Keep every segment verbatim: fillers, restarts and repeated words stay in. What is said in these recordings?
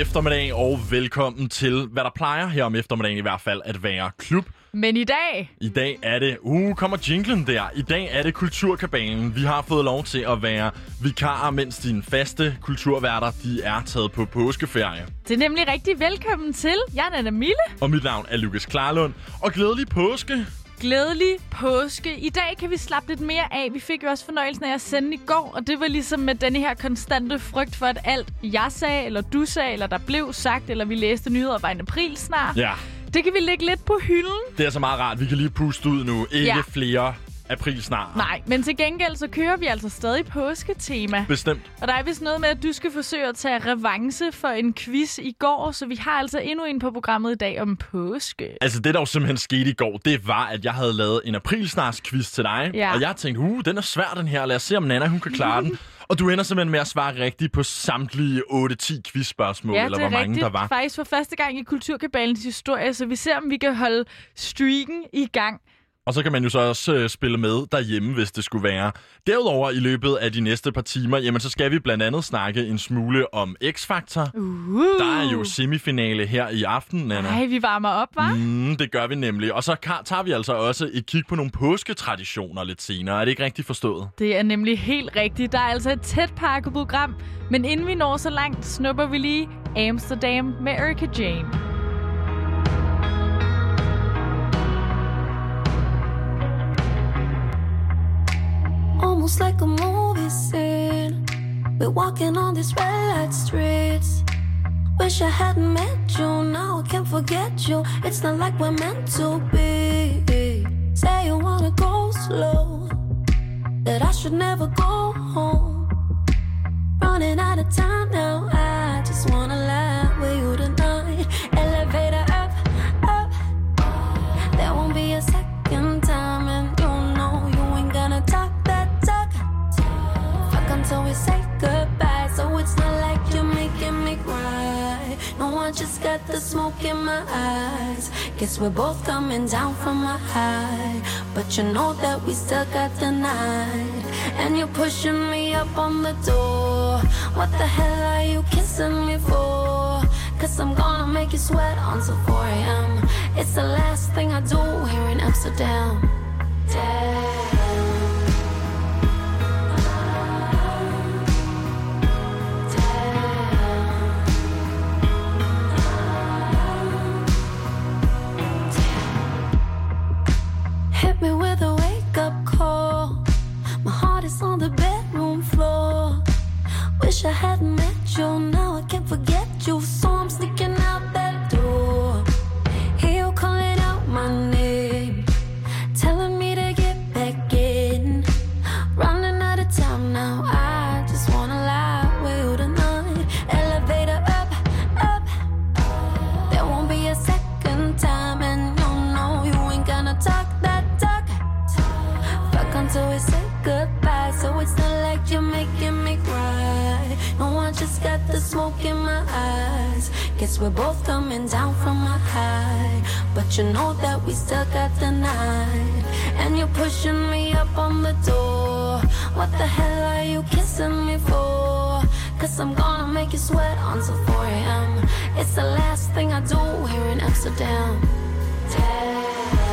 eftermiddag, og velkommen til, hvad der plejer her om eftermiddagen i hvert fald at være klub. Men i dag... I dag er det... Uh, kommer jinglen der. I dag er det Kulturkabalen. Vi har fået lov til at være vikarer, mens dine faste kulturværter, de er taget på påskeferie. Det er nemlig rigtig velkommen til. Jeg er Nana Mille. Og mit navn er Lukas Klarlund. Og glædelig påske. Glædelig påske. I dag kan vi slappe lidt mere af. Vi fik jo også fornøjelsen af at sende i går, og det var ligesom med denne her konstante frygt for, at alt jeg sagde, eller du sagde, eller der blev sagt, eller vi læste nyheder var en april snart. Ja. Det kan vi lægge lidt på hylden. Det er så meget rart. Vi kan lige puste ud nu. Ikke ja. flere april snart. Nej, men til gengæld så kører vi altså stadig påsketema. Bestemt. Og der er vist noget med, at du skal forsøge at tage revanche for en quiz i går, så vi har altså endnu en på programmet i dag om påske. Altså det, der jo simpelthen skete i går, det var, at jeg havde lavet en aprilsnars-quiz til dig. Ja. Og jeg tænkte, uh, den er svær den her. Lad os se, om Nana hun kan klare den. Og du ender simpelthen med at svare rigtigt på samtlige otte ti quizspørgsmål, ja, eller hvor mange rigtigt. der var. Faktisk for første gang i Kulturkabalens historie, så vi ser, om vi kan holde streaken i gang. Og så kan man jo så også øh, spille med derhjemme, hvis det skulle være. Derudover i løbet af de næste par timer, jamen så skal vi blandt andet snakke en smule om X-Factor. Uh. Der er jo semifinale her i aften, Nana. Nej, vi varmer op, hva'? Mm, det gør vi nemlig. Og så tager vi altså også et kig på nogle påsketraditioner lidt senere. Er det ikke rigtigt forstået? Det er nemlig helt rigtigt. Der er altså et tæt pakket program. Men inden vi når så langt, snupper vi lige Amsterdam med Erika Jane. Almost like a movie scene. We're walking on these red light streets. Wish I hadn't met you, now I can't forget you. It's not like we're meant to be. Say you wanna go slow, that I should never go home. Running out of time now, I just wanna lie with you tonight. Elevator up, up. There won't be a second time, and you know you ain't gonna talk. So we say goodbye, so it's not like you're making me cry. No, I just got the smoke in my eyes. Guess we're both coming down from a high, but you know that we still got the night. And you're pushing me up on the door. What the hell are you kissing me for? Cause I'm gonna make you sweat until four a.m. It's the last thing I do here in Amsterdam. Damn. Hit me with a wake-up call. My heart is on the bedroom floor. Wish I hadn't met you, now I can't forget you. So I'm sneaking out that door. Hear you calling out my name, telling me to get back in. Running out of time now, I just wanna lie with you tonight. Elevator up, up. There won't be a second time, and you know you ain't gonna talk that talk. Fuck until we say goodbye, so it's not like you're making me cry. No, I just got the smoke in my eyes. Guess we're both coming down from a high, but you know that we still got the night. And you're pushing me up on the door. What the hell are you kissing me for? Cause I'm gonna make you sweat until four a.m. It's the last thing I do here in Amsterdam. Damn.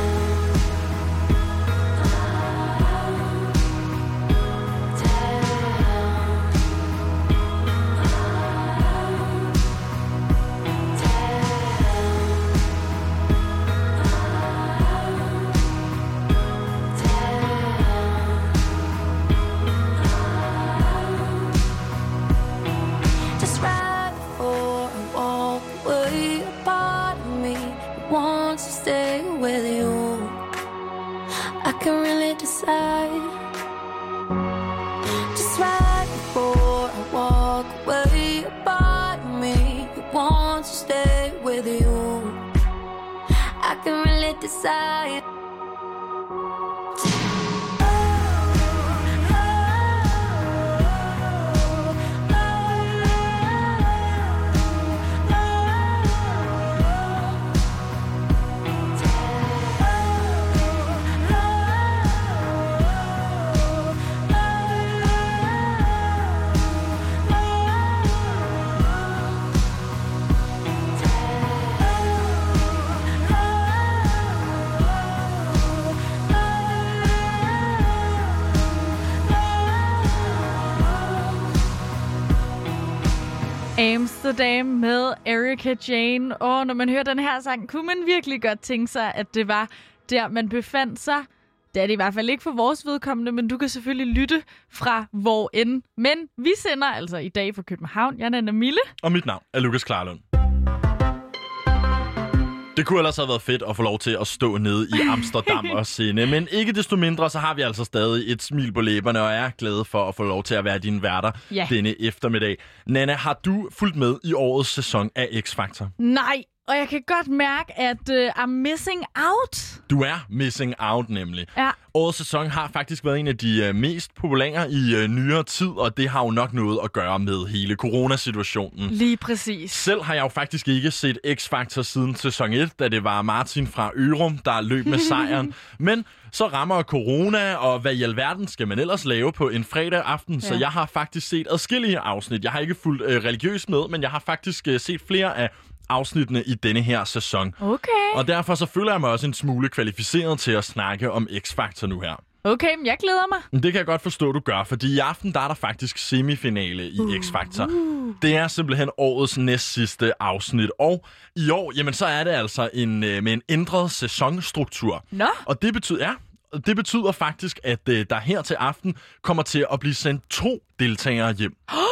Decide. Just right before I walk away, a part of me wants to stay with you. I can really decide. Amsterdam med Erika Jane. Og når man hører den her sang, kunne man virkelig godt tænke sig, at det var der, man befandt sig. Det er det i hvert fald ikke for vores vedkommende, men du kan selvfølgelig lytte fra hvor end. Men vi sender altså i dag fra København. Jeg er Nana Mille. Og mit navn er Lukas Klarlund. Det kunne ellers have været fedt at få lov til at stå nede i Amsterdam og sende, men ikke desto mindre, så har vi altså stadig et smil på læberne, og er glade for at få lov til at være dine værter ja. denne eftermiddag. Nana, har du fulgt med i årets sæson af X-Factor? Nej, og jeg kan godt mærke, at uh, I'm missing out. Du er missing out, nemlig. Ja. Årets sæson har faktisk været en af de uh, mest populære i uh, nyere tid, og det har jo nok noget at gøre med hele coronasituationen. Lige præcis. Selv har jeg jo faktisk ikke set X-Factor siden sæson et, da det var Martin fra Ørum, der løb med sejren. Men så rammer corona, og hvad i alverden skal man ellers lave på en fredag aften? Ja. Så jeg har faktisk set adskillige afsnit. Jeg har ikke fulgt uh, religiøst med, men jeg har faktisk uh, set flere af afsnittene i denne her sæson. Okay. Og derfor så føler jeg mig også en smule kvalificeret til at snakke om X-Factor nu her. Okay, men jeg glæder mig. Det kan jeg godt forstå, du gør, fordi i aften der er der faktisk semifinale i uh, X-Factor. Uh. Det er simpelthen årets næstsidste afsnit, og i år, jamen så er det altså en, med en ændret sæsonstruktur. Nå. Og det betyder, ja, det betyder faktisk, at der her til aften kommer til at blive sendt to deltagere hjem.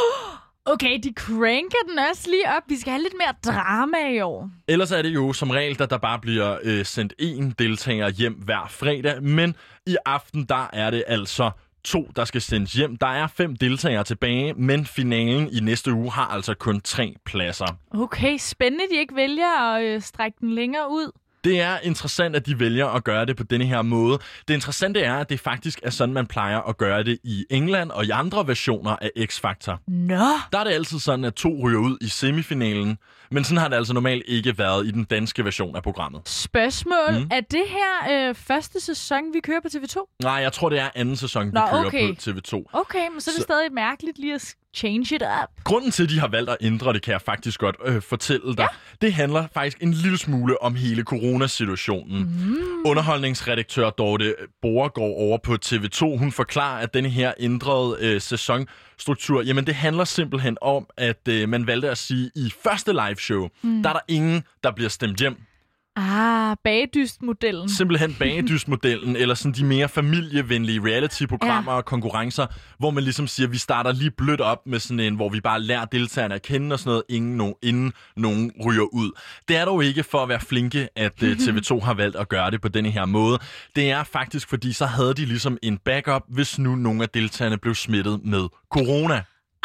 Okay, de cranker den også lige op. Vi skal have lidt mere drama i år. Ellers er det jo som regel, at der bare bliver øh, sendt én deltager hjem hver fredag. Men i aften, der er det altså to, der skal sendes hjem. Der er fem deltagere tilbage, men finalen i næste uge har altså kun tre pladser. Okay, spændende, de ikke vælger at øh, strække den længere ud. Det er interessant, at de vælger at gøre det på denne her måde. Det interessante er, at det faktisk er sådan, man plejer at gøre det i England og i andre versioner af X-Factor. Nå! Der er det altid sådan, at to ryger ud i semifinalen, men sådan har det altså normalt ikke været i den danske version af programmet. Spørgsmål. Mm. Er det her øh, første sæson, vi kører på T V to? Nej, jeg tror, det er anden sæson, vi Nå, kører okay. på T V to. Okay, men så er det så... stadig mærkeligt lige at change it up. Grunden til, at de har valgt at ændre det, kan jeg faktisk godt øh, fortælle dig. Ja. Det handler faktisk en lille smule om hele coronasituationen. Mm. Underholdningsredaktør Dorte Borregaard over på T V to, hun forklarer, at denne her ændrede øh, sæsonstruktur, jamen det handler simpelthen om, at øh, man valgte at sige, i første liveshow, mm. der er der ingen, der bliver stemt hjem. Ah, bagedystmodellen. Simpelthen bagedystmodellen, eller sådan de mere familievenlige reality-programmer ja. og konkurrencer, hvor man ligesom siger, at vi starter lige blødt op med sådan en, hvor vi bare lærer deltagerne at kende og sådan noget, ingen no, inden nogen ryger ud. Det er dog ikke for at være flinke, at uh, T V to har valgt at gøre det på denne her måde. Det er faktisk, fordi så havde de ligesom en backup, hvis nu nogle af deltagerne blev smittet med corona.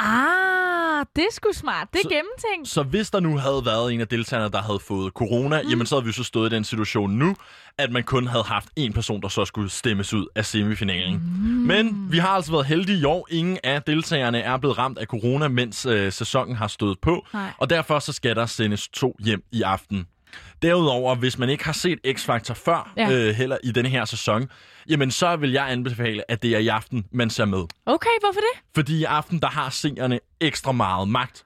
Ah, det er sgu smart. Det er så, gennemtænkt. Så hvis der nu havde været en af deltagerne, der havde fået corona, mm. jamen så havde vi så stået i den situation nu, at man kun havde haft en person, der så skulle stemmes ud af semifinalen. Mm. Men vi har altså været heldige i år. Ingen af deltagerne er blevet ramt af corona, mens øh, sæsonen har stået på. Nej. Og derfor så skal der sendes to hjem i aften. Derudover, hvis man ikke har set X-Factor før, ja. øh, heller i denne her sæson, jamen så vil jeg anbefale, at det er i aften, man ser med. Okay, hvorfor det? Fordi i aften, der har seerne ekstra meget magt.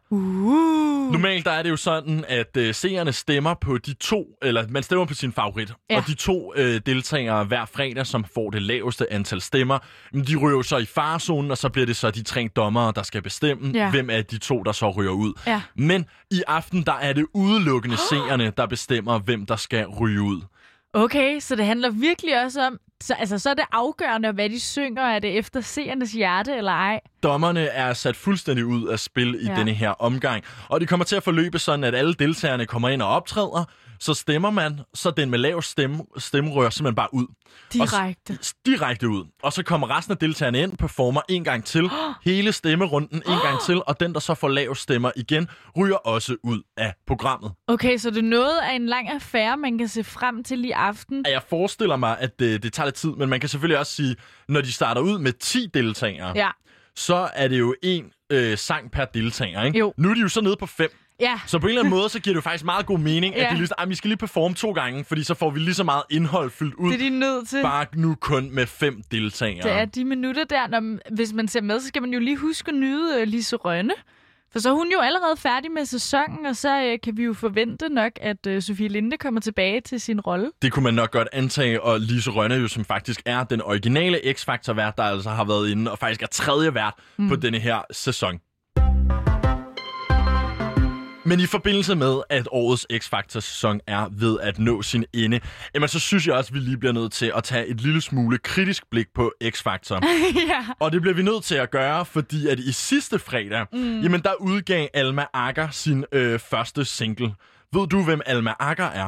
Uh. Normalt der er det jo sådan, at øh, seerne stemmer på de to, eller man stemmer på sin favorit. Ja. Og de to øh, deltagere hver fredag, som får det laveste antal stemmer, de ryger jo så i farezonen, og så bliver det så de tre dommere, der skal bestemme, ja. hvem af de to, der så ryger ud. Ja. Men i aften, der er det udelukkende seerne, der bestemmer, hvem der skal ryge ud. Okay, så det handler virkelig også om, så, altså, så er det afgørende, hvad de synger. Er det efter seernes hjerte eller ej? Dommerne er sat fuldstændig ud af spil i ja. denne her omgang. Og det kommer til at forløbe sådan, at alle deltagerne kommer ind og optræder. Så stemmer man, så den med lav stemme, stemme rører simpelthen bare ud. Direkte. Og, direkte ud. Og så kommer resten af deltagerne ind, performer en gang til. Hele stemmerunden en gang til. Og den, der så får lav stemmer igen, ryger også ud af programmet. Okay, så det er noget af en lang affære, man kan se frem til i aften. Jeg forestiller mig, at det, det tager lidt tid. Men man kan selvfølgelig også sige, når de starter ud med ti deltagere, ja. så er det jo en øh, sang per deltager. Ikke? Jo. Nu er de jo så nede på fem. Ja. Så på en eller anden måde, så giver det jo faktisk meget god mening, ja. at de lige, ah, vi skal lige performe to gange, fordi så får vi lige så meget indhold fyldt ud. Det er de nødt til. Bare nu kun med fem deltagere. Det er de minutter der, når, hvis man ser med, så skal man jo lige huske at nyde uh, Lise Rønne. For så er hun jo allerede færdig med sæsonen, og så uh, kan vi jo forvente nok, at uh, Sofie Linde kommer tilbage til sin rolle. Det kunne man nok godt antage, og Lise Rønne jo, som faktisk er den originale X-Factor-vært, der altså har været inde, og faktisk er tredje vært mm. på denne her sæson. Men i forbindelse med, at årets X-Factor-sæson er ved at nå sin ende, jamen så synes jeg også, at vi lige bliver nødt til at tage et lille smule kritisk blik på X-Factor. Ja. Og det bliver vi nødt til at gøre, fordi at i sidste fredag, mm. jamen der udgav Alma Agger sin øh, første single. Ved du, hvem Alma Agger er?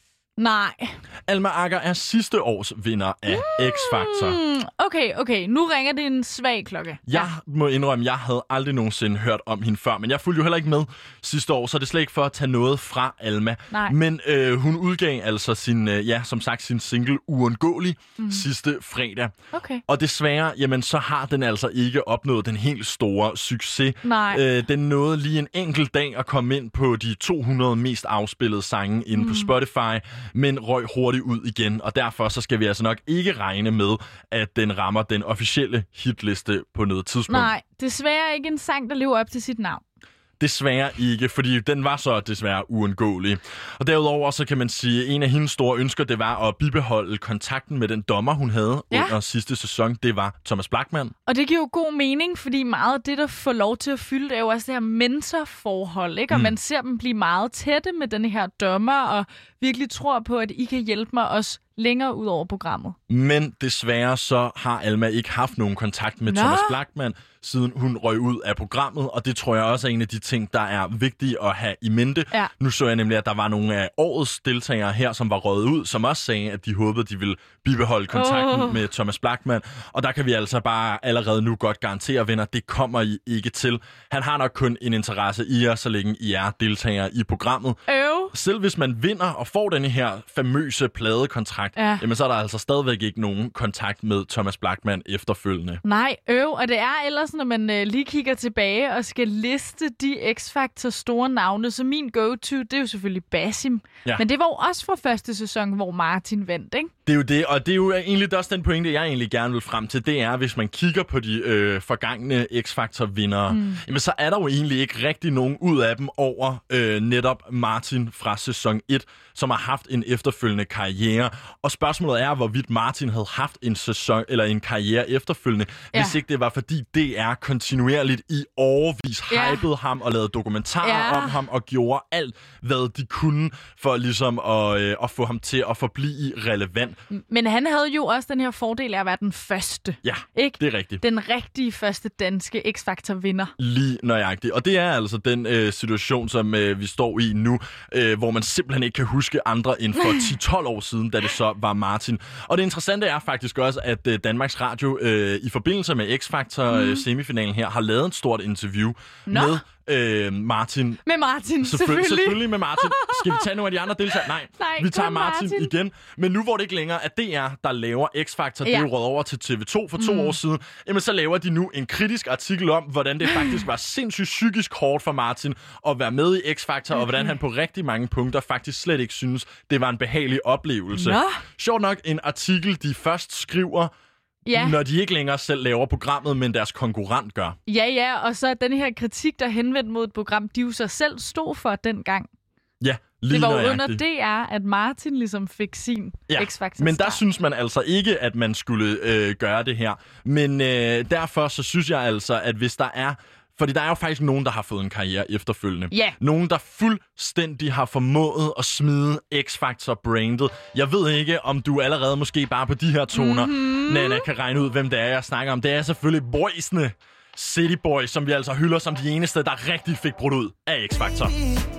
Nej. Alma Agger er sidste års vinder af mm. X-Factor. Okay, okay. Nu ringer det en svag klokke. Jeg ja. må indrømme, jeg havde aldrig nogensinde hørt om hende før, men jeg fulgte jo heller ikke med sidste år, så det er slet ikke for at tage noget fra Alma. Nej. Men øh, hun udgav altså sin, øh, ja, som sagt, sin single Uundgåelig mm. sidste fredag. Okay. Og desværre, jamen, så har den altså ikke opnået den helt store succes. Nej. Øh, den nåede lige en enkelt dag at komme ind på de to hundrede mest afspillede sange inde mm. på Spotify, men røg hurtigt ud igen, og derfor så skal vi altså nok ikke regne med, at den rammer den officielle hitliste på noget tidspunkt. Nej, desværre ikke en sang, der lever op til sit navn. Desværre ikke, fordi den var så desværre uundgåelig. Og derudover så kan man sige, at en af hendes store ønsker, det var at bibeholde kontakten med den dommer, hun havde ja. under sidste sæson. Det var Thomas Blachman. Og det giver jo god mening, fordi meget af det, der får lov til at fylde, det er jo også det her mentorforhold, ikke? Og mm. man ser dem blive meget tætte med den her dommer, og virkelig tror på, at I kan hjælpe mig også længere ud over programmet. Men desværre så har Alma ikke haft nogen kontakt med Nå. Thomas Blachman, siden hun røg ud af programmet, og det tror jeg også er en af de ting, der er vigtige at have i mente. Ja. Nu så jeg nemlig, at der var nogle af årets deltagere her, som var røget ud, som også sagde, at de håbede, at de ville bibeholde kontakten oh. med Thomas Blachman, og der kan vi altså bare allerede nu godt garantere, venner, det kommer I ikke til. Han har nok kun en interesse i jer, så længe I er deltagere i programmet. Øv. Selv hvis man vinder og får denne her famøse pladekontrakt, ja. jamen så er der altså stadigvæk ikke nogen kontakt med Thomas Blachman efterfølgende. Nej, øv, og det er ellers, når man øh, lige kigger tilbage og skal liste de X-Factor store navne, så min go-to, det er jo selvfølgelig Basim. Ja. Men det var jo også fra første sæson, hvor Martin vandt, ikke? Det er jo det, og det er jo egentlig også den pointe, jeg egentlig gerne vil frem til, det er, hvis man kigger på de øh, forgangne X-Factor-vindere, mm. jamen så er der jo egentlig ikke rigtig nogen ud af dem over øh, netop Martin fra sæson et, som har haft en efterfølgende karriere. Og spørgsmålet er, hvorvidt Martin havde haft en sæson eller en karriere efterfølgende, ja. hvis ikke det var, fordi D R kontinuerligt i årevis ja. hypede ham og lavede dokumentarer ja. om ham og gjorde alt, hvad de kunne for ligesom at, øh, at få ham til at forblive relevant. Men han havde jo også den her fordel af at være den første. Ja, ikke? Det er rigtigt. Den rigtige første danske X-Factor-vinder. Lige nøjagtigt. Og det er altså den øh, situation, som øh, vi står i nu, øh, hvor man simpelthen ikke kan huske andre end for ti til tolv år siden, da det så var Martin. Og det interessante er faktisk også, at øh, Danmarks Radio øh, i forbindelse med X-Factor-semifinalen her har lavet et stort interview Nå. med Øh, Martin. Med Martin, Selvføl- selvfølgelig. Selvfølgelig med Martin. Skal vi tage nogle af de andre deltagere? Nej, Nej vi tager Martin, Martin igen. Men nu hvor det ikke længere er D R, der laver X-Factor, ja. det er jo røget over til T V to for to mm. år siden, jamen så laver de nu en kritisk artikel om, hvordan det faktisk var sindssygt psykisk hårdt for Martin at være med i X-Factor, okay. og hvordan han på rigtig mange punkter faktisk slet ikke synes, det var en behagelig oplevelse. Nå. Sjovt nok en artikel, de først skriver, ja. når de ikke længere selv laver programmet, men deres konkurrent gør. Ja, ja, og så den her kritik, der er henvendt mod et program, de jo så selv stod for dengang. Ja, lige det var nøjagtigt. under D R, at Martin ligesom fik sin ja, X-Factor. Men der synes man altså ikke, at man skulle øh, gøre det her. Men øh, derfor så synes jeg altså, at hvis der er... Fordi der er jo faktisk nogen, der har fået en karriere efterfølgende. Yeah. Nogen, der fuldstændig har formået at smide X-Factor-brandet. Jeg ved ikke, om du allerede måske bare på de her toner, mm-hmm. Nana, kan regne ud, hvem det er, jeg snakker om. Det er selvfølgelig boysene. City Boys, som vi altså hylder som de eneste, der rigtig fik brudt ud af X-Factor.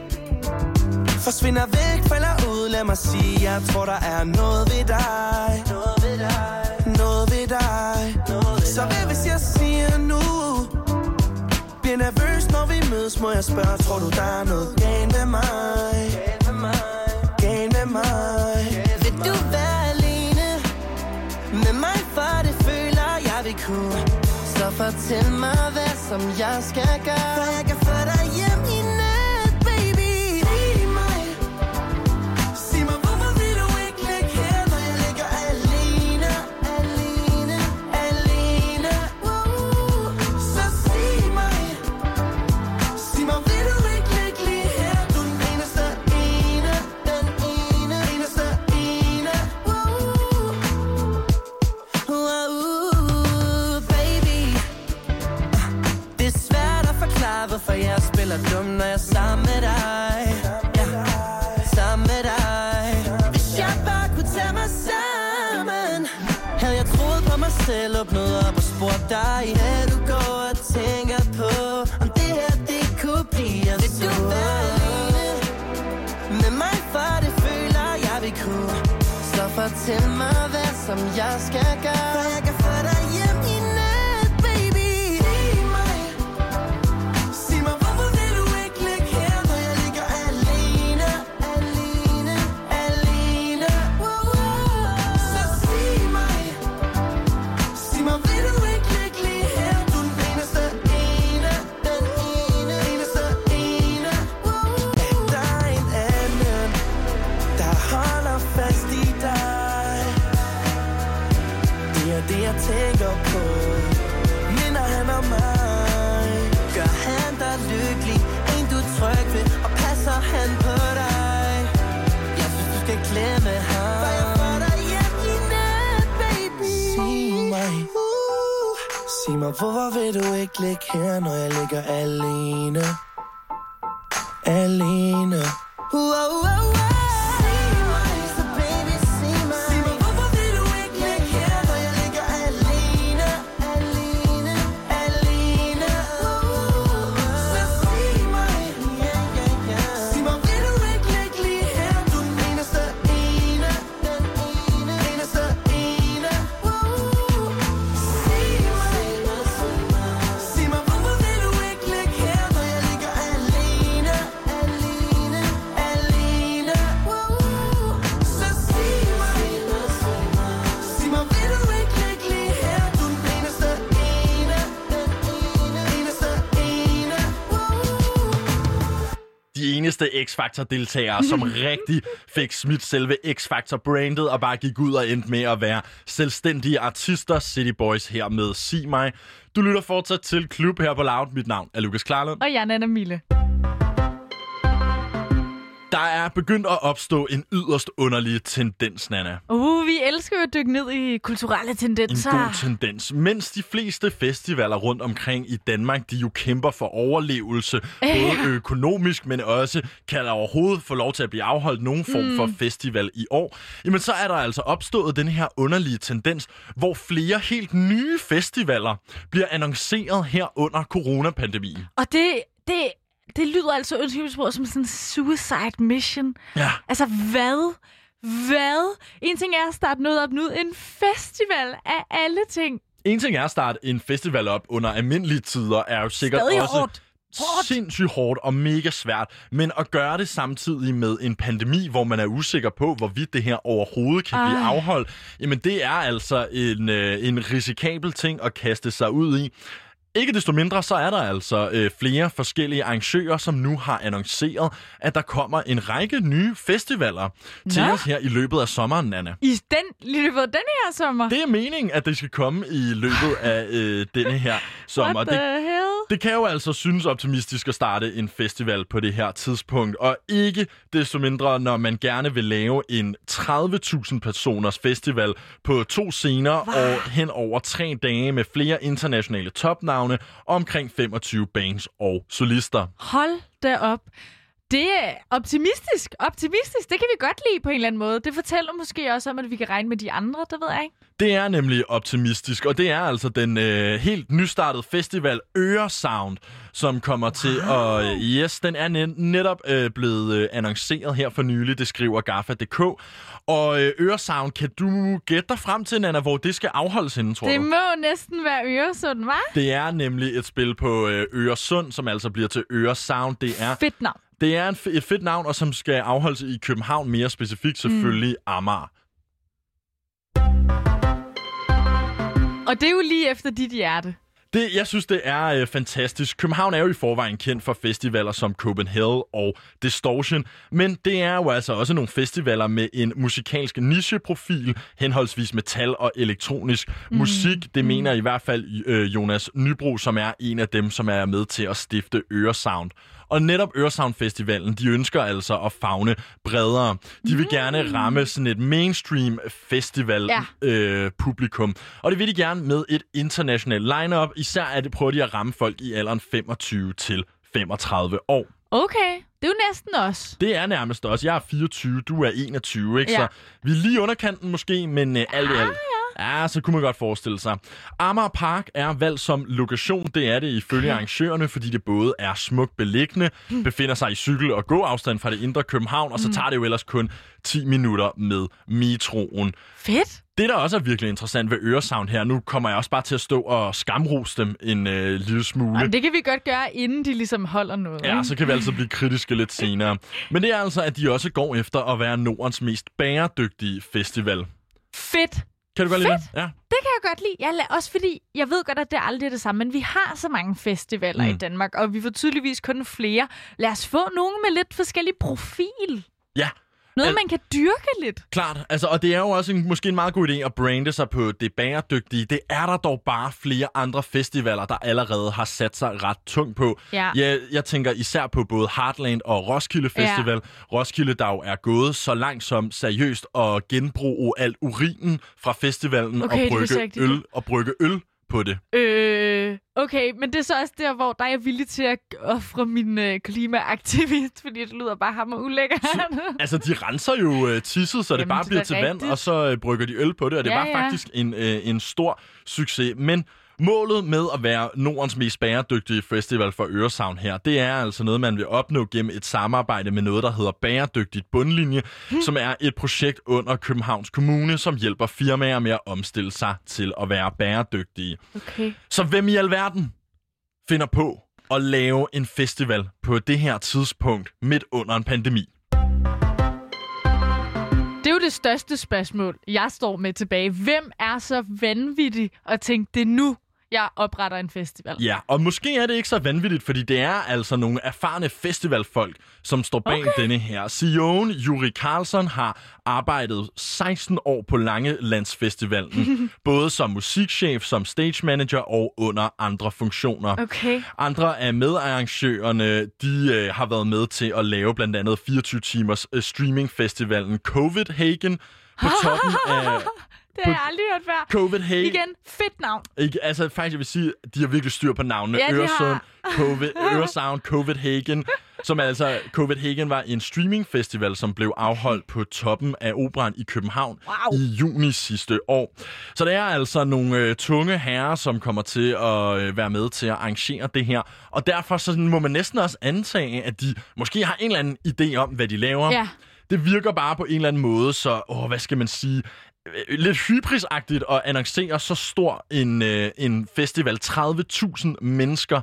Forsvinder væk, falder ud, lad mig sige, jeg tror, der er noget ved dig. Noget ved dig. Noget ved dig. Noget ved Så hvad hvis jeg siger nu? Bliver nervøs, når vi mødes, må jeg spørge, tror du, der er noget galt med mig? Galt med mig. Galt med mig. Vil du være alene med mig, for det føler jeg vil kunne. Så fortæl mig, hvad som jeg skal gøre, for jeg kan få dig hjem i nat, baby. Sig mig, sig mig, hvorfor vil du ikke ligge her, når jeg ligger alene, alene, alene. Uh, så sig mig, sig mig, vil du ikke ligge lige her, du er den eneste ene, den ene, eneste ene. Uh, uh, baby. Det er svært at forklare, hvorfor jeg spiller dum, når jeg er sammen med dig. Havde jeg troet på mig selv, åbnet op og spurgt dig, hvad du går og tænker på, om det her, det kunne blive at så. Vil du være alene med mig, for det føler jeg vil kunne. Så fortæl mig, hvad som jeg skal gøre, for jeg kan få dig hjem i nat, baby. Sig mig, sig mig, hvorfor vil du ikke ligge her, når jeg ligger alene, alene, alene. Wow, wow. Så sig mig, sig mig, vil du ikke ligge lige her, du er den eneste ene, den ene, eneste ene. Wow. Der er en anden, der holder fast i dig. Det er det, jeg tænker på. Minder han om mig? Gør han dig lykkelig? En du er tryg ved? Og passer han på dig? Jeg synes, du skal glemme ham, for jeg får dig hjem i nat, baby. Sig mig, uh, sig mig, hvorfor vil du ikke ligge her, når jeg ligger alene? Alene. Uh, uh, uh, uh. Eneste X-Factor-deltagere, som rigtig fik smidt selve X-Factor-brandet og bare gik ud og endte med at være selvstændige artister. City Boys her med Sig mig. Du lytter fortsat til Klub her på Loud. Mit navn er Lukas Klarlund. Og jeg er Nana Mille. Der er begyndt at opstå en yderst underlig tendens, Nana. Uh, vi elsker jo at dykke ned i kulturelle tendenser. En god tendens. Mens de fleste festivaler rundt omkring i Danmark, de jo kæmper for overlevelse, både økonomisk, men også kan der overhovedet få lov til at blive afholdt nogen form mm. for festival i år. Jamen så er der altså opstået den her underlige tendens, hvor flere helt nye festivaler bliver annonceret her under coronapandemien. Og det... det Det lyder altså undskyld som sådan en suicide mission. Ja. Altså, hvad? Hvad? En ting er at starte noget op nu. En festival af alle ting. En ting er at starte en festival op under almindelige tider, er jo sikkert Stadig også hårdt. Hårdt. sindssygt hårdt og mega svært. Men at gøre det samtidig med en pandemi, hvor man er usikker på, hvorvidt det her overhovedet kan Ej. blive afholdt, jamen det er altså en, øh, en risikabel ting at kaste sig ud i. Ikke desto mindre, så er der altså øh, flere forskellige arrangører, som nu har annonceret, at der kommer en række nye festivaler Nå. til os her i løbet af sommeren, Nana. I den, i løbet af denne her sommer? Det er meningen, at det skal komme i løbet af øh, denne her sommer. What the det, hell? det kan jo altså synes optimistisk at starte en festival på det her tidspunkt, og ikke desto mindre, når man gerne vil lave en tredive tusind personers festival på to scener Hva? og hen over tre dage med flere internationale topnavne og omkring femogtyve bands og solister. Hold da op. Det er optimistisk. Optimistisk, det kan vi godt lide på en eller anden måde. Det fortæller måske også om, at vi kan regne med de andre, det ved jeg ikke. Det er nemlig optimistisk, og det er altså den øh, helt nystartede festival Øresound, som kommer til at... Øh, yes, den er net, netop øh, blevet øh, annonceret her for nylig, det skriver Gaffa punktum d k. Og øh, Øresound, kan du gætte dig frem til, Nana, hvor det skal afholdes henne, tror det du? Det må næsten være Øresund, hva'? Det er nemlig et spil på øh, Øresund, som altså bliver til Øresound. Det er... Fedt navn. Det er en f- et fedt navn, og som skal afholdes i København, mere specifikt selvfølgelig mm. Amager. Og det er jo lige efter dit hjerte. Det, jeg synes, det er øh, fantastisk. København er jo i forvejen kendt for festivaler som Copenhagen og Distortion, men det er jo altså også nogle festivaler med en musikalsk nicheprofil, henholdsvis metal og elektronisk mm. musik. Det mm. mener i hvert fald øh, Jonas Nybro, som er en af dem, som er med til at stifte Øresound. Og netop Øresound Festivalen, de ønsker altså at favne bredere. De vil mm. gerne ramme sådan et mainstream festival ja. øh, publikum. Og det vil de gerne med et internationalt line-up. Især er det, prøver de at ramme folk i alderen femogtyve til femogtredive år. Okay, det er jo næsten os. Det er nærmest os. Jeg er fireogtyve, du er enogtyve, ikke? Ja. Så vi er lige underkanten måske, men øh, alt i alt Ja, så kunne man godt forestille sig. Amager Park er valgt som lokation. Det er det ifølge okay. arrangørerne, fordi det både er smukt beliggende, mm. befinder sig i cykel- og gåafstand fra det indre København, og så tager det jo ellers kun ti minutter med metroen. Fedt! Det, der også er virkelig interessant ved Øresound her, nu kommer jeg også bare til at stå og skamrose dem en øh, lille smule. Jamen, det kan vi godt gøre, inden de ligesom holder noget. Ja, så kan vi altså blive kritiske lidt senere. Men det er altså, at de også går efter at være Nordens mest bæredygtige festival. Fedt! Kan du godt lide det? Ja. Det kan jeg godt lide. Jeg la- også fordi, jeg ved godt, at det aldrig er det samme, men vi har så mange festivaler mm. i Danmark, og vi får tydeligvis kun flere. Lad os få nogen med lidt forskellig profil. Ja. Noget, Al- man kan dyrke lidt. Klart, altså, og det er jo også en, måske en meget god idé at brande sig på det bæredygtige. Det er der dog bare flere andre festivaler, der allerede har sat sig ret tungt på. Ja. Jeg, jeg tænker især på både Heartland og Roskilde Festival. Ja. Roskilde, der jo er gået så langt som seriøst at genbruge alt urinen fra festivalen okay, og brygge øl og brygge øl på det. Øh, okay, men det er så også der, hvor der er jeg villig til at ofre min øh, klimaaktivist, fordi det lyder bare hammer ulækkert. Altså, de renser jo øh, tisset, så det Jamen, bare det bliver til rigtigt. vand, og så øh, brygger de øl på det, og det ja, var ja. faktisk en, øh, en stor succes. Men målet med at være Nordens mest bæredygtige festival for Øresound her, det er altså noget, man vil opnå gennem et samarbejde med noget, der hedder Bæredygtigt Bundlinje, hmm. som er et projekt under Københavns Kommune, som hjælper firmaer med at omstille sig til at være bæredygtige. Okay. Så hvem i alverden finder på at lave en festival på det her tidspunkt midt under en pandemi? Det er jo det største spørgsmål, jeg står med tilbage. Hvem er så vanvittig at tænke, det er nu, jeg opretter en festival? Ja, og måske er det ikke så vanvittigt, fordi det er altså nogle erfarne festivalfolk, som står bag okay. denne her. C E O'en, Juri Karlsson, har arbejdet seksten år på Langelandsfestivalen. både som musikchef, som stage manager og under andre funktioner. Okay. Andre af medarrangørerne, de øh, har været med til at lave blandt andet fireogtyve timers øh, streamingfestivalen Copenhagen på toppen af... Det har jeg aldrig hørt før. Copenhagen. Igen, fedt navn. Ikke, altså faktisk, jeg vil sige, de har virkelig styr på navnene. Ja, Øresund, Covid, Øresound, Copenhagen. Som altså, Copenhagen var en streamingfestival, som blev afholdt på toppen af Operan i København wow. i juni sidste år. Så det er altså nogle øh, tunge herrer, som kommer til at øh, være med til at arrangere det her. Og derfor så må man næsten også antage, at de måske har en eller anden idé om, hvad de laver. Ja. Det virker bare på en eller anden måde, så åh, hvad skal man sige... lidt hybrisagtigt at annoncere så stor en, øh, en festival. tredive tusind mennesker.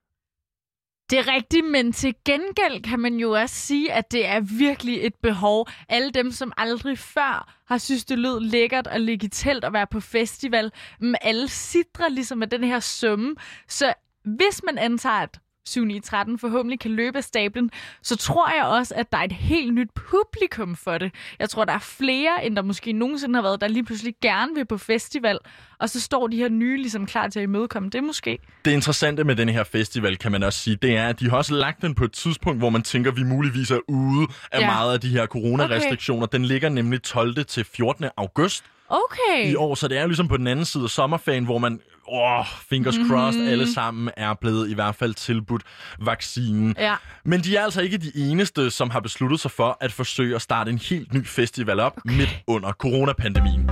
Det er rigtigt, men til gengæld kan man jo også sige, at det er virkelig et behov. Alle dem, som aldrig før har synes, det lød lækkert og legitimt at være på festival, men alle sidder ligesom af den her summe. Så hvis man antager, at syv ni tretten forhåbentlig kan løbe af stablen, så tror jeg også, at der er et helt nyt publikum for det. Jeg tror, der er flere, end der måske nogensinde har været, der lige pludselig gerne vil på festival, og så står de her nye ligesom klar til at imødekomme det måske. Det interessante med den her festival, kan man også sige, det er, at de har også lagt den på et tidspunkt, hvor man tænker, at vi muligvis er ude af ja. meget af de her coronarestriktioner. Okay. Den ligger nemlig tolvte til fjortende august. Okay. I år, så det er ligesom på den anden side af sommerferien, hvor man, åh, fingers crossed, mm-hmm. alle sammen er blevet i hvert fald tilbudt vaccinen. Ja. Men de er altså ikke de eneste, som har besluttet sig for at forsøge at starte en helt ny festival op okay. midt under coronapandemien.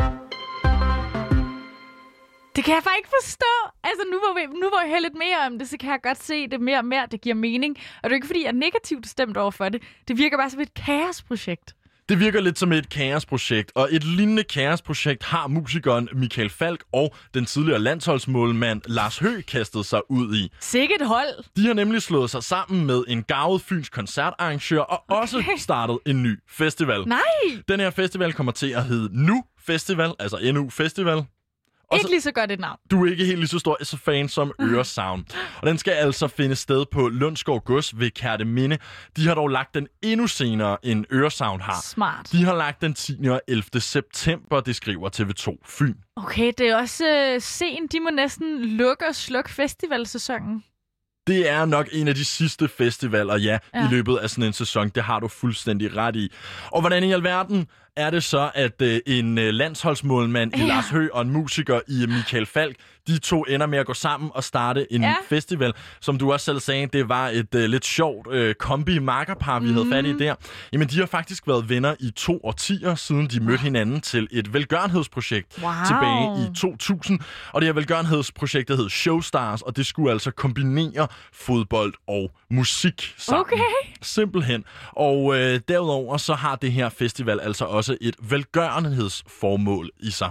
Det kan jeg faktisk ikke forstå. Altså, nu hvor, vi, nu hvor jeg hører lidt mere om det, så kan jeg godt se det mere og mere, det giver mening. Og det er ikke, fordi jeg er negativt stemt over for det. Det virker bare som et kaosprojekt. Det virker lidt som et kaosprojekt, og et lignende kaosprojekt har musikeren Michael Falk og den tidligere landsholdsmålmand Lars Høgh kastet sig ud i. Sikkert hold! De har nemlig slået sig sammen med en garvet fynsk koncertarrangør og okay. også startet en ny festival. Nej! Den her festival kommer til at hedde Nu Festival, altså N U Festival. Også, ikke lige så godt et navn. Du er ikke helt lige så stor så fan som Øresound. Og den skal altså finde sted på Lundsgaard Gods ved Kerteminde. De har dog lagt den endnu senere, end Øresound har. Smart. De har lagt den tiende og ellevte september, det skriver T V to Fyn. Okay, det er også øh, sent. De må næsten lukke og slukke festivalsæsonen. Det er nok en af de sidste festivaler, ja, ja, i løbet af sådan en sæson. Det har du fuldstændig ret i. Og hvordan i alverden er det så, at øh, en øh, landsholdsmålmand i Ja. Lars Høgh og en musiker i Michael Falk, de to ender med at gå sammen og starte en Ja. festival. Som du også selv sagde, det var et øh, lidt sjovt øh, kombi-makkerpar, vi mm. havde fat i der. Jamen, de har faktisk været venner i to årtier, siden de mødte hinanden til et velgørenhedsprojekt Wow. tilbage i to tusind. Og det her velgørenhedsprojekt, der hed Showstars, og det skulle altså kombinere fodbold og musik sammen. Okay. Simpelthen. Og øh, derudover så har det her festival altså også et velgørenhedsformål i sig.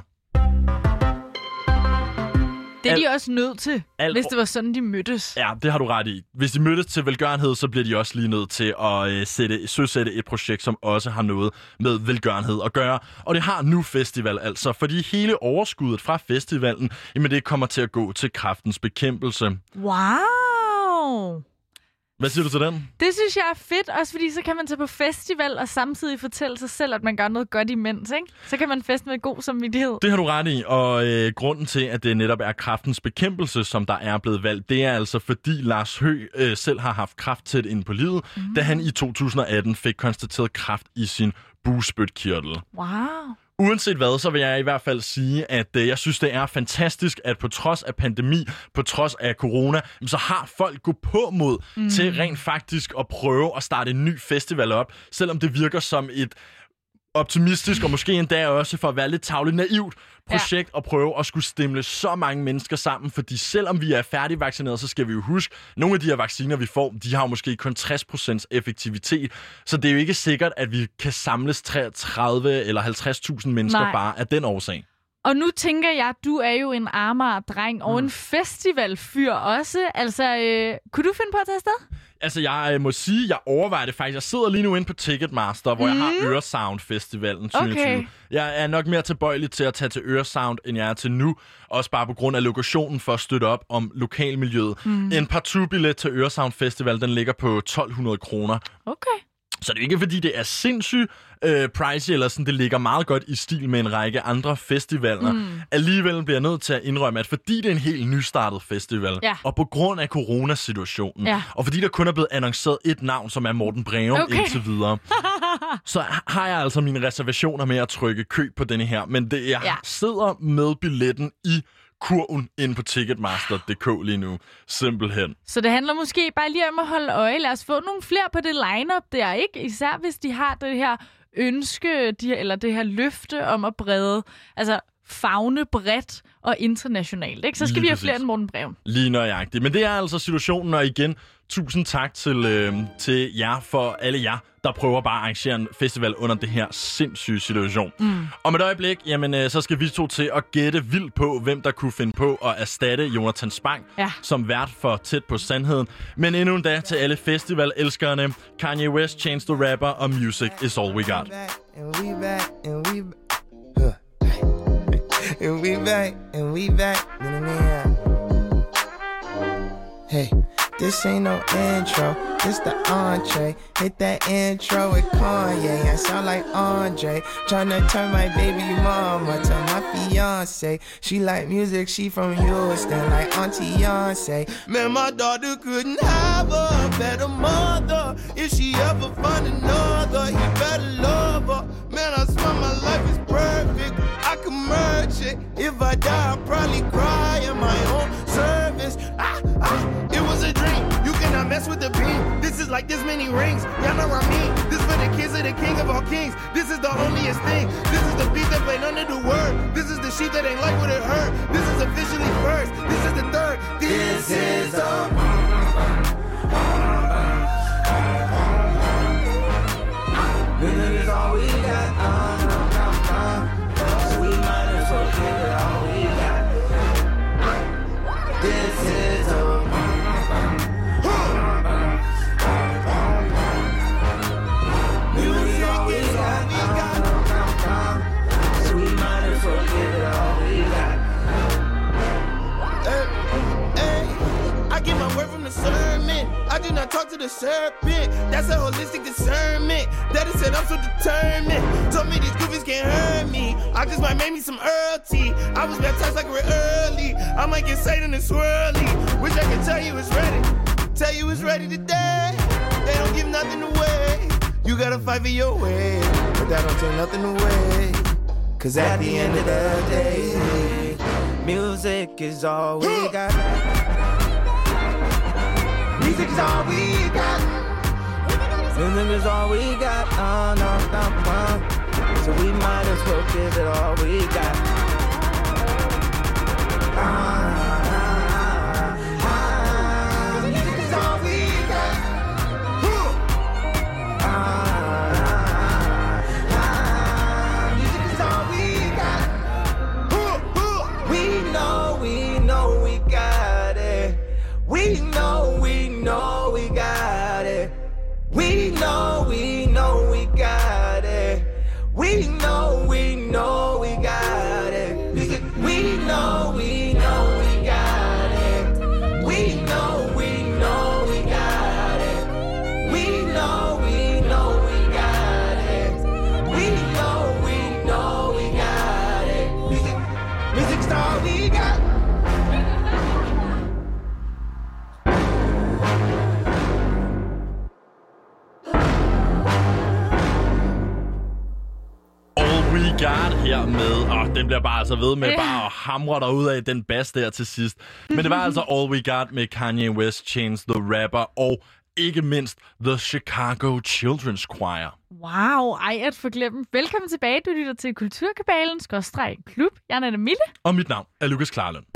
Det er Al- de også nødt til, Al- hvis det var sådan, de mødtes. Ja, det har du ret i. Hvis de mødtes til velgørenhed, så bliver de også lige nødt til at øh, sætte, søsætte et projekt, som også har noget med velgørenhed at gøre. Og det har Nu Festival altså, fordi hele overskuddet fra festivalen, jamen det kommer til at gå til Kræftens Bekæmpelse. Wow! Hvad siger du til den? Det synes jeg er fedt, også fordi så kan man tage på festival og samtidig fortælle sig selv, at man gør noget godt imens, ikke? Så kan man feste med god samvittighed. Det har du ret i, og øh, grunden til, at det netop er Kræftens Bekæmpelse, som der er blevet valgt, det er altså fordi Lars Høgh øh, selv har haft kræft tæt inde på livet, mm. da han i to tusind og atten fik konstateret kræft i sin bugspytkirtel. Wow. Uanset hvad, så vil jeg i hvert fald sige, at øh, jeg synes, det er fantastisk, at på trods af pandemi, på trods af corona, så har folk gået på mod mm. til rent faktisk at prøve at starte en ny festival op, selvom det virker som et optimistisk, og måske endda også for at være lidt tavligt naivt projekt ja. At prøve at skulle stimle så mange mennesker sammen, fordi selvom vi er færdigvaccineret, så skal vi jo huske, nogle af de her vacciner, vi får, de har jo måske kun tres procent effektivitet, så det er jo ikke sikkert, at vi kan samles treogtredive eller halvtreds tusind mennesker Nej. bare af den årsag. Og nu tænker jeg, du er jo en Amager-dreng og mm. en festivalfyr også. Altså, øh, kunne du finde på at tage afsted? Altså, jeg må sige, jeg overvejer det faktisk. Jeg sidder lige nu inde på Ticketmaster, hvor mm. jeg har Øresound Festivalen tyve tyve. Okay. Jeg er nok mere tilbøjelig til at tage til Øresound, end jeg er til nu. Også bare på grund af lokationen for at støtte op om lokalmiljøet. Mm. En partout-billet til Øresound Festival, den ligger på tolv hundrede kroner. Okay. Så det er ikke, fordi det er sindssygt øh, pricey, eller sådan, det ligger meget godt i stil med en række andre festivaler. Mm. Alligevel bliver jeg nødt til at indrømme, at fordi det er en helt nystartet festival, ja. Og på grund af coronasituationen, ja. Og fordi der kun er blevet annonceret et navn, som er Morten Breum okay. indtil videre, så har jeg altså mine reservationer med at trykke køb på denne her. Men det, jeg ja. sidder med billetten i kurven inde på Ticketmaster punktum d k lige nu. Simpelthen. Så det handler måske bare lige om at holde øje. Lad os få nogle flere på det line-up der, ikke? Især hvis de har det her ønske, de her, eller det her løfte om at brede, altså favne bredt og internationalt, ikke? Så skal lige vi have flere end Morten Breum. Lige nøjagtigt. Men det er altså situationen, og igen, tusind tak til, øh, til jer for alle jer, der prøver bare at arrangere en festival under det her sindssyge situation. Mm. Om et øjeblik, jamen, øh, så skal vi to til at gætte vildt på, hvem der kunne finde på at erstatte Jonathan Spang ja. som vært for Tæt på Sandheden. Men endnu en dag til alle festivalelskerne. Kanye West, Chance the Rapper og Music is all we got. And we back, and we back, and we back, and we back. Hey, this ain't no intro, this the entree. Hit that intro with Kanye, I sound like Andre. Tryna turn my baby mama to my fiance. She like music, she from Houston, like Auntie Beyonce. Man, my daughter couldn't have a better mother. If she ever find another, he better love her. Man, I swear my life is perfect, I can merge it. If I die, I'll probably cry in my own service. Ah, ah, it was a dream, you cannot mess with the beam. This is like this many rings, y'all know what I mean. This for the kids of the king of all kings. This is the onlyest thing. This is the beat that played under the word. This is the sheep that ain't like what it heard. This is officially first, this is the third. This is the this is all we got. Uh, uh, uh. So we might as well give it all we got. This is a music is all we got. So we might as well give it all we got. Hey, hey, I get my word from the sermon. I do not talk to the serpent. That's a holistic discernment. That is set up so determined. Told me these goofies can't hurt me. I just might make me some Earl tea. I was baptized like we're early. I might get Satan and swirly. Wish I could tell you it's ready. Tell you it's ready today. They don't give nothing away. You gotta fight for your way, but that don't take nothing away. Cause at the end of the day, music is all we got. Music is all we got. Music is all we got. Oh, no, no, no. So we might as well give it all we got. Ah. We know, we know we got it. We know, we know we got it. We know, we know we got it. We know, we know we got it. We know, we know we got it. We know, we know we got it. We know, we know we got it. Music, music's all we got. God her med, og den bliver bare altså ved med bare at hamre dig ud af den bass der til sidst. Men det var altså All We Got med Kanye West, Chance the Rapper og ikke mindst The Chicago Children's Choir. Wow, ej at forglemme. Velkommen tilbage, du lytter til Kulturkabalen, skråstreg klub. Jeg er Nana Mille. Og mit navn er Lukas Klarlund.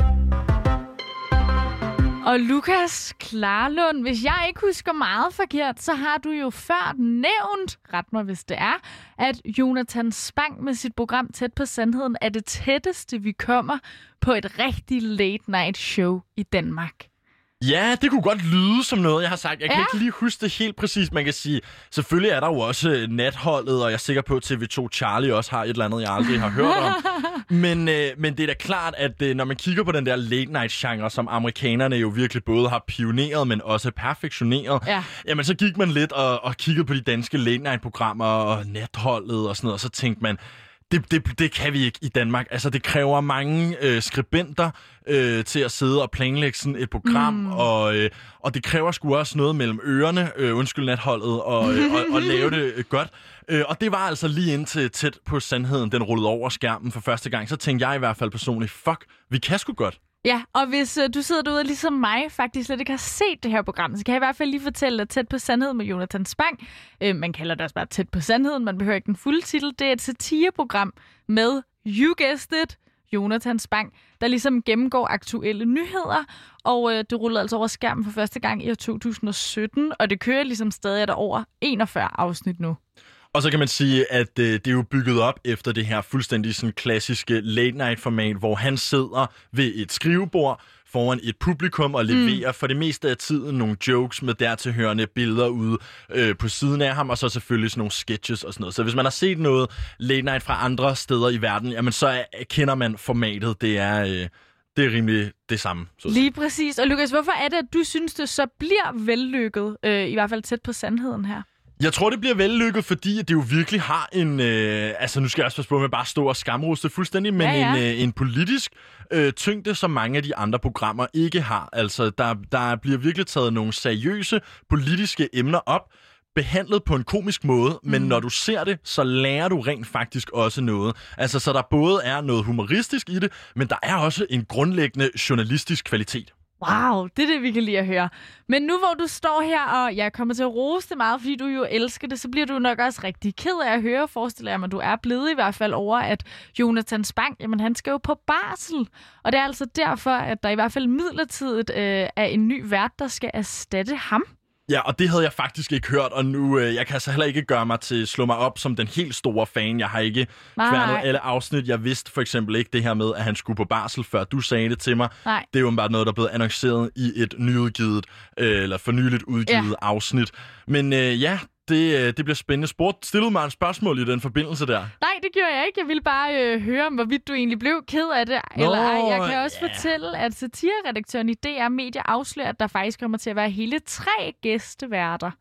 Og Lukas Klarlund, hvis jeg ikke husker meget forkert, så har du jo før nævnt, ret mig hvis det er, at Jonathan Spang med sit program Tæt på Sandheden er det tætteste, vi kommer på et rigtig late night show i Danmark. Ja, det kunne godt lyde som noget, jeg har sagt. Jeg kan ja. ikke lige huske det helt præcist. Man kan sige, selvfølgelig er der jo også Natholdet, og jeg er sikker på, at T V to Charlie også har et eller andet, jeg aldrig har hørt om. Men, øh, men det er da klart, at øh, når man kigger på den der late night genre, som amerikanerne jo virkelig både har pioneret, men også perfektioneret, ja. jamen så gik man lidt og, og kiggede på de danske late night programmer og Natholdet og sådan noget, og så tænkte man, Det, det, det kan vi ikke i Danmark. Altså, det kræver mange øh, skribenter øh, til at sidde og planlægge sådan et program, mm. og, øh, og det kræver sgu også noget mellem ørerne, øh, undskyld Natholdet, og, øh, og, og lave det øh, godt. Øh, og det var altså lige indtil Tæt på Sandheden, den rullede over skærmen for første gang. Så tænkte jeg i hvert fald personligt, fuck, vi kan sgu godt. Ja, og hvis øh, du sidder derude ligesom mig faktisk slet ikke har set det her program, så kan jeg i hvert fald lige fortælle, at Tæt på Sandheden med Jonathan Spang, øh, man kalder det også bare Tæt på Sandheden, man behøver ikke den fulde titel, det er et satireprogram med, you guessed it, Jonathan Spang, der ligesom gennemgår aktuelle nyheder, og øh, det rullede altså over skærmen for første gang i år to tusind og sytten, og det kører ligesom stadig, at der over enogfyrre afsnit nu. Og så kan man sige, at øh, det er jo bygget op efter det her fuldstændig sådan klassiske late-night-format, hvor han sidder ved et skrivebord foran et publikum og leverer mm. for det meste af tiden nogle jokes med dertilhørende billeder ude øh, på siden af ham, og så selvfølgelig sådan nogle sketches og sådan noget. Så hvis man har set noget late-night fra andre steder i verden, jamen så er, kender man formatet. Det er... Øh, Det er rimelig det samme. Så Lige præcis. Og Lukas, hvorfor er det, at du synes, det så bliver vellykket, øh, i hvert fald Tæt på Sandheden her? Jeg tror, det bliver vellykket, fordi det jo virkelig har en... Øh, altså, nu skal jeg også passe på med at bare stå og skamruste fuldstændig, men ja, ja. En, øh, en politisk øh, tyngde, som mange af de andre programmer ikke har. Altså, der, der bliver virkelig taget nogle seriøse politiske emner op, behandlet på en komisk måde, men mm. når du ser det, så lærer du rent faktisk også noget. Altså, så der både er noget humoristisk i det, men der er også en grundlæggende journalistisk kvalitet. Wow, det er det, vi kan lide at høre. Men nu hvor du står her, og jeg kommer til at rose det meget, fordi du jo elsker det, så bliver du nok også rigtig ked af at høre, forestiller jeg mig, du er blevet i hvert fald over, at Jonathan Spang, jamen han skal jo på barsel. Og det er altså derfor, at der i hvert fald midlertidigt øh, er en ny vært, der skal erstatte ham. Ja, og det havde jeg faktisk ikke hørt, og nu, øh, jeg kan altså heller ikke gøre mig til slå mig op som den helt store fan. Jeg har ikke kværnet alle afsnit. Jeg vidste for eksempel ikke det her med, at han skulle på barsel, før du sagde det til mig. Nej. Det er jo bare noget, der er blevet annonceret i et nyudgivet, øh, eller for nyligt udgivet ja. afsnit. Men øh, ja, det, det bliver spændende. Sport stillede mig et spørgsmål i den forbindelse der. Nej, det gjorde jeg ikke. Jeg ville bare øh, høre, om hvorvidt du egentlig blev ked af det. Nå, eller ej. Jeg kan også yeah. fortælle, at satireredaktøren i D R Media afslører, at der faktisk kommer til at være hele tre gæsteværter.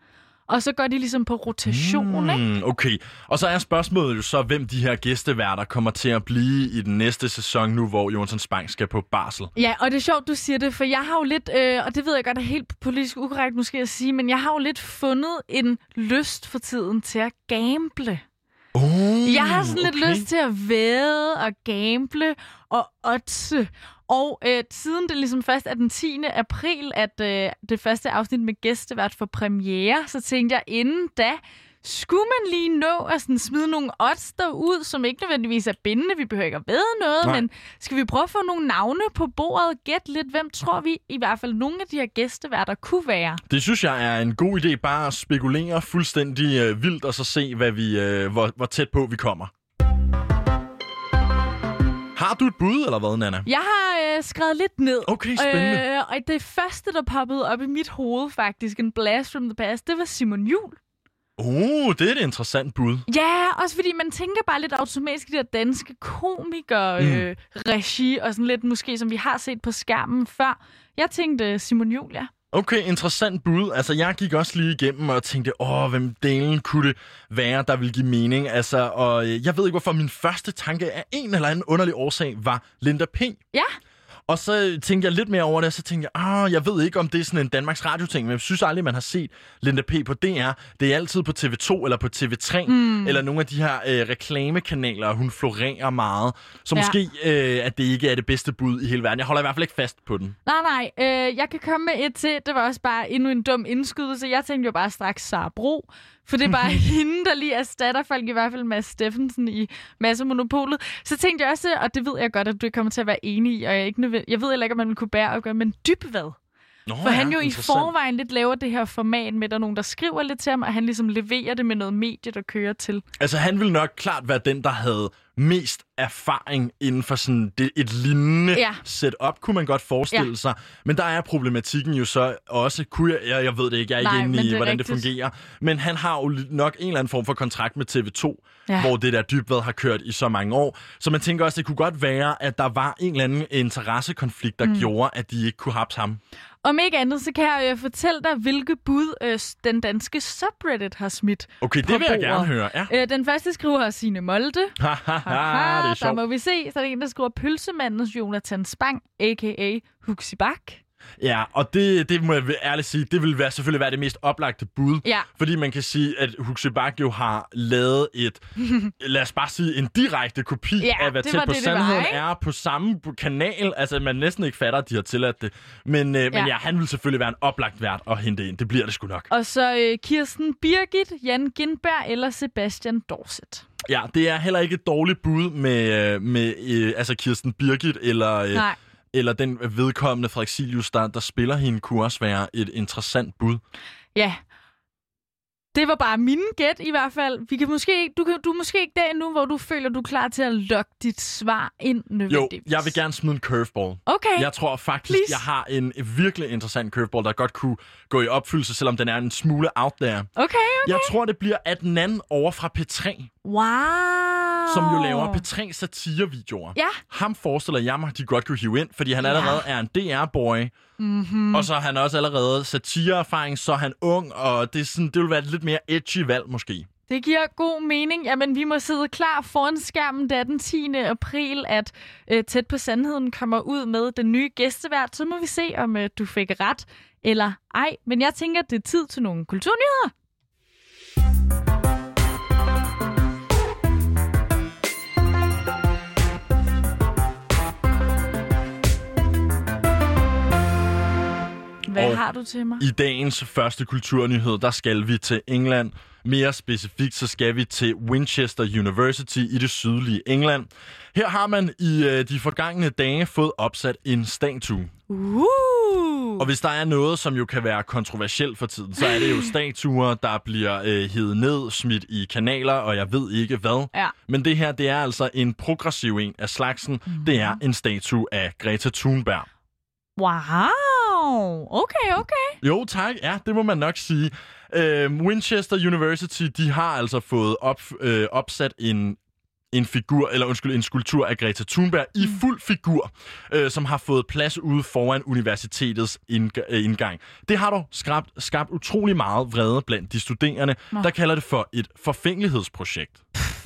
Og så går de ligesom på rotation, mm, ikke? Okay. Og så er spørgsmålet jo så, hvem de her gæsteværter kommer til at blive i den næste sæson nu, hvor Jonatan Spang skal på barsel. Ja, og det er sjovt, du siger det, for jeg har jo lidt, øh, og det ved jeg godt er helt politisk ukorrekt måske at sige, men jeg har jo lidt fundet en lyst for tiden til at gamble. Oh, Jeg har sådan lidt okay. lyst til at væde og gamble og oddse. Og øh, siden det ligesom først er den tiende april, at øh, det første afsnit med gæstevært for premiere, så tænkte jeg, inden da skulle man lige nå at sådan smide nogle odds derud, som ikke nødvendigvis er bindende. Vi behøver ikke at vide noget, Nej. men skal vi prøve at få nogle navne på bordet? Gæt lidt, hvem tror vi i hvert fald nogle af de her gæsteværter kunne være? Det synes jeg er en god idé, bare at spekulere fuldstændig øh, vildt, og så se, hvad vi, øh, hvor, hvor tæt på vi kommer. Har du et bud, eller hvad, Nana? Jeg har øh, skrevet lidt ned. Okay, spændende. Øh, og det første, der poppede op i mit hoved faktisk, en blast from the past, det var Simon Juhl. Oh, det er et interessant bud. Ja, også fordi man tænker bare lidt automatisk i de der danske komikere, Mm. øh, regi og sådan lidt måske, som vi har set på skærmen før. Jeg tænkte Simon Juhl, ja. Okay, interessant bud. Altså, jeg gik også lige igennem og tænkte, åh, hvem delen kunne det være, der ville give mening? Altså, og øh, jeg ved ikke, hvorfor min første tanke af en eller anden underlig årsag var Linda P. Ja. Og så tænkte jeg lidt mere over det, og så tænkte jeg, ah, jeg ved ikke, om det er sådan en Danmarks Radio-ting, men jeg synes aldrig, man har set Linda P. på D R. Det er altid på T V to eller på T V tre, mm. eller nogle af de her øh, reklamekanaler, hun florerer meget. Så Ja. måske, øh, at det ikke er det bedste bud i hele verden. Jeg holder i hvert fald ikke fast på den. Nej, nej. Øh, jeg kan komme med et til. Det var også bare endnu en dum indskydelse. Jeg tænkte jo bare straks Sara Bro. For det er bare hende, der lige erstatter folk, i hvert fald Mads Steffensen i Massemonopolet. Så tænkte jeg også, og det ved jeg godt, at du kommer til at være enig i, og jeg, ikke nødvendig, jeg ved heller ikke, om man kunne bære og gøre, men Dybvad. Nå, For ja, han jo i interessant. forvejen lidt laver det her format med, der er nogen, der skriver lidt til ham, og han ligesom leverer det med noget medie, der kører til. Altså, han ville nok klart være den, der havde mest erfaring inden for sådan det, et lignende Ja. setup, kunne man godt forestille Ja. sig. Men der er problematikken jo så også, kunne jeg, jeg, jeg ved det ikke, jeg er Nej, ikke men inde det i, er hvordan rigtigt. det fungerer. Men han har jo nok en eller anden form for kontrakt med T V to, Ja. hvor det der Dybvad har kørt i så mange år. Så man tænker også, det kunne godt være, at der var en eller anden interessekonflikt, der mm. gjorde, at de ikke kunne hapse ham. Om ikke andet, så kan jeg jo fortælle dig, hvilke bud øh, den danske subreddit har smidt. Okay, det på vil jeg bordet. gerne høre. Ja. Øh, den første skriver er Signe Molde. Haha, det er der sjovt. må vi se. Så er der en, der skriver Pølsemandens Jonatan Spang, a k a. Huxi Bak. Ja, og det, det må jeg ærligt sige, det vil være, selvfølgelig være det mest oplagte bud. Ja. Fordi man kan sige, at Huxi Bak jo har lavet et, lad os bare sige, en direkte kopi Ja, af, hvad det Tæt var på det, det var, Sandheden ikke? er på samme kanal. Altså, man næsten ikke fatter, at de har tilladt det. Men, øh, ja. men ja, han vil selvfølgelig være en oplagt vært at hente ind. Det bliver det sgu nok. Og så øh, Kirsten Birgit, Jan Gindberg eller Sebastian Dorset. Ja, det er heller ikke et dårligt bud med, øh, med øh, altså Kirsten Birgit eller... Øh, Nej. Eller den vedkommende Frederik Silius, der, der spiller hende, kunne også være et interessant bud. Ja. Det var bare mine gæt i hvert fald. Vi kan måske ikke, du, kan, du er måske ikke der endnu, hvor du føler, du er klar til at lokke dit svar ind Jo, nødvendigvis. jeg vil gerne smide en curveball. Okay. Jeg tror faktisk, Please. jeg har en virkelig interessant curveball, der godt kunne gå i opfyldelse, selvom den er en smule out there. Okay, okay. Jeg tror, det bliver Adnan over fra P tre, Wow. som jo laver P tre satirevideoer. Ja. Ham forestiller jeg mig, de godt kunne hive ind, fordi han Ja. allerede er en D R-boy. Mm-hmm. Og så er han også allerede satireerfaring, så er han ung, og det, er sådan, det vil være et lidt mere edgy valg måske. Det giver god mening. Jamen, vi må sidde klar foran skærmen, da den tiende april, at øh, Tæt på Sandheden kommer ud med den nye gæstevært. Så må vi se, om øh, du fik ret eller ej. Men jeg tænker, at det er tid til nogle kulturnyheder. Hvad Og har du til mig? I dagens første kulturnyhed, der skal vi til England. Mere specifikt, så skal vi til Winchester University i det sydlige England. Her har man i øh, de forgangne dage fået opsat en statue. Uh. Og hvis der er noget, som jo kan være kontroversielt for tiden, så er det jo statuer, der bliver øh, hevet ned, smidt i kanaler, og jeg ved ikke hvad. Ja. Men det her, det er altså en progressiv en af slagsen. Mm-hmm. Det er en statue af Greta Thunberg. Wow. Okay, okay. Jo, tak. Ja, det må man nok sige. Øh, Winchester University, de har altså fået op, øh, opsat en en figur, eller undskyld, en skulptur af Greta Thunberg mm. i fuld figur, øh, som har fået plads ude foran universitetets indg- indgang. Det har dog skabt, skabt utrolig meget vrede blandt de studerende, Nå. der kalder det for et forfængelighedsprojekt.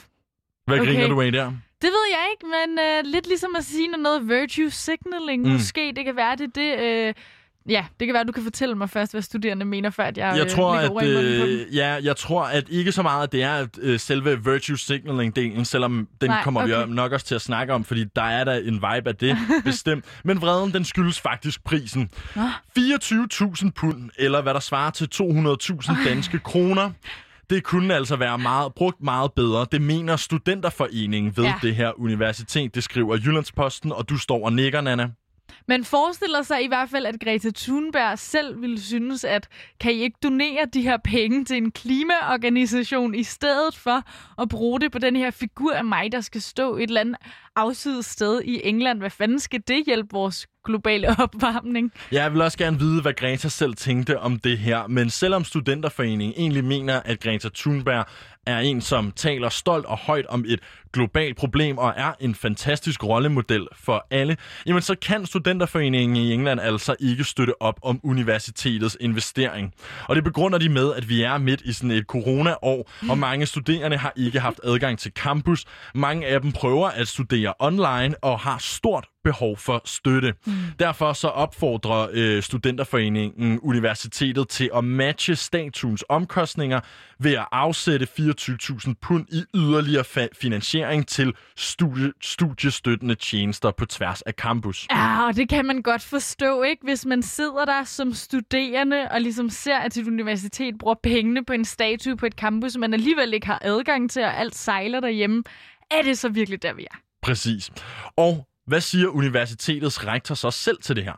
Hvad okay. griner du af der? Det ved jeg ikke, men øh, lidt ligesom at sige noget virtue signaling. Mm. Måske det kan være det. det øh, ja, det kan være, du kan fortælle mig først, hvad studerende mener, før at jeg, jeg tror, øh, at, øh, ja, jeg tror, at ikke så meget, at det er øh, selve virtue signaling-delen, selvom den Nej, kommer okay. vi nok også til at snakke om, fordi der er der en vibe af det bestemt. Men vreden, den skyldes faktisk prisen. fireogtyve tusind pund, eller hvad der svarer til to hundrede tusind danske kroner. Det kunne altså være meget, brugt meget bedre. Det mener Studenterforeningen ved ja. det her universitet. Det skriver Jyllandsposten, og du står og nikker, Nana. Men forestiller sig i hvert fald, at Greta Thunberg selv ville synes, at kan I ikke donere de her penge til en klimaorganisation i stedet for at bruge det på den her figur af mig, der skal stå et eller andet afsides sted i England. Hvad fanden skal det hjælpe vores globale opvarmning? Jeg vil også gerne vide, hvad Greta selv tænkte om det her. Men selvom Studenterforeningen egentlig mener, at Greta Thunberg er en, som taler stolt og højt om et globalt problem og er en fantastisk rollemodel for alle, jamen så kan Studenterforeningen i England altså ikke støtte op om universitetets investering. Og det begrunder de med, at vi er midt i sådan et corona-år, og mange studerende har ikke haft adgang til campus. Mange af dem prøver at studere online og har stort behov for støtte. Mm. Derfor så opfordrer øh, Studenterforeningen universitetet til at matche statuens omkostninger ved at afsætte fireogtyve tusind pund i yderligere fa- finansiering til studie- studiestøttende tjenester på tværs af campus. Ja, og det kan man godt forstå, ikke? Hvis man sidder der som studerende og ligesom ser, at et universitet bruger pengene på en statue på et campus, man alligevel ikke har adgang til, og alt sejler derhjemme. Er det så virkelig der, vi er? Præcis. Og hvad siger universitetets rektor så selv til det her?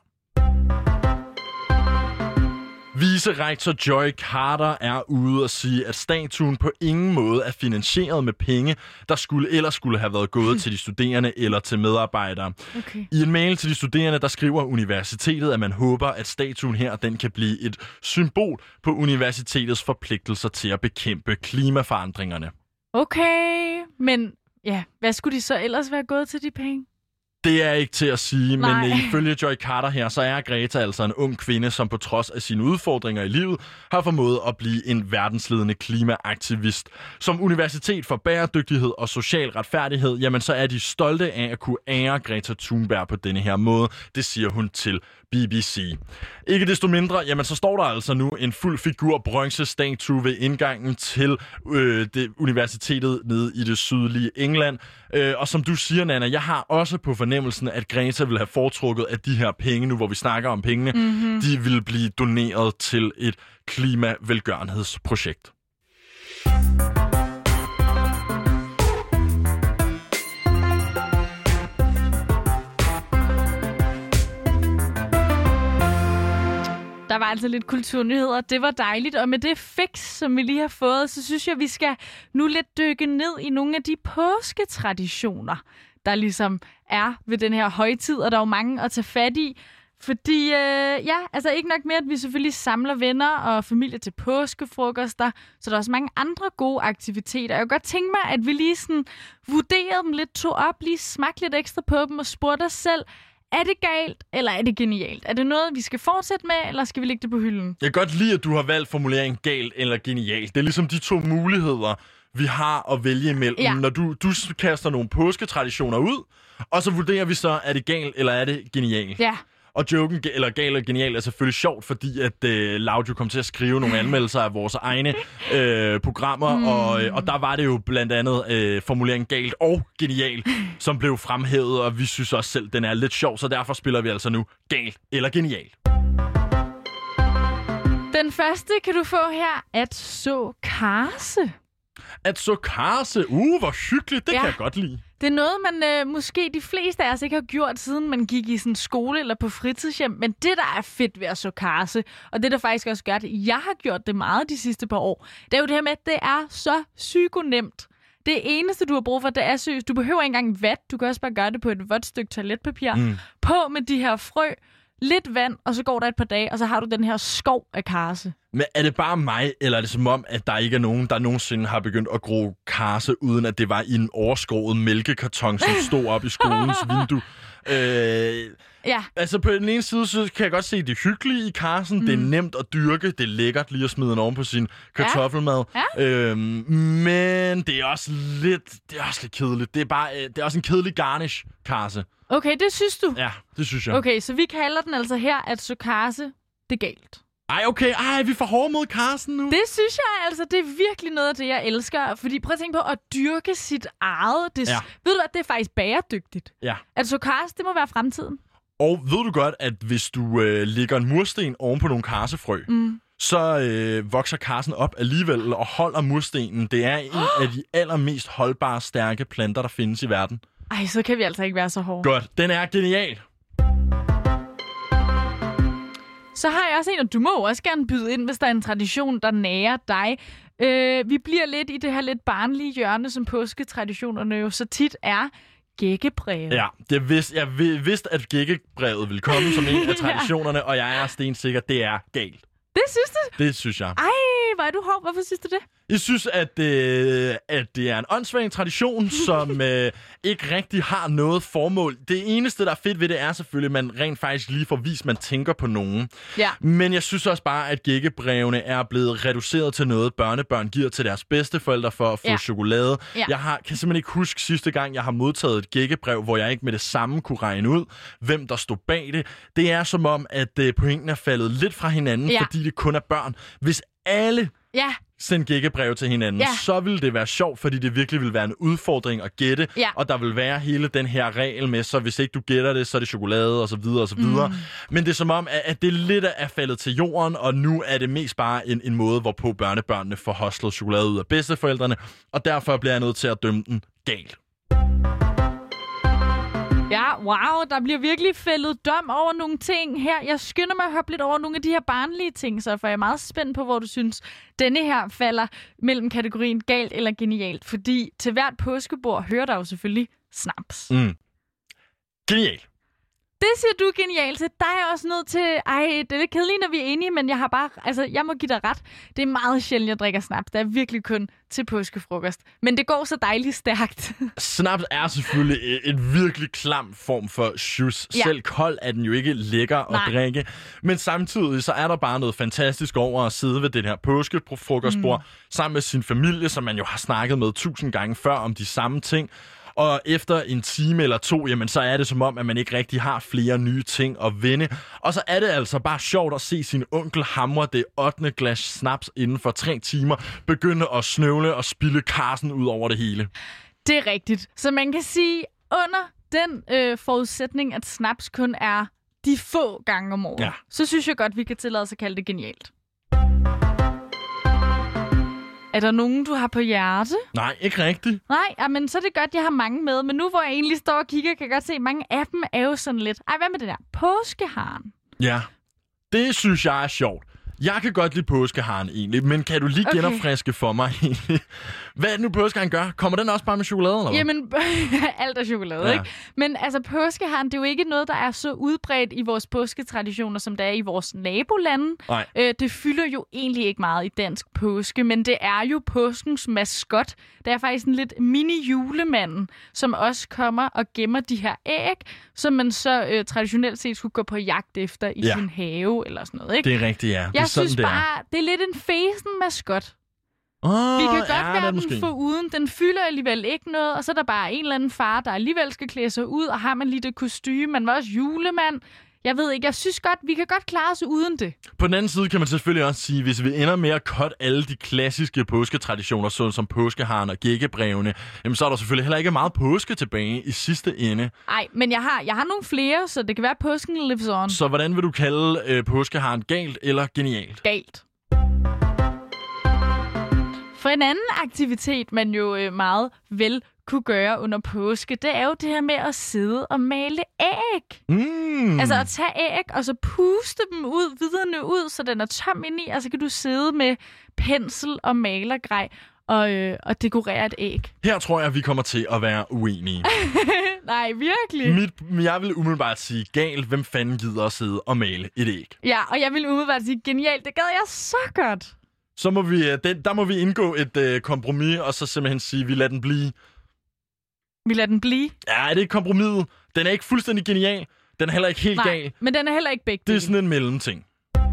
Vicerektor Joy Carter er ude og sige, at statuen på ingen måde er finansieret med penge, der skulle ellers skulle have været gået til de studerende eller til medarbejdere. Okay. I en mail til de studerende, der skriver universitetet, at man håber, at statuen her den kan blive et symbol på universitetets forpligtelser til at bekæmpe klimaforandringerne. Okay, men ja, hvad skulle de så ellers være gået til de penge? Det er ikke til at sige, Nej. men ifølge Joy Carter her, så er Greta altså en ung kvinde, som på trods af sine udfordringer i livet, har formået at blive en verdensledende klimaaktivist. Som universitet for bæredygtighed og social retfærdighed, jamen så er de stolte af at kunne ære Greta Thunberg på denne her måde. Det siger hun til B B C. Ikke desto mindre, jamen så står der altså nu en fuld figur bronzestatue ved indgangen til øh, det universitetet nede i det sydlige England. Øh, og som du siger, Nana, jeg har også på fornemmelsen, at Greta ville have foretrukket, at de her penge, nu hvor vi snakker om pengene, mm-hmm. de ville blive doneret til et klimavelgørenhedsprojekt. Der var altså lidt kulturnyheder. Det var dejligt. Og med det fix, som vi lige har fået, så synes jeg, vi skal nu lidt dykke ned i nogle af de påsketraditioner, der ligesom er ved den her højtid. Og der er jo mange at tage fat i. Fordi, øh, ja, altså ikke nok mere, at vi selvfølgelig samler venner og familie til påskefrokoster, så der er også mange andre gode aktiviteter. Jeg kunne godt tænke mig, at vi lige sådan vurderede dem lidt, tog op, lige smagte lidt ekstra på dem og spurgte os selv, er det galt, eller er det genialt? Er det noget, vi skal fortsætte med, eller skal vi lægge det på hylden? Jeg kan godt lide, at du har valgt formuleringen galt eller genialt. Det er ligesom de to muligheder, vi har at vælge imellem. Ja. Når du, du kaster nogle påsketraditioner ud, og så vurderer vi så, er det galt, eller er det genialt? Ja. Og joken, eller gal eller genial, er selvfølgelig sjovt, fordi at øh, Laudio kom til at skrive nogle anmeldelser af vores egne øh, programmer, mm. og, og der var det jo blandt andet øh, formuleringen galt og genial, som blev fremhævet, og vi synes også selv, den er lidt sjov, så derfor spiller vi altså nu galt eller genial. Den første kan du få her, at så karse. At så karse? Uh, hvor hyggeligt, det ja. kan jeg godt lide. Det er noget, man øh, måske de fleste af os ikke har gjort, siden man gik i sådan skole eller på fritidshjem. Men det, der er fedt ved at så karse, og det, der faktisk også gør det, jeg har gjort det meget de sidste par år, det er jo det her med, at det er så psykonemt. Det eneste, du har brug for, det er seriøst. Du behøver ikke engang vat. Du kan også bare gøre det på et vådt stykke toiletpapir. Mm. På med de her frø. lidt vand, og så går der et par dage, og så har du den her skov af karse. Men er det bare mig, eller er det som om, at der ikke er nogen, der nogensinde har begyndt at gro karse, uden at det var i en overskåret mælkekarton, som stod op i skolens vindue? Øh, ja. Altså på den ene side, så kan jeg godt se det hyggelige i karsen. Mm. Det er nemt at dyrke. Det er lækkert lige at smide den oven på sin kartoffelmad. Ja. Ja. Øhm, men det er også lidt, det er også lidt kedeligt. Det er, bare, det er også en kedelig garnish, karse. Okay, det synes du? Ja, det synes jeg. Okay, så vi kalder den altså her, at så karse, det er galt. Ej, okay. Ej, vi får hårdt mod karsen nu. Det synes jeg altså, det er virkelig noget af det, jeg elsker. Fordi prøv at tænke på at dyrke sit eget. Det, ja. Ved du hvad, det er faktisk bæredygtigt. Ja. Altså karse, det må være fremtiden. Og ved du godt, at hvis du øh, lægger en mursten oven på nogle karsefrø, mm. så øh, vokser karsen op alligevel og holder murstenen. Det er en oh! af de allermest holdbare, stærke planter, der findes i verden. Ej, så kan vi altså ikke være så hårde. Godt, den er genial. Så har jeg også en, og du må også gerne byde ind, hvis der er en tradition, der nærer dig. Øh, vi bliver lidt i det her lidt barnlige hjørne, som påsketraditionerne jo så tit er. Gækkebrevet. Ja, det vidste, jeg vidste, at gækkebrevet ville komme som en af traditionerne, ja. Og jeg er stensikker, det er galt. Det synes du? Det synes jeg. Ej, hvor er du hård. Hvorfor synes du det? Jeg synes, at, øh, at det er en åndssvag tradition, som øh, ikke rigtig har noget formål. Det eneste, der er fedt ved det, er selvfølgelig, at man rent faktisk lige får vist, at man tænker på nogen. Ja. Men jeg synes også bare, at gækkebrevene er blevet reduceret til noget, børnebørn giver til deres bedsteforældre for at få ja. chokolade. Ja. Jeg har, kan simpelthen ikke huske sidste gang, jeg har modtaget et gækkebrev, hvor jeg ikke med det samme kunne regne ud, hvem der stod bag det. Det er som om, at øh, pointen er faldet lidt fra hinanden, ja. fordi det kun er børn. Hvis alle... Ja. Send gækkebrev til hinanden, ja. så ville det være sjovt, fordi det virkelig vil være en udfordring at gætte, ja. og der vil være hele den her regel med, så hvis ikke du gætter det, så er det chokolade, og så videre, og så videre. Mm. Men det er som om, at det lidt er faldet til jorden, og nu er det mest bare en, en måde, hvorpå børnebørnene får hostlet chokolade ud af bedsteforældrene, og derfor bliver jeg nødt til at dømme den galt. Ja, wow, der bliver virkelig fældet dom over nogle ting her. Jeg skynder mig at hoppe lidt over nogle af de her barnlige ting, så for jeg er meget spændt på, hvor du synes, denne her falder mellem kategorien galt eller genialt. Fordi til hvert påskebord hører der jo selvfølgelig snaps. Mm. Genial. Det siger du genialt til. Der er jeg også nødt til... Ej, det er lidt kedeligt, når vi er enige, men jeg har bare... Altså, jeg må give dig ret. Det er meget sjældent, jeg drikker snaps. Det er virkelig kun til påskefrokost. Men det går så dejligt stærkt. Snaps er selvfølgelig en virkelig klam form for sjus. Ja. Selv kold er den jo ikke lækker at Nej. drikke. Men samtidig så er der bare noget fantastisk over at sidde ved det her påskefrokostbord mm. sammen med sin familie, som man jo har snakket med tusind gange før om de samme ting. Og efter en time eller to, jamen, så er det som om, at man ikke rigtig har flere nye ting at vinde. Og så er det altså bare sjovt at se sin onkel hamre det ottende glas snaps inden for tre timer, begynde at snøvle og spilde karsen ud over det hele. Det er rigtigt. Så man kan sige, under den øh, forudsætning, at snaps kun er de få gange om året, ja. så synes jeg godt, vi kan tillade os at kalde det genialt. Er der nogen, du har på hjerte? Nej, ikke rigtigt. Nej, men så er det godt, jeg har mange med. Men nu hvor jeg egentlig står og kigger, kan jeg godt se, at mange af dem er jo sådan lidt... Ej, hvad med det der? Påskeharen. Ja, det synes jeg er sjovt. Jeg kan godt lide påskeharen egentlig, men kan du lige okay. genopfriske for mig egentlig? Hvad er det nu, påskeharen gør? Kommer den også bare med chokolade, eller hvad? Jamen, alt er chokolade, ja. ikke? Men altså, påskeharen, det er jo ikke noget, der er så udbredt i vores påsketraditioner, som det er i vores nabolande. Øh, det fylder jo egentlig ikke meget i dansk påske, men det er jo påskens maskot. Det er faktisk en lidt mini-julemanden, som også kommer og gemmer de her æg, som man så øh, traditionelt set skulle gå på jagt efter i ja. sin have, eller sådan noget, ikke? Det er rigtigt, ja. Jeg synes sådan, bare, det er lidt en fesen maskot. Oh, vi kan godt ja, være den foruden. Den fylder alligevel ikke noget, og så er der bare en eller anden far, der alligevel skal klæde sig ud, og har man lige det kostume. Man var også julemand. Jeg ved ikke, jeg synes godt, vi kan godt klare os uden det. På den anden side kan man selvfølgelig også sige, hvis vi ender med at cutte alle de klassiske påsketraditioner, sådan som påskeharen og gækkebrevene, jamen så er der selvfølgelig heller ikke meget påske tilbage i sidste ende. Nej, men jeg har, jeg har nogle flere, så det kan være, at påsken lives on. Så hvordan vil du kalde øh, påskeharen galt eller genialt? Galt. For en anden aktivitet, man jo øh, meget vel kunne gøre under påske, det er jo det her med at sidde og male æg. Mm. Altså at tage æg, og så puste dem ud, viderne ud, så den er tom indeni, og så kan du sidde med pensel og malergrej og, øh, og dekorere et æg. Her tror jeg, vi kommer til at være uenige. Nej, virkelig. Mit, jeg vil umiddelbart sige galt. Hvem fanden gider at sidde og male et æg? Ja, og jeg vil umiddelbart sige genialt. Det gad jeg så godt. Så må vi, den, der må vi indgå et øh, kompromis, og så simpelthen sige, at vi lader den blive. Vi lader den blive? Ja, det er kompromiset. Den er ikke fuldstændig genial. Den er heller ikke helt Nej, gal. Men den er heller ikke begge Det er dele. sådan en mellemting.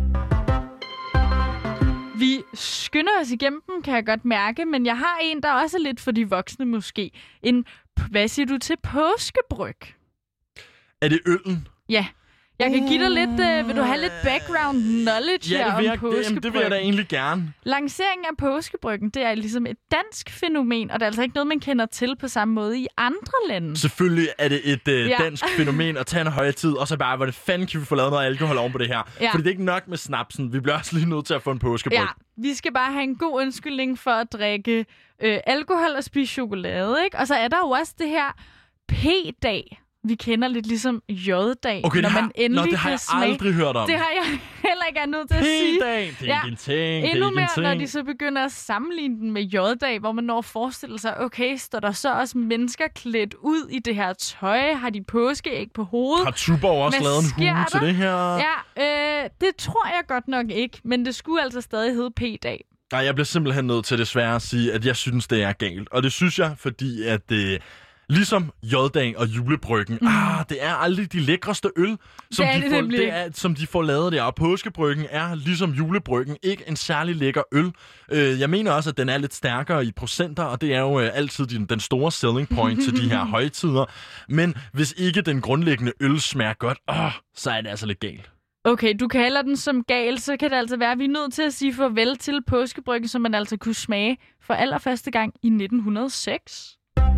Vi skynder os igennem dem, kan jeg godt mærke, men jeg har en, der også er lidt for de voksne måske. En, hvad siger du til påskebryg? Er det øllen? Ja. Jeg kan give dig lidt, øh, vil du have lidt background knowledge Ja, her det vil, om jeg, påskebryggen? det, det vil jeg da egentlig gerne. Lanceringen af påskebryggen, det er ligesom et dansk fænomen, og det er altså ikke noget, man kender til på samme måde i andre lande. Selvfølgelig er det et øh, Ja. dansk fænomen at tage en højtid, og så bare, hvor det fanden kan vi få lavet noget alkohol oven på det her. Ja. Fordi det er ikke nok med snapsen. Vi bliver også lige nødt til at få en påskebryg. Ja, vi skal bare have en god undskyldning for at drikke øh, alkohol og spise chokolade, ikke? Og så er der jo også det her P-dag. Vi kender lidt ligesom J-dag, Okay, når det har, man endelig nå, det har kan jeg smage. aldrig hørt om. Det har jeg heller ikke er nødt til at sige. P-dag, det er Ja. ikke en ting, det er Endnu ikke mere, en når ting. de så begynder at sammenligne den med J-dag, hvor man når at forestille sig, okay, står der så også mennesker klædt ud i det her tøj? Har de påskeæg på hovedet? Har Tuborg også Hvad lavet en sker hue til der? det her? Ja, øh, det tror jeg godt nok ikke, men det skulle altså stadig hedde P-dag. Nej, jeg bliver simpelthen nødt til desværre at sige, at jeg synes, det er galt. Og det synes jeg, fordi at øh, ligesom J-dagen og julebryggen, mm. ah, det er aldrig de lækreste øl, som, Det er de, det får, nemlig det ikke. er, som de får lavet der. Og påskebryggen er ligesom julebryggen ikke en særlig lækker øl. Øh, jeg mener også, at den er lidt stærkere i procenter, og det er jo øh, altid den, den store selling point til de her højtider. Men hvis ikke den grundlæggende øl smager godt, åh, så er det altså lidt galt. Okay, du kalder den som gal, så kan det altså være, at vi er nødt til at sige farvel til påskebryggen, som man altså kunne smage for allerførste gang i nitten hundrede og seks.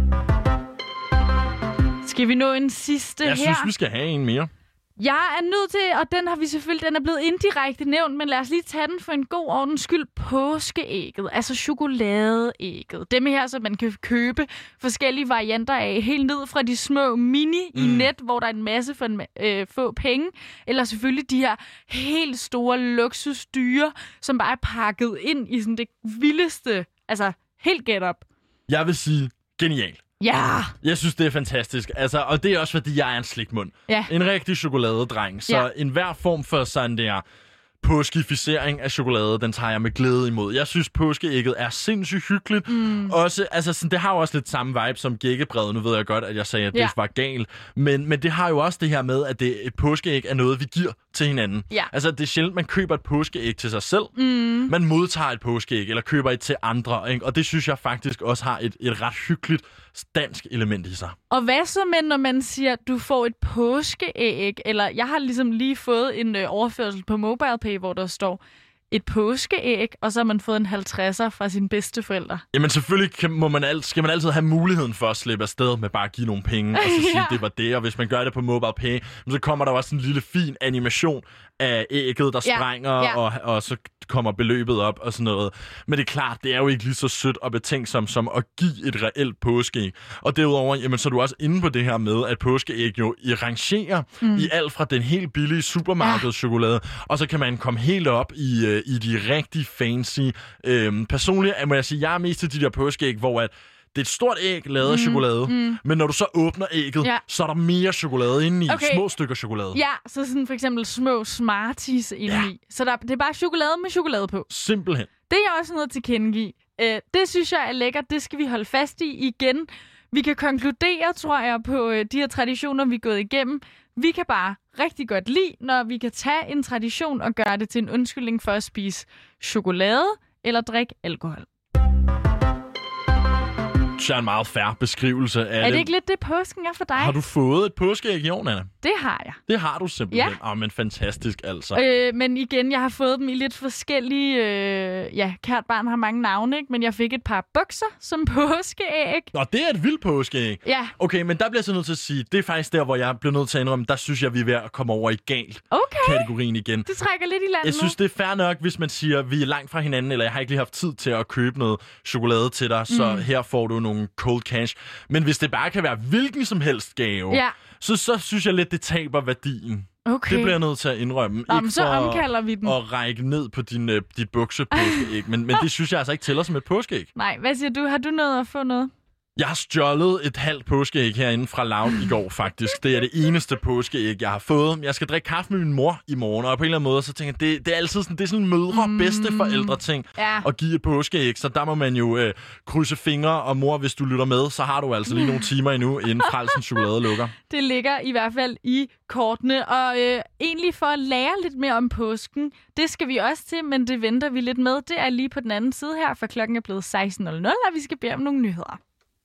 Skal vi nå en sidste Jeg her? synes, vi skal have en mere. Jeg er nødt til, og den har vi selvfølgelig, den er blevet indirekte nævnt, men lad os lige tage den for en god ordens skyld. Påskeægget, altså chokoladeægget. Dem her, som man kan købe forskellige varianter af, helt ned fra de små mini mm. i net, hvor der er en masse for en, øh, få penge, eller selvfølgelig de her helt store luksusdyre, som bare er pakket ind i sådan det vildeste, altså helt get up. Jeg vil sige, genial. Ja! Jeg synes, det er fantastisk. Altså, og det er også, fordi jeg er en slikmund. Ja. En rigtig chokoladedreng. Så Ja. enhver form for sådan der påskeficering af chokolade, den tager jeg med glæde imod. Jeg synes, påskeægget er sindssygt hyggeligt. Mm. Også, altså, sådan, det har jo også lidt samme vibe som gækkebrevet. Nu ved jeg godt, at jeg sagde, at det Ja. var galt. Men, men det har jo også det her med, at det, et påskeæg er noget, vi giver til hinanden. Ja. Altså, det er sjældent, man køber et påskeæg til sig selv. Mm. Man modtager et påskeæg, eller køber et til andre. Ikke? Og det synes jeg faktisk også har et, et ret hyggeligt dansk element i sig. Og hvad så med, når man siger, at du får et påskeæg? Eller jeg har ligesom lige fået en øh, overførsel på MobilePay, hvor der står et påskeæg, og så har man fået en halvtredser fra sine bedsteforældre. Jamen selvfølgelig kan, må man alt, skal man altid have muligheden for at slippe afsted med bare at give nogle penge, og så sige, Ja. det var det. Og hvis man gør det på MobilePay, så kommer der også en lille fin animation af ægget, der Ja. sprænger, Ja. og, og så kommer beløbet op og sådan noget. Men det er klart, det er jo ikke lige så sødt og betænksomt som at give et reelt påskeæg. Og derudover, jamen, så er du også inde på det her med, at påskeæg jo i rangerer mm. i alt fra den helt billige supermarkedschokolade, og så kan man komme helt op i, øh, i de rigtig fancy. Øhm, personligt må jeg sige, jeg er mest til de der påskeæg, hvor at det er et stort æg lavet af mm, chokolade, mm. men når du så åbner ægget, Ja. så er der mere chokolade indeni. Okay. Små stykker chokolade. Ja, så sådan for eksempel små Smarties indeni. Ja. Så der, det er bare chokolade med chokolade på. Simpelthen. Det er også noget til tilkendegive. Øh, det synes jeg er lækkert. Det skal vi holde fast i igen. Vi kan konkludere, tror jeg, på øh, de her traditioner, vi er gået igennem. Vi kan bare rigtig godt lide, når vi kan tage en tradition og gøre det til en undskyldning for at spise chokolade eller drikke alkohol. Det er en meget fair beskrivelse af Er det ikke lidt det, påsken er for dig? Har du fået et påskeæg i år, Nana? Det har jeg. Det har du simpelthen. Ja. Ah, men fantastisk altså. Øh, men igen, jeg har fået dem i lidt forskellige... Øh, ja, kært barn har mange navne, ikke? Men jeg fik et par bukser som påskeæg. Nå, det er et vildt påskeæg. Ja, Okay, men der bliver jeg så nødt til at sige, det er faktisk der, hvor jeg bliver nødt til at indrømme, der synes jeg, vi er ved at komme over i galt okay. kategorien igen. Det trækker lidt i land Jeg synes, nu. det er fair nok, hvis man siger, vi er langt fra hinanden, eller jeg har ikke lige haft tid til at købe noget chokolade til dig, så her får du nogle cold cash. Men hvis det bare kan være hvilken som helst gave, Ja. så, så synes jeg lidt, det taber værdien. Okay. Det bliver jeg nødt til at indrømme. Nå, ikke så omkalder vi den. at række ned på din, uh, dit buksepåskeæg. men, men det synes jeg altså ikke tæller som et påskeæg. Nej, hvad siger du? Har du noget at få noget? Jeg har stjålet et halvt påskeæg herinde fra Loud i går, faktisk. Det er det eneste påskeæg, jeg har fået. Jeg skal drikke kaffe med min mor i morgen, og på en eller anden måde, så tænker jeg, det, det er altid sådan, det er sådan en mødre Mm. bedsteforældre ting Ja. at give et påskeæg. Så der må man jo øh, krydse fingre, og mor, hvis du lytter med, så har du altså lige nogle timer endnu, inden Frelsens chokolade lukker. Det ligger i hvert fald i kortene. Og øh, egentlig for at lære lidt mere om påsken, det skal vi også til, men det venter vi lidt med. Det er lige på den anden side her, for klokken er blevet seksten nul nul, og vi skal bede om nogle nyheder.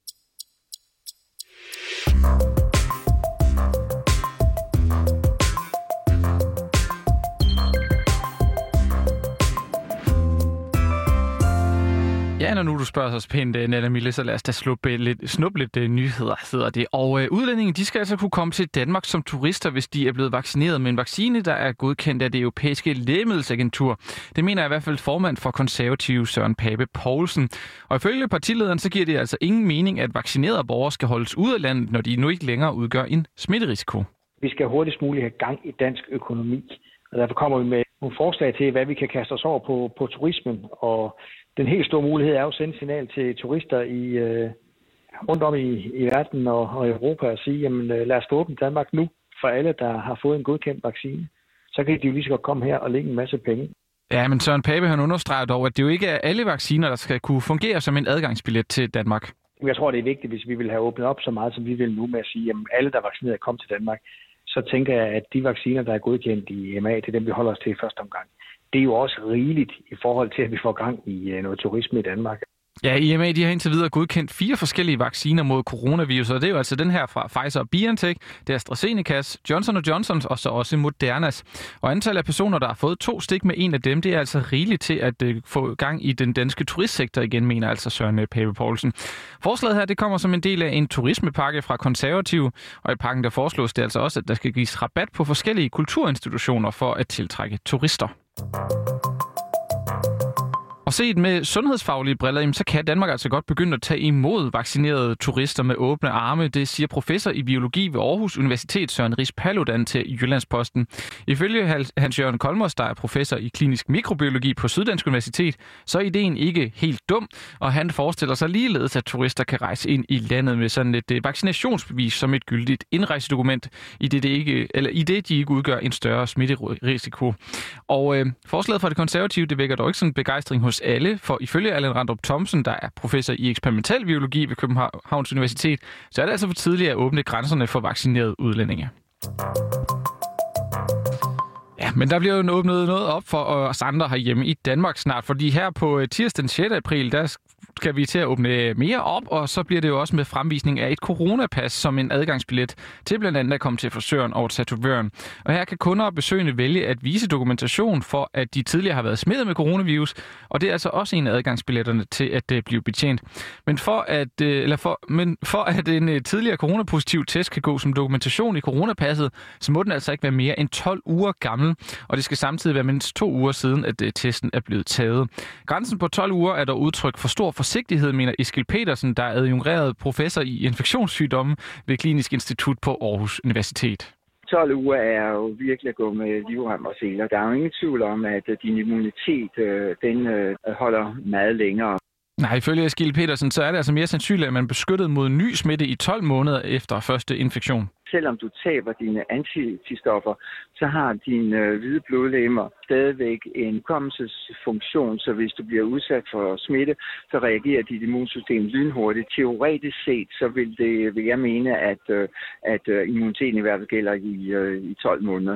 Ja, når nu du spørger os pænt, Nella Mille, så lad os da sluppe lidt, snuppe lidt uh, nyheder, hedder det. Og uh, udlændinge, de skal altså kunne komme til Danmark som turister, hvis de er blevet vaccineret med en vaccine, der er godkendt af det europæiske lægemiddelagentur. Det mener i hvert fald formand for konservative Søren Pape Poulsen. Og ifølge partilederen, så giver det altså ingen mening, at vaccinerede borgere skal holdes ude af landet, når de nu ikke længere udgør en smitterisiko. Vi skal hurtigst muligt have gang i dansk økonomi, og derfor kommer vi med nogle forslag til, hvad vi kan kaste os over på, på turismen. Og den helt store mulighed er jo at sende signal til turister i, øh, rundt om i, i verden og, og Europa og sige, jamen lad os få åbne Danmark nu for alle, der har fået en godkendt vaccine. Så kan de jo lige så godt komme her og lægge en masse penge. Ja, men Søren Pape han understreger dog, at det jo ikke er alle vacciner, der skal kunne fungere som en adgangsbillet til Danmark. Jeg tror, det er vigtigt, hvis vi vil have åbnet op så meget, som vi vil nu med at sige, at alle, der er vaccineret, kom til Danmark. Så tænker jeg, at de vacciner, der er godkendt i E M A, det er dem, vi holder os til i første omgang. Det er jo også rigeligt i forhold til, at vi får gang i noget turisme i Danmark. Ja, E M A de har indtil videre godkendt fire forskellige vacciner mod coronavirus, og det er jo altså den her fra Pfizer og BioNTech, det er AstraZenecas, Johnson og Johnsons og så også Modernas. Og antallet af personer, der har fået to stik med en af dem, det er altså rigeligt til at uh, få gang i den danske turistsektor igen, mener altså Søren Pape Poulsen. Forslaget her, det kommer som en del af en turismepakke fra Konservative, og i pakken der foreslås det altså også, at der skal gives rabat på forskellige kulturinstitutioner for at tiltrække turister. Og set med sundhedsfaglige briller, så kan Danmark altså godt begynde at tage imod vaccinerede turister med åbne arme. Det siger professor i biologi ved Aarhus Universitet Søren Riis Paludan til Jyllandsposten. Ifølge Hans Jørgen Kolmos, der er professor i klinisk mikrobiologi på Syddansk Universitet, så er ideen ikke helt dum, og han forestiller sig ligeledes, at turister kan rejse ind i landet med sådan et vaccinationsbevis som et gyldigt indrejsedokument, i det, det ikke, eller i det de ikke udgør en større smitterisiko. Og øh, forslaget fra det konservative, det vækker dog ikke sådan begejstring hos alle, for ifølge Allan Randrup Thomsen, der er professor i eksperimentel biologi ved Københavns Universitet, så er det altså for tidligt at åbne grænserne for vaccinerede udlændinge. Ja, men der bliver jo åbnet noget op for os andre herhjemme i Danmark snart, fordi her på tirsdag den sjette april, der skal vi til at åbne mere op, og så bliver det jo også med fremvisning af et coronapas som en adgangsbillet til blandt andet at komme til frisøren og tatovøren. Og her kan kunder og besøgende vælge at vise dokumentation for, at de tidligere har været smittet med coronavirus, og det er altså også en af adgangsbilletterne til at blive betjent. Men for at, eller for, men for at en tidligere coronapositiv test kan gå som dokumentation i coronapasset, så må den altså ikke være mere end tolv uger gammel, og det skal samtidig være mindst to uger siden, at testen er blevet taget. Grænsen på tolv uger er der udtryk for stor forsigtighed, mener Eskil Petersen, der er adjungereret professor i infektionssygdomme ved Klinisk Institut på Aarhus Universitet. tolv uger er jo virkelig at gå med livrem og seler. Der er jo ingen tvivl om, at din immunitet den holder meget længere. Nej, ifølge Eskil Petersen, så er det altså mere sandsynligt, at man er beskyttet mod ny smitte i tolv måneder efter første infektion. Selvom du taber dine antistoffer, så har dine øh, hvide blodlegemer stadigvæk en hukommelsesfunktion, så hvis du bliver udsat for smitte, så reagerer dit immunsystem lynhurtigt. Teoretisk set, så vil, det, vil jeg mene, at, øh, at øh, immuniteten i hvert fald gælder i, øh, i tolv måneder.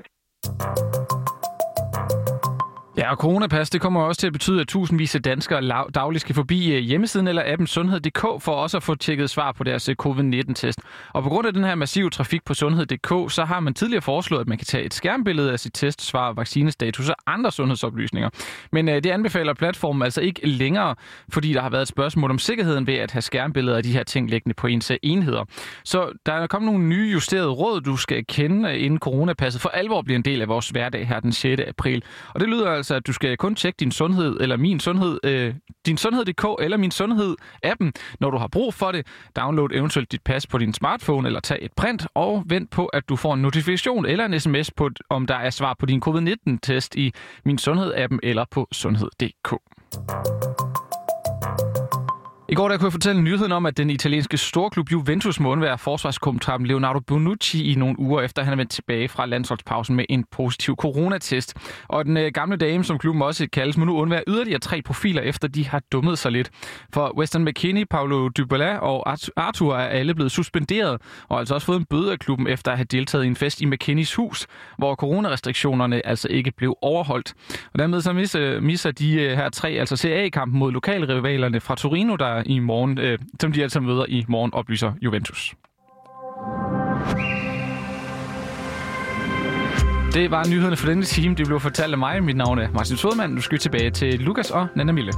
Ja, og coronapas, det kommer også til at betyde, at tusindvis af danskere dagligt skal forbi hjemmesiden eller appen sundhed punktum d k for også at få tjekket svar på deres covid nitten-test. Og på grund af den her massive trafik på sundhed punktum d k, så har man tidligere foreslået, at man kan tage et skærmbillede af sit testsvar, vaccinestatus og andre sundhedsoplysninger. Men øh, det anbefaler platformen altså ikke længere, fordi der har været et spørgsmål om sikkerheden ved at have skærmbilleder af de her ting liggende på ens enheder. Så der er kommet nogle nye justerede råd, du skal kende, inden coronapasset for alvor bliver en del af vores hverdag her den sjette april. Og det lyder altså, at du skal kun tjekke din sundhed, eller min sundhed, øh, din sundhed punktum d k eller min sundhed-appen, når du har brug for det. Download eventuelt dit pas på din smartphone, eller tag et print, og vent på, at du får en notifikation eller en sms på, om der er svar på din covid nitten-test i min sundhed-appen eller på sundhed punktum d k. I går der kunne jeg fortælle nyheden om, at den italienske storklub Juventus må undvære forsvarskommentaren Leonardo Bonucci i nogle uger efter, han er vendt tilbage fra landsholdspausen med en positiv coronatest. Og den øh, gamle dame, som klubben også kaldes, må nu undvære yderligere tre profiler, efter de har dummet sig lidt. For Weston McKennie, Paulo Dybala og Arthur er alle blevet suspenderet, og altså også fået en bøde af klubben efter at have deltaget i en fest i McKennies hus, hvor coronarestriktionerne altså ikke blev overholdt. Og dermed så misser, misser de øh, her tre, altså C A-kampen mod lokalrivalerne fra Torino, der i morgen, øh, som de altså møder i morgen, oplyser Juventus. Det var nyhederne for denne time. Det blev fortalt af mig. Mit navn er Martin Sodemann. Nu skal vi tilbage til Lukas og Nana Mille.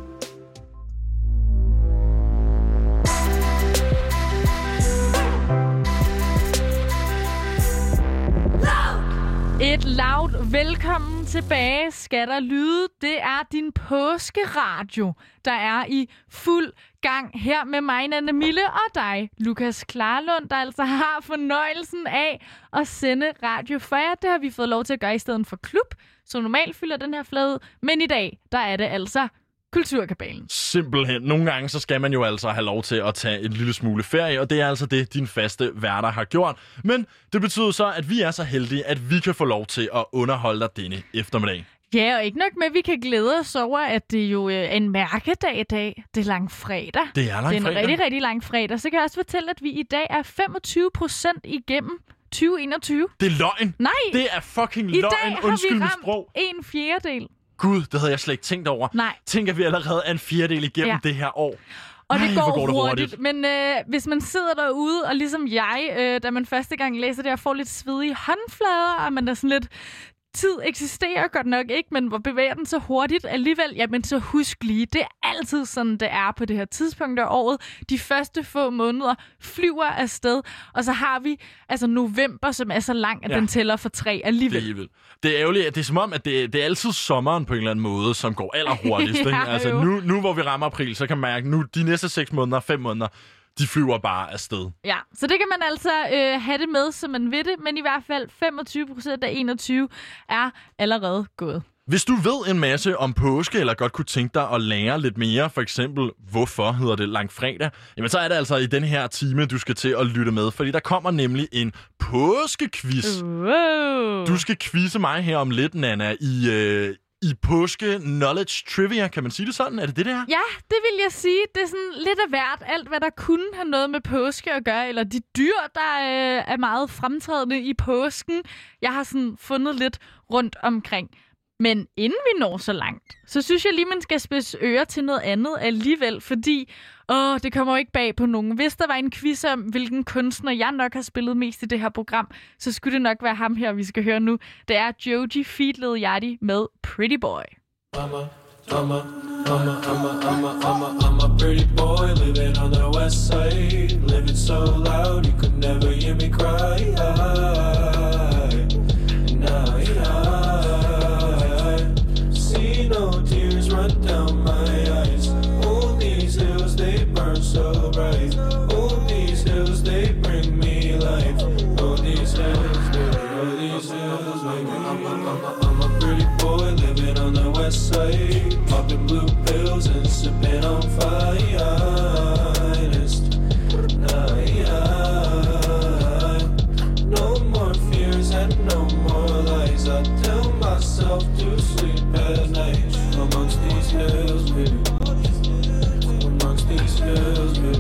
Et lavt velkommen tilbage skal der lyde. Det er din påskeradio, der er i fuld gang her med mig, Nana Mille, og dig, Lukas Klarlund, der altså har fornøjelsen af at sende radio for jer. Det har vi fået lov til at gøre i stedet for klub, som normalt fylder den her flade. Men i dag, der er det altså Kulturkabalen. Simpelthen. Nogle gange så skal man jo altså have lov til at tage en lille smule ferie, og det er altså det, din faste værter har gjort. Men det betyder så, at vi er så heldige, at vi kan få lov til at underholde dig denne eftermiddag. Ja, og ikke nok med, at vi kan glæde os over, at det jo er en mærkedag i dag. Det er langfredag. Det er langfredag. Det er en rigtig, rigtig lang fredag. Så kan jeg også fortælle, at vi i dag er femogtyve procent igennem tyve enogtyve. Det er løgn. Nej. Det er fucking I løgn. dag Undskyld har mit vi sprog. ramt en fjerdedel. Gud, det havde jeg slet ikke tænkt over. Nej. Tænk, at vi allerede er en fjerdedel igennem Ja. det her år. Og Ej, det går, hvor går det hurtigt. hurtigt. Men øh, hvis man sidder derude, og ligesom jeg, øh, da man første gang læser det, og får lidt svedige håndflader, og man er sådan lidt... Tid eksisterer godt nok ikke, men hvor bevæger den så hurtigt alligevel? Jamen så husk lige, det er altid sådan, det er på det her tidspunkt af året. De første få måneder flyver afsted, og så har vi altså november, som er så lang, at Ja. den tæller for tre alligevel. Det er vildt. Det er ærgerligt, at det er som om, at det, det er altid sommeren på en eller anden måde, som går allerhurtigst. Ja, ikke? Altså jo. nu, nu, hvor vi rammer april, så kan man mærke, nu de næste seks måneder, fem måneder, de flyver bare afsted. Ja, så det kan man altså øh, have det med, som man ved det, men i hvert fald femogtyve procent af enogtyve er allerede gået. Hvis du ved en masse om påske, eller godt kunne tænke dig at lære lidt mere, for eksempel, hvorfor hedder det langfredag, jamen så er det altså i den her time, du skal til at lytte med, fordi der kommer nemlig en påskequiz. Wow. Du skal quizze mig her om lidt, Nana, i... Øh, I påske knowledge trivia, kan man sige det sådan? Er det det, der? Ja, det vil jeg sige. Det er sådan lidt af hvert. Alt, hvad der kunne have noget med påske at gøre, eller de dyr, der øh, er meget fremtrædende i påsken. Jeg har sådan fundet lidt rundt omkring. Men inden vi når så langt, så synes jeg lige, man skal spidse ører til noget andet alligevel, fordi åh, det kommer jo ikke bag på nogen. Hvis der var en quiz om, hvilken kunstner jeg nok har spillet mest i det her program, så skulle det nok være ham her, vi skal høre nu. Det er Joji feat. Lil Yachty med Pretty Boy. I'm a, I'm a, I'm a, I'm a, I'm a, I'm a, I'm a pretty boy living on the west side, living so loud you could never hear me cry. And I, I see no tears run down my eyes. All these hills they burn so bright. All these hills they bring me life. All these hills, baby, all these hills, baby. I'm a, I'm a, I'm a pretty boy living on the west side, popping blue pills and sipping on finest. Night, no more fears and no more lies. I tell myself to sleep at night amongst these hills, baby. Amongst these hills, baby.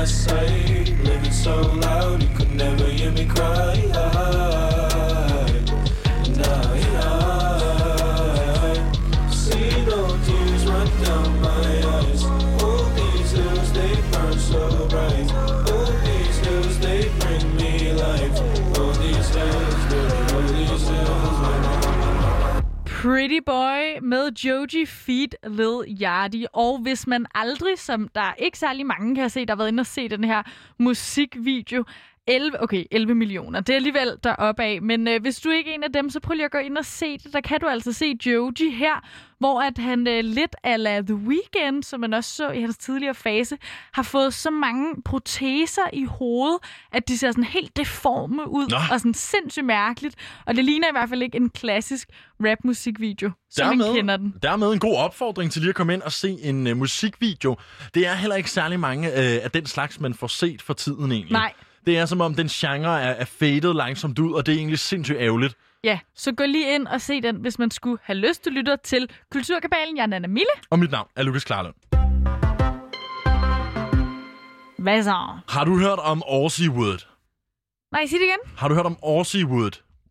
sight. Living so loud, you could never hear me cry. Nah, nah. See no tears run down my eyes. All these hills, they burn so bright. All these hills, they bring me life. All these hills, all these hills. Pretty Boy med Joji feat. Lil Yachty. Og hvis man aldrig, som der er ikke særlig mange kan se, der har været inde og se den her musikvideo, elleve, okay, elleve millioner. Det er alligevel deroppe af. Men øh, hvis du ikke er en af dem, så prøv lige at gå ind og se det. Der kan du altså se Joji her, hvor at han øh, lidt a la The Weeknd, som man også så i hans tidligere fase, har fået så mange proteser i hovedet, at de ser sådan helt deforme ud. Nå. Og sådan sindssygt mærkeligt. Og det ligner i hvert fald ikke en klassisk rapmusikvideo, som dermed, man kender den. Dermed en god opfordring til lige at komme ind og se en uh, musikvideo. Det er heller ikke særlig mange uh, af den slags, man får set for tiden egentlig. Nej. Det er som om den genre er, er fadet langsomt ud, og det er egentlig sindssygt ærgerligt. Ja, så gå lige ind og se den, hvis man skulle have lyst til at lytte til Kulturkabalen. Jeg er Nana Mille. Og mit navn er Lukas Klarlund. Hvad så? Har du hørt om Aussie Wood? Nej, sig det igen. Har du hørt om Aussie Wood?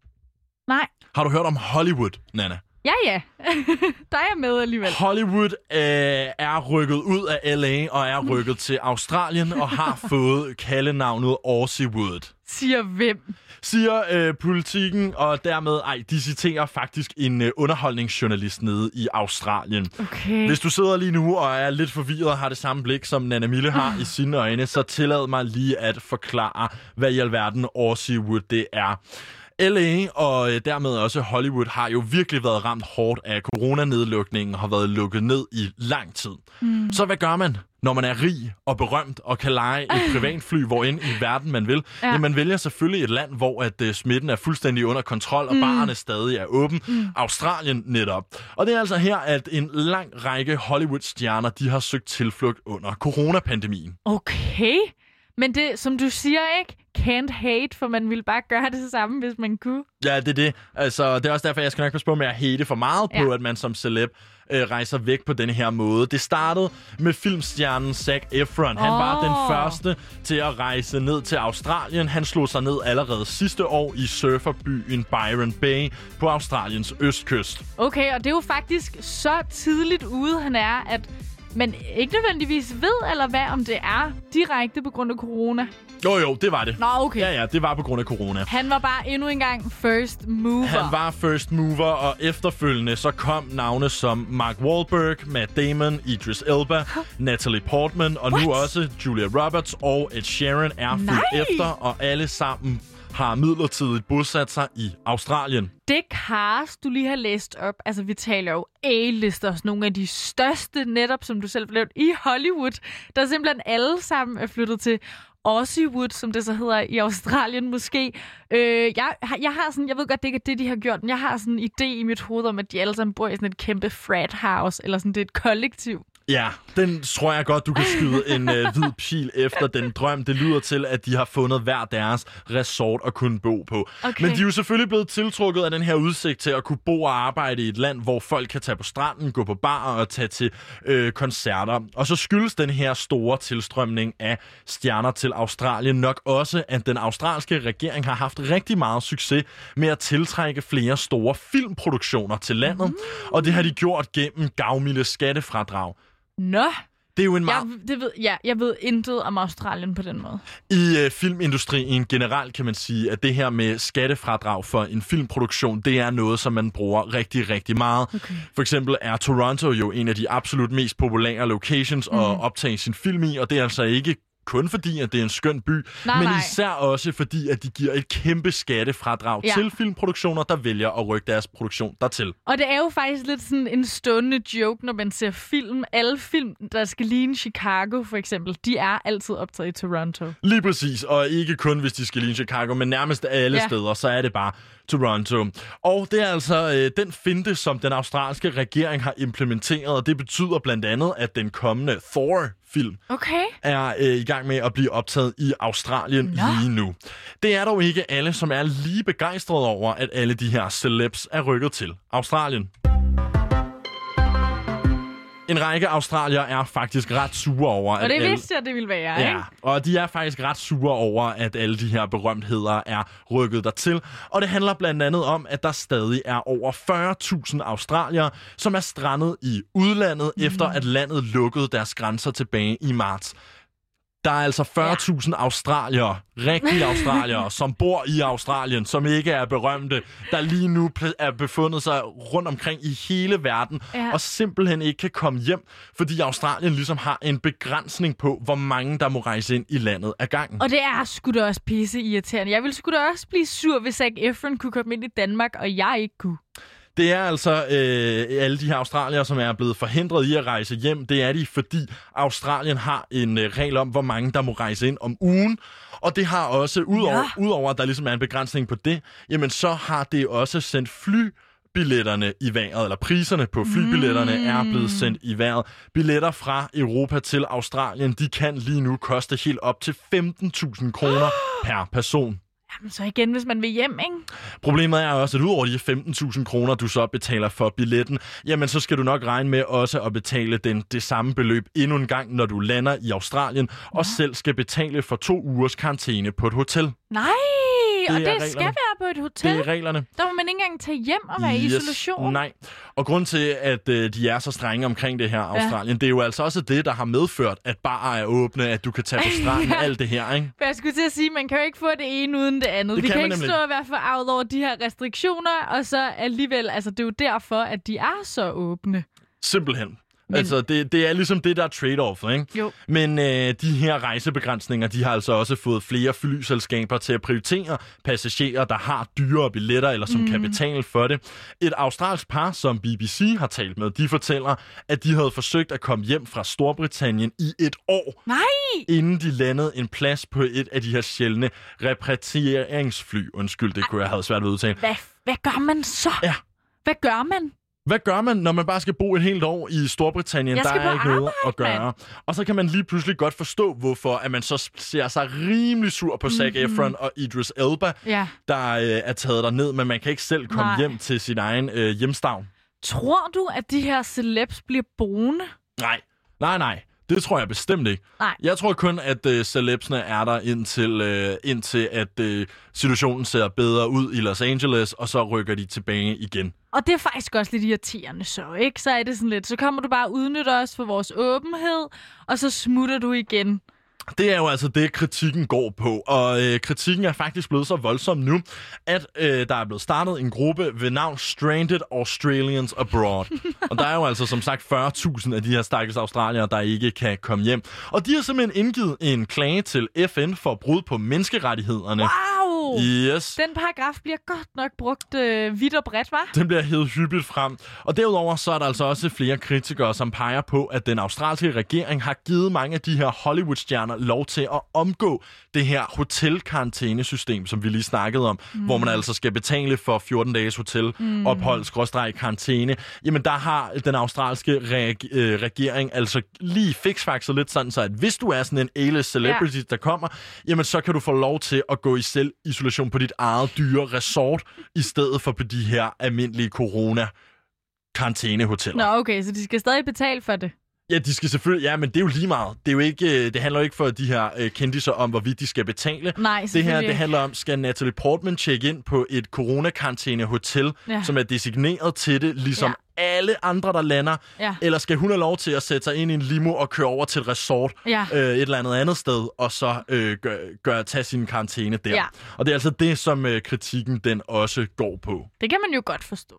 Nej. Har du hørt om Hollywood, Nana? Ja, ja. Der er jeg med alligevel. Hollywood øh, er rykket ud af L A og er rykket til Australien og har fået kaldenavnet Aussie Wood. Siger hvem? Siger øh, Politikken, og dermed, ej, de citerer faktisk en øh, underholdningsjournalist nede i Australien. Okay. Hvis du sidder lige nu og er lidt forvirret og har det samme blik, som Nana Mille har i sine øjne, så tillad mig lige at forklare, hvad i alverden Aussie Wood det er. L A og dermed også Hollywood har jo virkelig været ramt hårdt af coronanedlukningen og har været lukket ned i lang tid. Mm. Så hvad gør man, når man er rig og berømt og kan lege et privatfly, hvor ind i verden man vil? Ja. Jamen, man vælger selvfølgelig et land, hvor at, uh, smitten er fuldstændig under kontrol, og mm. barerne stadig er åben. Mm. Australien netop. Og det er altså her, at en lang række Hollywood-stjerner, de har søgt tilflugt under coronapandemien. Okay. Men det, som du siger, ikke? Can't hate, for man ville bare gøre det samme, hvis man kunne. Ja, det er det. Altså, det er også derfor, jeg skal nok passe på med at hate for meget ja. på, at man som celeb øh, rejser væk på denne her måde. Det startede med filmstjernen Zac Efron. Han oh. var den første til at rejse ned til Australien. Han slog sig ned allerede sidste år i surferbyen Byron Bay på Australiens østkyst. Okay, og det er jo faktisk så tidligt ude, han er, at man ikke nødvendigvis ved, eller hvad, om det er direkte på grund af corona. Jo, jo, det var det. Nå, okay. Ja, ja, det var på grund af corona. Han var bare endnu engang first mover. Han var first mover, og efterfølgende så kom navne som Mark Wahlberg, Matt Damon, Idris Elba, Natalie Portman, og What? nu også Julia Roberts og Ed Sheeran er fulgt efter, og alle sammen har midlertidigt bosat sig i Australien. Det cast, du lige har læst op, altså vi taler jo A-lister, nogle af de største netop, som du selv blev i Hollywood, der simpelthen alle sammen er flyttet til Aussie Wood, som det så hedder i Australien måske. Øh, jeg, jeg har sådan, jeg ved godt, det ikke er det, de har gjort, men jeg har sådan en idé i mit hoved om, at de alle sammen bor i sådan et kæmpe frat house, eller sådan, det er et kollektiv. Ja, den tror jeg godt, du kan skyde en øh, hvid pil efter den drøm. Det lyder til, at de har fundet hver deres resort at kunne bo på. Okay. Men de er jo selvfølgelig blevet tiltrukket af den her udsigt til at kunne bo og arbejde i et land, hvor folk kan tage på stranden, gå på bar og tage til øh, koncerter. Og så skyldes den her store tilstrømning af stjerner til Australien nok også, at den australske regering har haft rigtig meget succes med at tiltrække flere store filmproduktioner til landet. Mm. Og det har de gjort gennem gavmilde skattefradrag. Nå, det er jo en meget... jeg, det ved, ja, jeg ved intet om Australien på den måde. I øh, filmindustrien generelt kan man sige, at det her med skattefradrag for en filmproduktion, det er noget, som man bruger rigtig, rigtig meget. Okay. For eksempel er Toronto jo en af de absolut mest populære locations mm. at optage sin film i, og det er altså ikke kun fordi, at det er en skøn by, nej, men nej. især også fordi, at de giver et kæmpe skattefradrag ja. til filmproduktioner, der vælger at rykke deres produktion dertil. Og det er jo faktisk lidt sådan en stående joke, når man ser film. Alle film, der skal ligne Chicago for eksempel, de er altid optaget i Toronto. Lige præcis, og ikke kun hvis de skal ligne Chicago, men nærmest alle ja. steder, så er det bare Toronto. Og det er altså øh, den finte, som den australske regering har implementeret, og det betyder blandt andet, at den kommende Thor-film okay. er øh, i gang med at blive optaget i Australien Nå. lige nu. Det er dog ikke alle, som er lige begejstrede over, at alle de her celebs er rykket til Australien. En række australiere er faktisk ret sure over, Og at det alle... vidste jeg, det ville være, Ja, ikke? og de er faktisk ret sure over, at alle de her berømtheder er rykket dertil. Og det handler blandt andet om, at der stadig er over fyrre tusind australiere, som er strandet i udlandet, mm. efter at landet lukkede deres grænser tilbage i marts. Der er altså fyrre tusind ja. australiere, rigtige australiere, som bor i Australien, som ikke er berømte, der lige nu er befundet sig rundt omkring i hele verden, ja. og simpelthen ikke kan komme hjem, fordi Australien ligesom har en begrænsning på, hvor mange der må rejse ind i landet ad gangen. Og det er sgu da også pisse irriterende. Jeg ville sgu da også blive sur, hvis Zac Efron kunne komme ind i Danmark, og jeg ikke kunne. Det er altså øh, alle de her australiere, som er blevet forhindret i at rejse hjem. Det er de, fordi Australien har en øh, regel om, hvor mange der må rejse ind om ugen. Og det har også, udover, ja. udover at der ligesom er en begrænsning på det, jamen så har det også sendt flybilletterne i vejret, eller priserne på flybilletterne mm. er blevet sendt i vejret. Billetter fra Europa til Australien, de kan lige nu koste helt op til femten tusind kroner per person. Jamen så igen, hvis man vil hjem, ikke? Problemet er også, at udover de femten tusind kroner, du så betaler for billetten, jamen så skal du nok regne med også at betale den, det samme beløb endnu en gang, når du lander i Australien, ja. og selv skal betale for to ugers karantæne på et hotel. Nej, det og det reglerne. skal være på et hotel? Det er reglerne. Der må man ikke engang tage hjem og være yes, i isolation? Nej. Og grund til, at øh, de er så strenge omkring det her Australien, ja. det er jo altså også det, der har medført, at barer er åbne, at du kan tage på stranden, ja. alt det her, ikke? For jeg skulle til at sige, man kan jo ikke få det ene uden det andet. Det Vi kan, kan ikke nemlig. stå og være forarvet over de her restriktioner, og så alligevel, altså det er jo derfor, at de er så åbne. Simpelthen. Men... Altså, det, det er ligesom det, der er trade-off, ikke? Jo. Men øh, de her rejsebegrænsninger, de har altså også fået flere flyselskaber til at prioritere passagerer, der har dyre billetter, eller som mm. kan betale for det. Et australsk par, som B B C har talt med, de fortæller, at de havde forsøgt at komme hjem fra Storbritannien i et år. Nej! Inden de landede en plads på et af de her sjældne repatrieringsfly. Undskyld, det kunne jeg have svært ved at udtale. Hvad, hvad gør man så? Ja. Hvad gør man? Hvad gør man, når man bare skal bo et helt år i Storbritannien? Der er ikke arbejde, noget at gøre. Man. Og så kan man lige pludselig godt forstå, hvorfor at man så ser sig rimelig sur på Zac mm-hmm. Efron og Idris Elba, ja. der øh, er taget derned, men man kan ikke selv komme Nej. hjem til sin egen øh, hjemstavn. Tror du, at de her celebs bliver boende? Nej, nej, nej. Det tror jeg bestemt ikke. Nej. Jeg tror kun, at øh, celebsene er der indtil, øh, indtil at øh, situationen ser bedre ud i Los Angeles, og så rykker de tilbage igen. Og det er faktisk også lidt irriterende så, ikke? Så er det sådan lidt, så kommer du bare og udnytter os for vores åbenhed, og så smutter du igen. Det er jo altså det, kritikken går på, og øh, kritikken er faktisk blevet så voldsom nu, at øh, der er blevet startet en gruppe ved navn Stranded Australians Abroad. Og der er jo altså som sagt fyrre tusind af de her stakkels australiere, der ikke kan komme hjem. Og de har simpelthen indgivet en klage til F N for brud på menneskerettighederne. Wow! Yes. Den paragraf bliver godt nok brugt øh, vidt og bredt, hva'? Den bliver hævet hyppigt frem. Og derudover så er der altså også flere kritikere, som peger på, at den australske regering har givet mange af de her Hollywood-stjerner lov til at omgå det her hotelkarantænesystem, som vi lige snakkede om, mm. hvor man altså skal betale for fjorten dages hotelophold, mm. skråstreg karantæne. Jamen der har den australske reg- øh, regering altså lige fiksfakset lidt sådan, så at hvis du er sådan en A-list celebrity, ja. der kommer, jamen så kan du få lov til at gå i selvisolation på dit eget dyre resort, i stedet for på de her almindelige corona-karantænehoteller. Nå okay, så de skal stadig betale for det? Ja, de skal selvfølgelig. Ja, men det er jo lige meget. Det er jo ikke. Det handler jo ikke for de her uh, kendiser om, hvorvidt de skal betale. Nej, det her det handler om, skal Natalie Portman tjekke ind på et coronakarantæne-hotel, ja. som er designeret til det, ligesom ja. alle andre, der lander? Ja. Eller skal hun have lov til at sætte sig ind i en limo og køre over til et resort ja. øh, et eller andet andet sted, og så øh, gør, gør, tage sin karantæne der? Ja. Og det er altså det, som øh, kritikken den også går på. Det kan man jo godt forstå.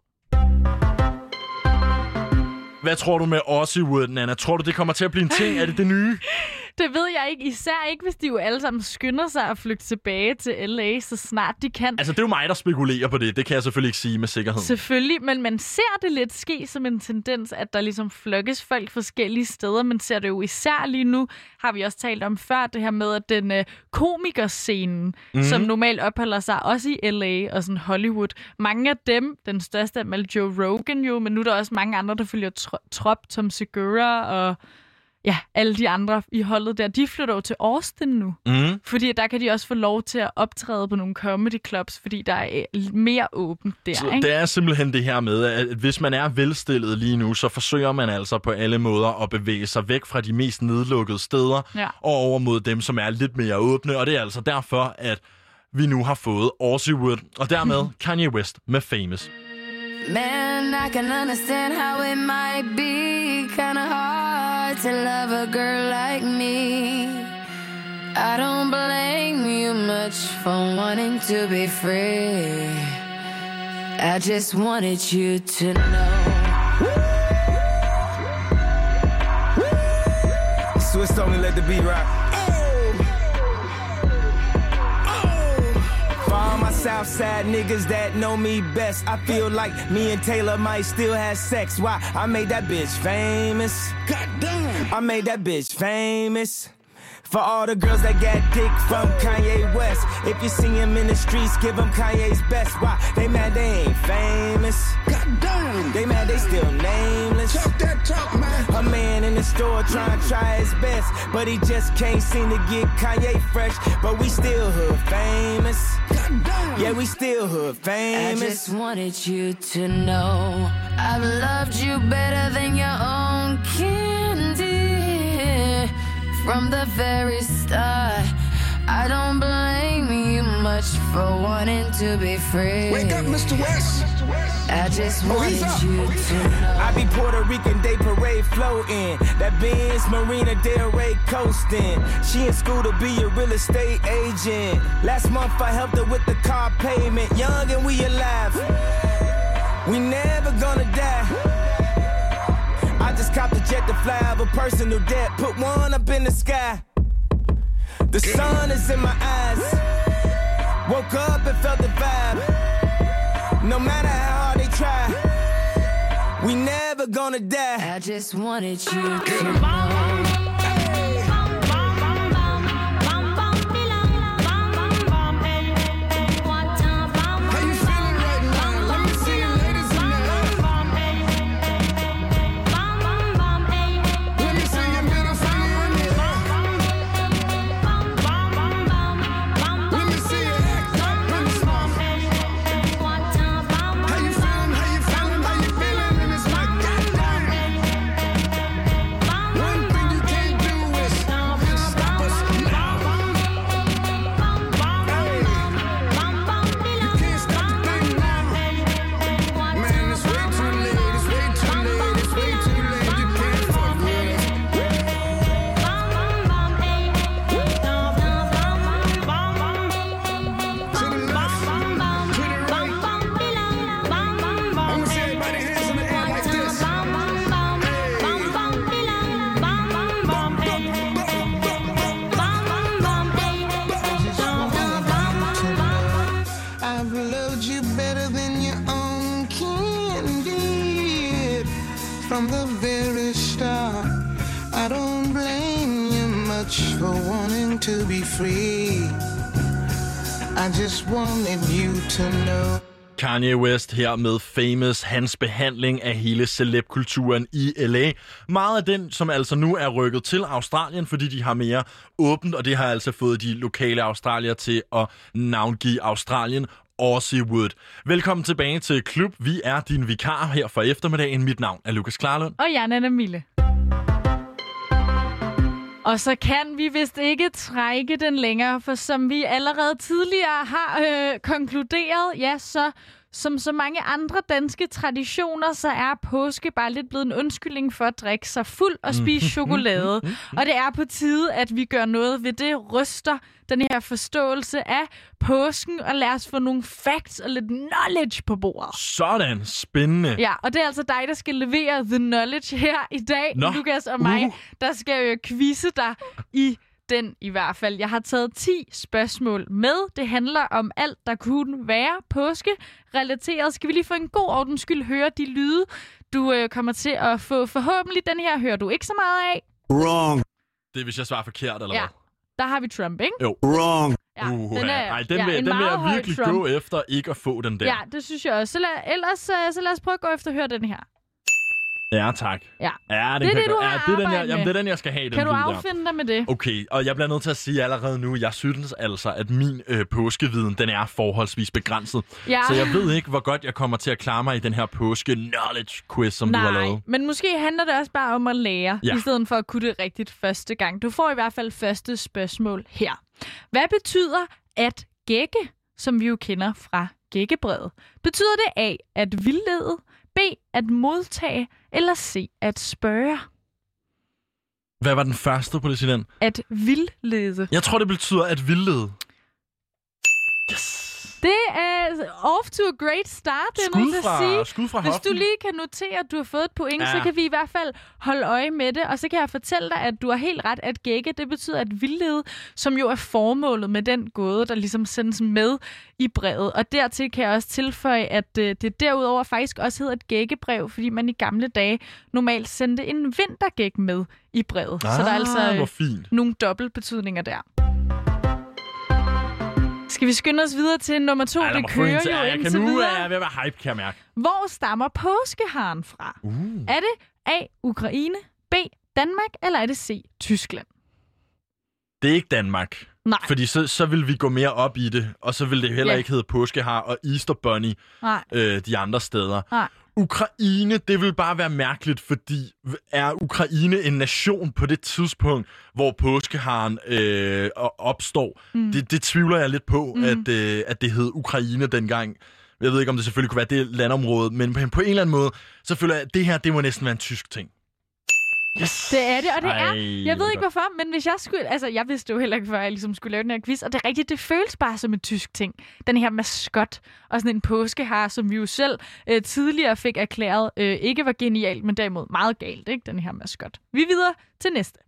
Hvad tror du med Aussie-wood, Nana? Tror du, det kommer til at blive en ting? Er det det nye? Det ved jeg ikke. Især ikke, hvis de jo alle sammen skynder sig at flygte tilbage til L A, så snart de kan. Altså, det er jo mig, der spekulerer på det. Det kan jeg selvfølgelig ikke sige med sikkerhed. Selvfølgelig, men man ser det lidt ske som en tendens, at der ligesom flokkes folk forskellige steder. Man ser det jo især lige nu, har vi også talt om før, det her med, at den øh, komikerscenen, mm-hmm. som normalt opholder sig også i L A og sådan Hollywood, mange af dem, den største er med Joe Rogan jo, men nu er der også mange andre, der følger tro- trop, Tom Segura og... ja, alle de andre i holdet der, de flytter jo til Austin nu. Mm. Fordi der kan de også få lov til at optræde på nogle comedy clubs, fordi der er mere åbent der, Så ikke? det er simpelthen det her med, at hvis man er velstillet lige nu, så forsøger man altså på alle måder at bevæge sig væk fra de mest nedlukkede steder Ja. og over mod dem, som er lidt mere åbne. Og det er altså derfor, at vi nu har fået Aussie Wood, og dermed Kanye West med Famous. Man, I can understand how it might be kinda hard to love a girl like me. I don't blame you much for wanting to be free. I just wanted you to know. Swiss only let the beat rock. Southside niggas that know me best. I feel like me and Taylor might still have sex. Why? I made that bitch famous. Goddamn. I made that bitch famous. For all the girls that got dick from Kanye West. If you see him in the streets, give him Kanye's best. Why? They mad they ain't famous. Goddamn. They mad they still nameless. Talk that talk, man. A man in the store trying to try his best, but he just can't seem to get Kanye fresh. But we still hood famous. Goddamn. Yeah, we still hood famous. I just wanted you to know I've loved you better than your own candy. From the very start, I don't blame you much for wanting to be free. Wake up, Mister West. I just wanted oh, you to know. I be Puerto Rican Day Parade floating. That Benz Marina Del Rey coasting. She in school to be a real estate agent. Last month I helped her with the car payment. Young and we alive. We never gonna die. I just copped a jet to fly over personal debt. Put one up in the sky. The sun is in my eyes. Woke up and felt the vibe. No matter how hard they try, we never gonna die. I just wanted you to know. From the very start, I don't blame you much for wanting to be free. I just wanted you to know. Kanye West her med Famous, hans behandling af hele celebkulturen i L A. Meget af den, som altså nu er rykket til Australien, fordi de har mere åbent, og det har altså fået de lokale australier til at navngive Australien Aussie Wood. Velkommen tilbage til Klub. Vi er din vikar her for eftermiddagen. Mit navn er Lukas Klarlund. Og jeg er Nana Mille. Og så kan vi vist ikke trække den længere, for som vi allerede tidligere har øh, konkluderet, ja, så som så mange andre danske traditioner, så er påske bare lidt blevet en undskyldning for at drikke sig fuld og spise chokolade. Og det er på tide, at vi gør noget ved det, ryster den her forståelse af påsken, og lad os få nogle facts og lidt knowledge på bordet. Sådan, spændende. Ja, og det er altså dig, der skal levere the knowledge her i dag, Nå. Lukas og mig. Uh. Der skal jo quizze dig i den i hvert fald. Jeg har taget ti spørgsmål med. Det handler om alt, der kunne være påske-relateret. Skal vi lige for en god ordens skyld høre de lyde, du øh, kommer til at få. Forhåbentlig den her hører du ikke så meget af. Wrong. Det er, hvis jeg svarer forkert, eller ja. hvad? Der har vi Trump, ikke? Jo. Wrong. Ja, uh, den er, Ej, den ja, vil, den vil jeg virkelig Trump. gå efter ikke at få den der. Ja, det synes jeg også. Så lad, ellers så lad os prøve at gå efter at høre den her. Ja, tak. Ja. Ja, den det er kan det, du ja, har det er den, jeg, arbejdet jamen, med. det er den, jeg skal have. Kan den du lyd der. affinde dig med det? Okay, og jeg bliver nødt til at sige allerede nu, jeg synes altså, at min øh, påskeviden, den er forholdsvis begrænset. Ja. Så jeg ved ikke, hvor godt jeg kommer til at klare mig i den her påske-knowledge-quiz, som Nej, du har lavet. men måske handler det også bare om at lære, Ja. i stedet for at kunne det rigtigt første gang. Du får i hvert fald første spørgsmål her. Hvad betyder at gække, som vi jo kender fra gækkebrevet? Betyder det A, at vildlede, B, at modtage, eller C, at spørge? Hvad var den første, præsident? At vildlede. Jeg tror, det betyder at vildlede. Yes! Det er off to a great start, det er Skud nødt til at fra, sige. skud fra Hvis hoften. du lige kan notere, at du har fået et point, ja. Ja. så kan vi i hvert fald holde øje med det. Og så kan jeg fortælle dig, at du har helt ret, at gække, det betyder at vildlede, som jo er formålet med den gåde, der ligesom sendes med i brevet. Og dertil kan jeg også tilføje, at øh, det derudover faktisk også hedder et gækkebrev, fordi man i gamle dage normalt sendte en vintergæk med i brevet. Ah, så der er altså hvor øh, fint. nogle dobbeltbetydninger der. Skal vi skynde os videre til nummer to? Ej, lad Det mig få kører en til. jo Ej, jeg kan indtil nu videre. er jeg ved at være hype, kan jeg mærke. Hvor stammer påskeharen fra? Uh. Er det A. Ukraine, B. Danmark, eller er det C. Tyskland? Det er ikke Danmark. Nej. Fordi så, så vil vi gå mere op i det, og så vil det heller Ja. ikke hedde påskehar og Easter Bunny Nej. øh, de andre steder. Nej. Ukraine, det vil bare være mærkeligt, fordi er Ukraine en nation på det tidspunkt, hvor påskeharen øh, opstår? Mm. Det, det tvivler jeg lidt på, mm. at, øh, at det hed Ukraine dengang. Jeg ved ikke, om det selvfølgelig kunne være det landområde, men på, på en eller anden måde, så føler jeg, at det her, det må næsten være en tysk ting. Yes. Det er det, og det Ej, er... Jeg ved hvor ikke, godt. hvorfor, men hvis jeg skulle... Altså, jeg vidste jo heller ikke, før jeg ligesom skulle lave den her quiz, og det er rigtigt, det føles bare som en tysk ting. Den her maskot og sådan en påskehar, som vi jo selv øh, tidligere fik erklæret, øh, ikke var genialt, men derimod meget galt, ikke? Den her maskot. Vi er videre til næste.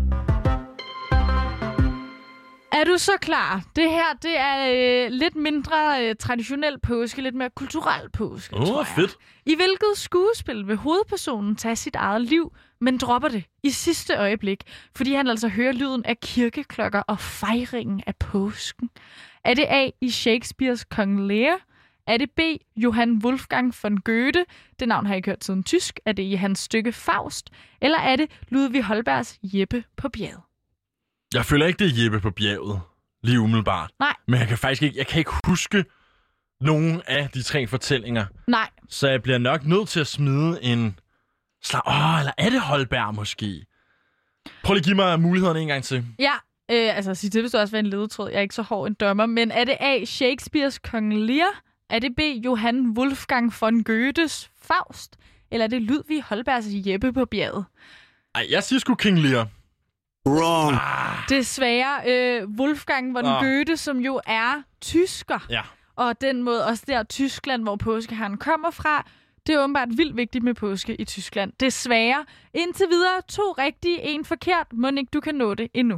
Er du så klar? Det her, det er øh, lidt mindre øh, traditionel påske, lidt mere kulturel påske, Åh, tror jeg. fedt. I hvilket skuespil vil hovedpersonen tage sit eget liv, men dropper det i sidste øjeblik, fordi han altså hører lyden af kirkeklokker og fejringen af påsken? Er det A i Shakespeares Kong Lear? Er det B Johann Wolfgang von Goethe? Det navn har jeg ikke hørt siden tysk. Er det i hans stykke Faust? Eller er det Ludvig Holbergs Jeppe på bjerget? Jeg føler ikke, det er Jeppe på bjerget, lige umiddelbart. Nej. Men jeg kan faktisk ikke, jeg kan ikke huske nogen af de tre fortællinger. Nej. Så jeg bliver nok nødt til at smide en slag. Åh, eller er det Holberg måske? Prøv lige at give mig mulighederne en gang til. Ja, øh, altså sig det, hvis du også var en ledetråd. Jeg er ikke så hård en dommer. Men er det A Shakespeares Kong Lear? Er det B Johann Wolfgang von Goethes Faust? Eller er det Ludvig Holbergs Jeppe på bjerget? Ej, jeg siger sgu King Lear. Wrong. Ah, Desværre øh, Wolfgang von Ah. Goethe, som jo er tysker. ja. Og den måde også der Tyskland, hvor påskeharen kommer fra. Det er åbenbart vildt vigtigt med påske i Tyskland. Desværre. Indtil videre to rigtige, en forkert. Må ikke du kan nå det endnu.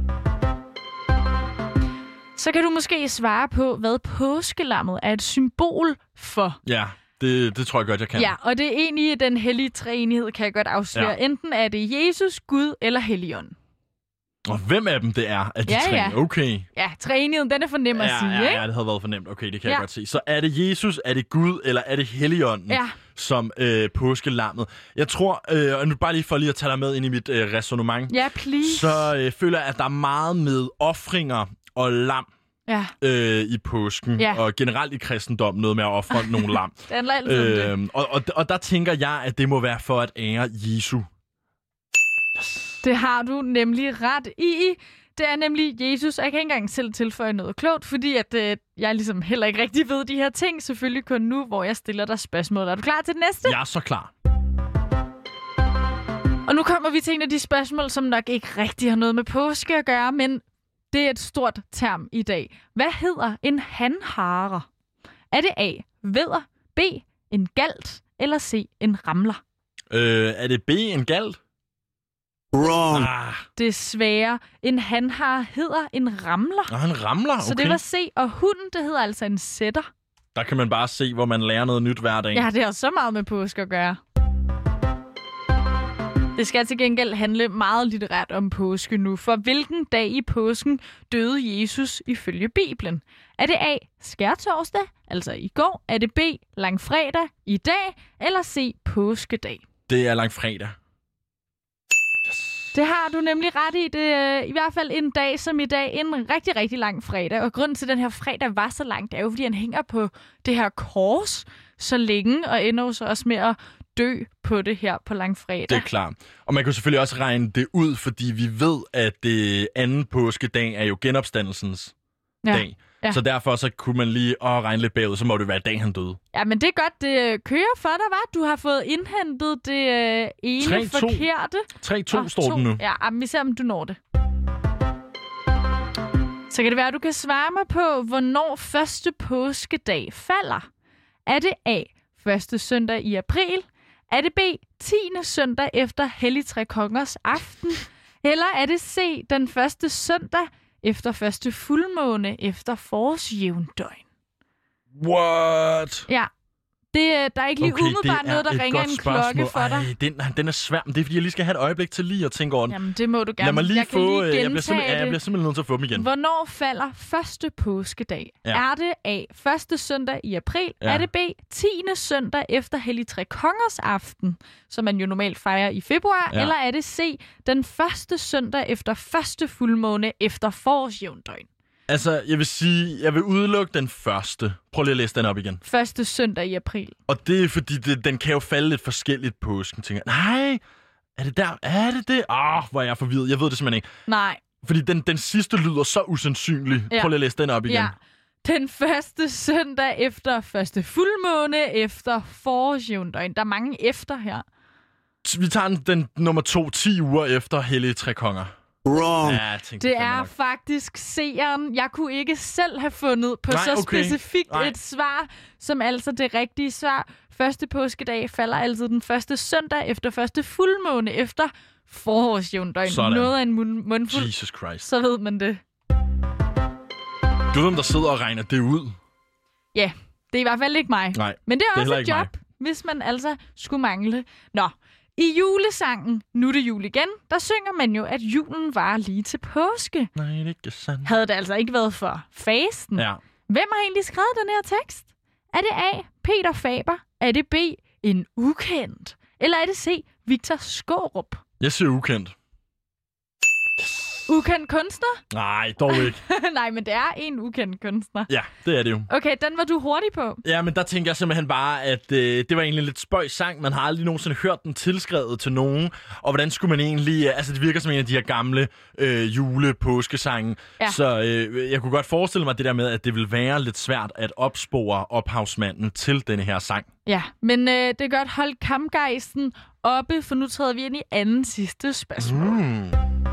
Så kan du måske svare på, hvad påskelammet er et symbol for. Ja, det, det tror jeg godt, jeg kan. Ja, og det er egentlig den hellige treenighed, kan jeg godt afsløre. Ja. Enten er det Jesus, Gud eller Helligånden. Og hvem af dem det er af de Ja, tre? ja. Okay. Ja, treenigheden, den er for nem at Ja, sige, ja, ikke? ja, det havde været fornemt. Okay, det kan Ja. jeg godt se. Så er det Jesus, er det Gud, eller er det Helligånden, Ja. som øh, påskelammet? Jeg tror, øh, og nu bare lige for lige at tage dig med ind i mit øh, resonemang, Ja, please. så øh, føler jeg, at der er meget med ofringer og lam Ja, øh, i påsken, Ja. og generelt i kristendommen noget med at ofre nogle lam. det handler altid om det. Øhm, og, og, og der tænker jeg, at det må være for at ære Jesu. Det har du nemlig ret i. Det er nemlig Jesus, og jeg kan ikke engang selv tilføje noget klogt, fordi at, øh, jeg ligesom heller ikke rigtig ved de her ting. Selvfølgelig kun nu, hvor jeg stiller dig spørgsmål. Er du klar til det næste? Jeg er så klar. Og nu kommer vi til en af de spørgsmål, som nok ikke rigtig har noget med påske at gøre, men det er et stort term i dag. Hvad hedder en hanhare? Er det A, vædder, B, en galt, eller C, en ramler? Øh, er det B en galt? Wrong. Ah, Desværre, en hanhare hedder en ramler. og han ramler, okay. Så det var C, og hunden, det hedder altså en sætter. Der kan man bare se, hvor man lærer noget nyt hver dag. Ja, det har så meget med påske at gøre. Det skal til gengæld handle meget litterært om påske nu. For hvilken dag i påsken døde Jesus ifølge Bibelen? Er det A, skærtorsdag, altså i går? Er det B, langfredag, i dag? Eller C, påskedag? Det er langfredag. Det har du nemlig ret i. Det er i hvert fald en dag som i dag. En rigtig, rigtig lang fredag. Og grunden til, at den her fredag var så lang, det er jo, fordi han hænger på det her kors så længe, og ender jo så også med at dø på det her på langfredag. Det er klart. Og man kan selvfølgelig også regne det ud, fordi vi ved, at det anden påskedag er jo genopstandelsens ja. dag. Ja. Så derfor så kunne man lige åh, regne lidt bagud, så må det være dag, han døde. Ja, men det er godt, det kører for dig, var. Du har fået indhentet det øh, ene tre, forkerte. tre to oh, står den nu. Ja, men vi ser, om du når det. Så kan det være, at du kan svare mig på, hvornår første påskedag falder. Er det A, første søndag i april? Er det B, tiende søndag efter Helligtrekongers aften? Eller er det C, den første søndag efter første fuldmåne efter forårsjævndøgn? What? Ja. Det, der er ikke lige okay, umiddelbart noget, der ringer en spørgsmål. klokke for dig. Ej, den, den er svær, men det er, fordi jeg lige skal have et øjeblik til lige at tænke over den. Jamen, det må du gerne. Lad mig lige jeg få... Kan lige jeg, bliver simpelthen, jeg bliver simpelthen nødt til at få dem igen. Hvornår falder første påskedag? Ja. Er det A, første søndag i april? Ja. Er det B, tiende søndag efter Helligtrekongers aften, som man jo normalt fejrer i februar? Ja. Eller er det C, den første søndag efter første fuldmåne efter forårsjævndøgn? Altså, jeg vil sige, jeg vil udelukke den første. Prøv lige at læse den op igen. Første søndag i april. Og det er, fordi det, den kan jo falde lidt forskelligt på påsken. Tænker, nej, er det der? Er det det? Åh, oh, hvor er jeg forvirret. Jeg ved det simpelthen ikke. Nej. Fordi den, den sidste lyder så usandsynlig. Ja. Prøv lige at læse den op igen. Ja. Den første søndag efter første fuldmåne efter forårsjævndøgn. Der er mange efter her. Vi tager den, den nummer to, ti uger efter Helligtrekonger. Wrong. Ja, tænkte, det er faktisk seeren. Jeg kunne ikke selv have fundet på Nej, så okay. specifikt Nej. et svar, som altså det rigtige svar. Første påskedag falder altid den første søndag efter første fuldmåne efter forårsjævndøgn. Noget af en mund- mundfuld. Jesus Christ. Så ved man det. Du ved, hvem der sidder og regner det ud? Ja, det er i hvert fald ikke mig. Nej, Men det er, det er også et job, mig. hvis man altså skulle mangle. Nå. I julesangen, Nu er det jul igen, der synger man jo, at julen varer lige til påske. Nej, det er ikke sandt. Havde det altså ikke været for fasten? Ja. Hvem har egentlig skrevet den her tekst? Er det A, Peter Faber? Er det B, en ukendt? Eller er det C, Victor Skårup? Jeg siger ukendt. Ukendt kunstner? Nej, dog ikke. Nej, men det er en ukendt kunstner. Ja, det er det jo. Okay, den var du hurtig på. Ja, men der tænker jeg simpelthen bare, at øh, det var egentlig en lidt spøjs sang. Man har aldrig nogensinde hørt den tilskrevet til nogen. Og hvordan skulle man egentlig... Øh, altså, det virker som en af de her gamle øh, jule-påskesange. Ja. Så øh, jeg kunne godt forestille mig det der med, at det ville være lidt svært at opspore ophavsmanden til denne her sang. Ja, men øh, det er godt. Hold kampgejsten oppe, for nu træder vi ind i anden sidste spørgsmål. Mm.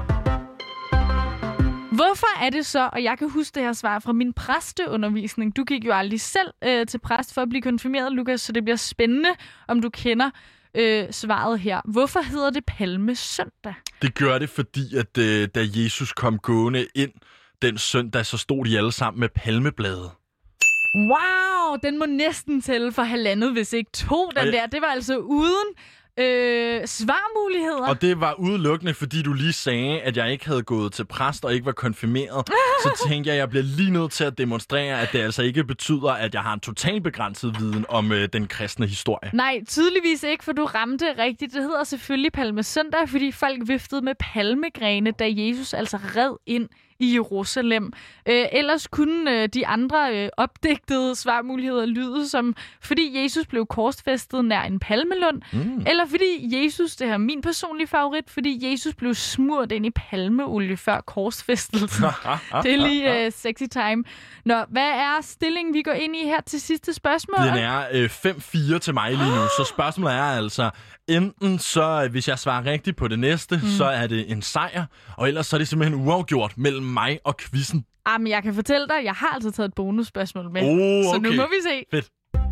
Hvorfor er det så, og jeg kan huske det her svar fra min præsteundervisning. Du gik jo aldrig selv øh, til præst for at blive konfirmeret, Lukas, så det bliver spændende, om du kender øh, svaret her. Hvorfor hedder det Palmesøndag? Det gør det, fordi at øh, da Jesus kom gående ind den søndag, så stod de alle sammen med palmeblade. Wow, den må næsten tælle for halvandet, hvis ikke to, den der. Det var altså uden... Øh, svarmuligheder. Og det var udelukkende, fordi du lige sagde, at jeg ikke havde gået til præst og ikke var konfirmeret. Så tænkte jeg, at jeg bliver lige nødt til at demonstrere, at det altså ikke betyder, at jeg har en totalt begrænset viden om øh, den kristne historie. Nej, tydeligvis ikke, for du ramte rigtigt. Det hedder selvfølgelig Palmesøndag, fordi folk viftede med palmegrene, da Jesus altså red ind i Jerusalem. Øh, ellers kunne øh, de andre øh, opdigtede svarmuligheder lyde som, fordi Jesus blev korsfæstet nær en palmelund, mm. eller fordi Jesus, det her er min personlige favorit, fordi Jesus blev smurt ind i palmeolie før korsfæstelsen. Det er lige øh, sexy time. Nå, hvad er stillingen, vi går ind i her til sidste spørgsmål? Den er øh, fem fire til mig lige nu, så spørgsmålet er altså, enten så, hvis jeg svarer rigtigt på det næste, mm. så er det en sejr, og ellers så er det simpelthen uafgjort mellem mig og quizzen. Jamen, jeg kan fortælle dig, jeg har altså taget et bonusspørgsmål med, oh, okay. så nu må vi se. Fedt.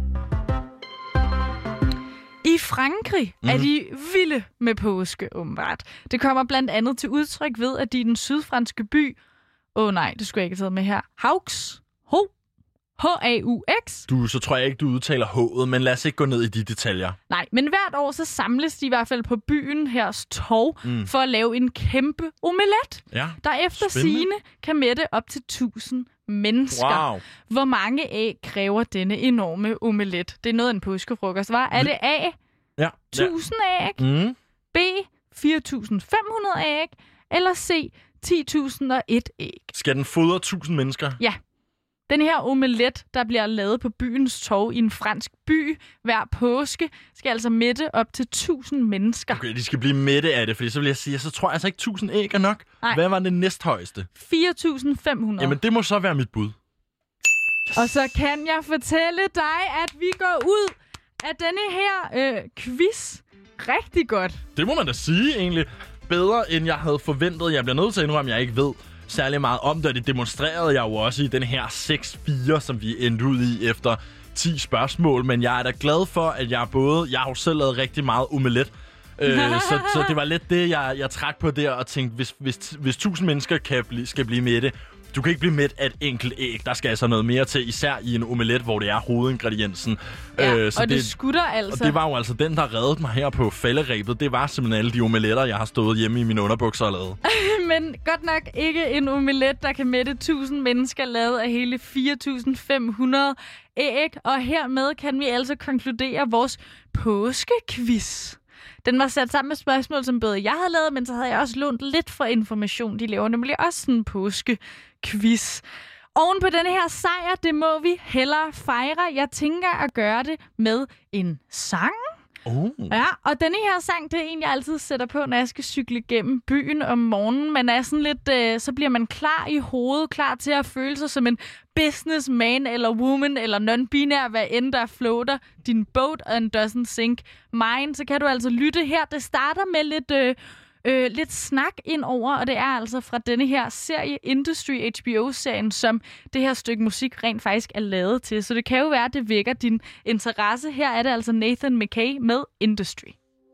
I Frankrig mm. er de vilde med påske, åbenbart. Det kommer blandt andet til udtryk ved, at de i den sydfranske by... Åh oh, nej, det skulle jeg ikke have taget med her. Haux. Ho. H A U X. Du, så tror jeg ikke, du udtaler H'et, men lad os ikke gå ned i de detaljer. Nej, men hvert år så samles de i hvert fald på byen hers torv mm. for at lave en kæmpe omelet, ja. der efter sigende kan mætte op til tusind mennesker. Wow. Hvor mange æg kræver denne enorme omelet? Det er noget af en påskefrokost, var? Er det A, Ja. tusind æg, Mm. B. fire tusind fem hundrede æg, eller C. ti tusind og et æg. Skal den fodre tusind mennesker? Ja. Den her omelet, der bliver lavet på byens torv i en fransk by hver påske, skal altså mætte op til tusind mennesker. Okay, de skal blive mætte af det, fordi så vil jeg sige, så tror jeg altså ikke tusind æg er nok. Nej. Hvad var det næsthøjeste? fire tusind fem hundrede. Jamen, det må så være mit bud. Og så kan jeg fortælle dig, at vi går ud af denne her øh, quiz rigtig godt. Det må man da sige, egentlig. Bedre, end jeg havde forventet. Jeg bliver nødt til at indrømme, at jeg ikke ved særlig meget om det, og det demonstrerede jeg jo også i den her seks fire, som vi endte ud i efter ti spørgsmål. Men jeg er da glad for, at jeg både... Jeg har jo selv lavet rigtig meget omelet. øh, så, så det var lidt det, jeg, jeg trak på der og tænkte, hvis, hvis, hvis tusind mennesker kan bli, skal blive mætte, du kan ikke blive mæt af et enkelt æg. Der skal altså noget mere til, især i en omelet, hvor det er hovedingrediensen. Ja, øh, så og det, det skutter altså. Og det var jo altså den, der reddede mig her på falderæbet. Det var simpelthen alle de omeletter, jeg har stået hjemme i mine underbukser og lavet. Men godt nok ikke en omelet, der kan mætte tusind mennesker, lavet af hele fire tusind fem hundrede æg. Og hermed kan vi altså konkludere vores påskequiz. Den var sat sammen med spørgsmål, som både jeg havde lavet, men så havde jeg også lånt lidt for information. De laver nemlig også sådan en påskequiz. Oven på denne her sejr, det må vi hellere fejre. Jeg tænker at gøre det med en sang. Oh. Ja, og denne her sang, det er en, jeg altid sætter på, når jeg skal cykle gennem byen om morgenen. Man er sådan lidt, øh, så bliver man klar i hovedet, klar til at føle sig som en businessman eller woman eller non-binær, hvad end der floater din boat and doesn't sink mine. Så kan du altså lytte her. Det starter med lidt... Øh, Øh, lidt snak ind over, og det er altså fra denne her serie, Industry H B O-serien, som det her stykke musik rent faktisk er lavet til. Så det kan jo være, at det vækker din interesse. Her er det altså Nathan McKay med Industry.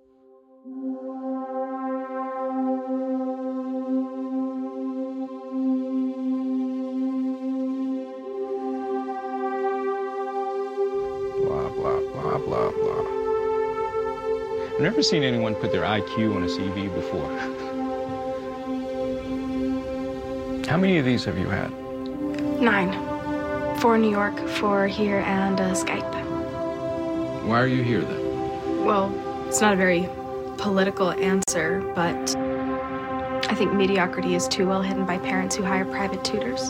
Blah, blah, blah, blah, blah. I've never seen anyone put their I Q on a C V before. How many of these have you had? Nine. Four in New York, four here, and uh, Skype. Why are you here then? Well, it's not a very political answer, but I think mediocrity is too well hidden by parents who hire private tutors.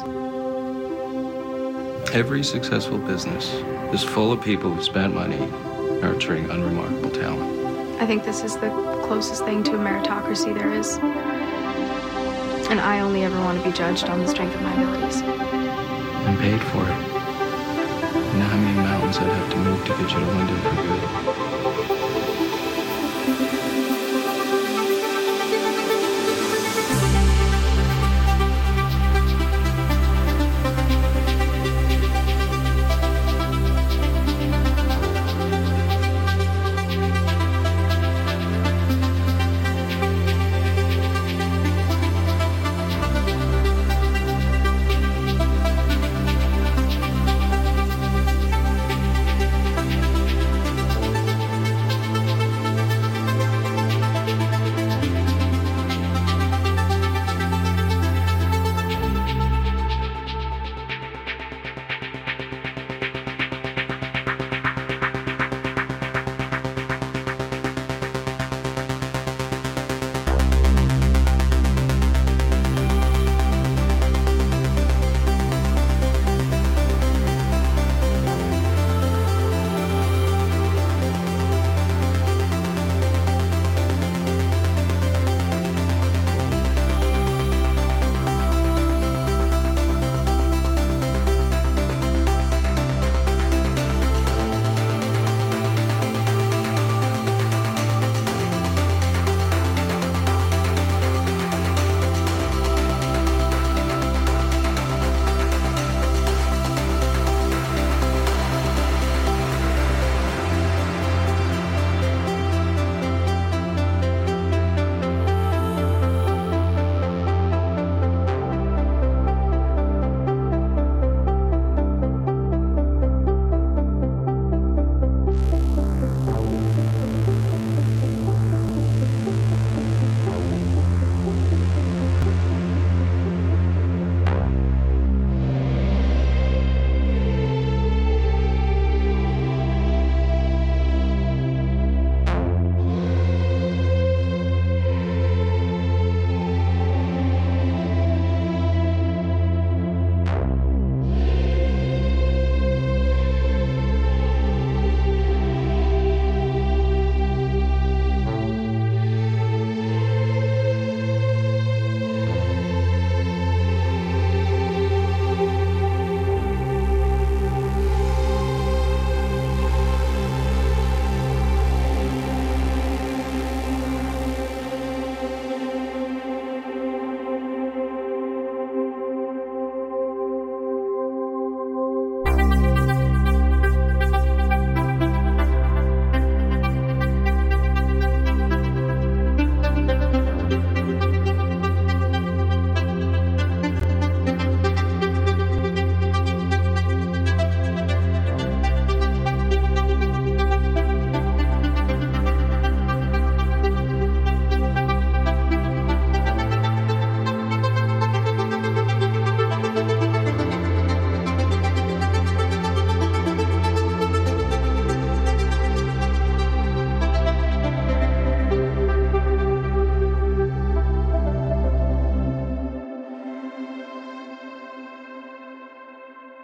Every successful business is full of people who spent money nurturing unremarkable talent. I think this is the closest thing to a meritocracy there is. And I only ever want to be judged on the strength of my abilities. And paid for it. You know how many mountains I'd have to move to get you to London for good?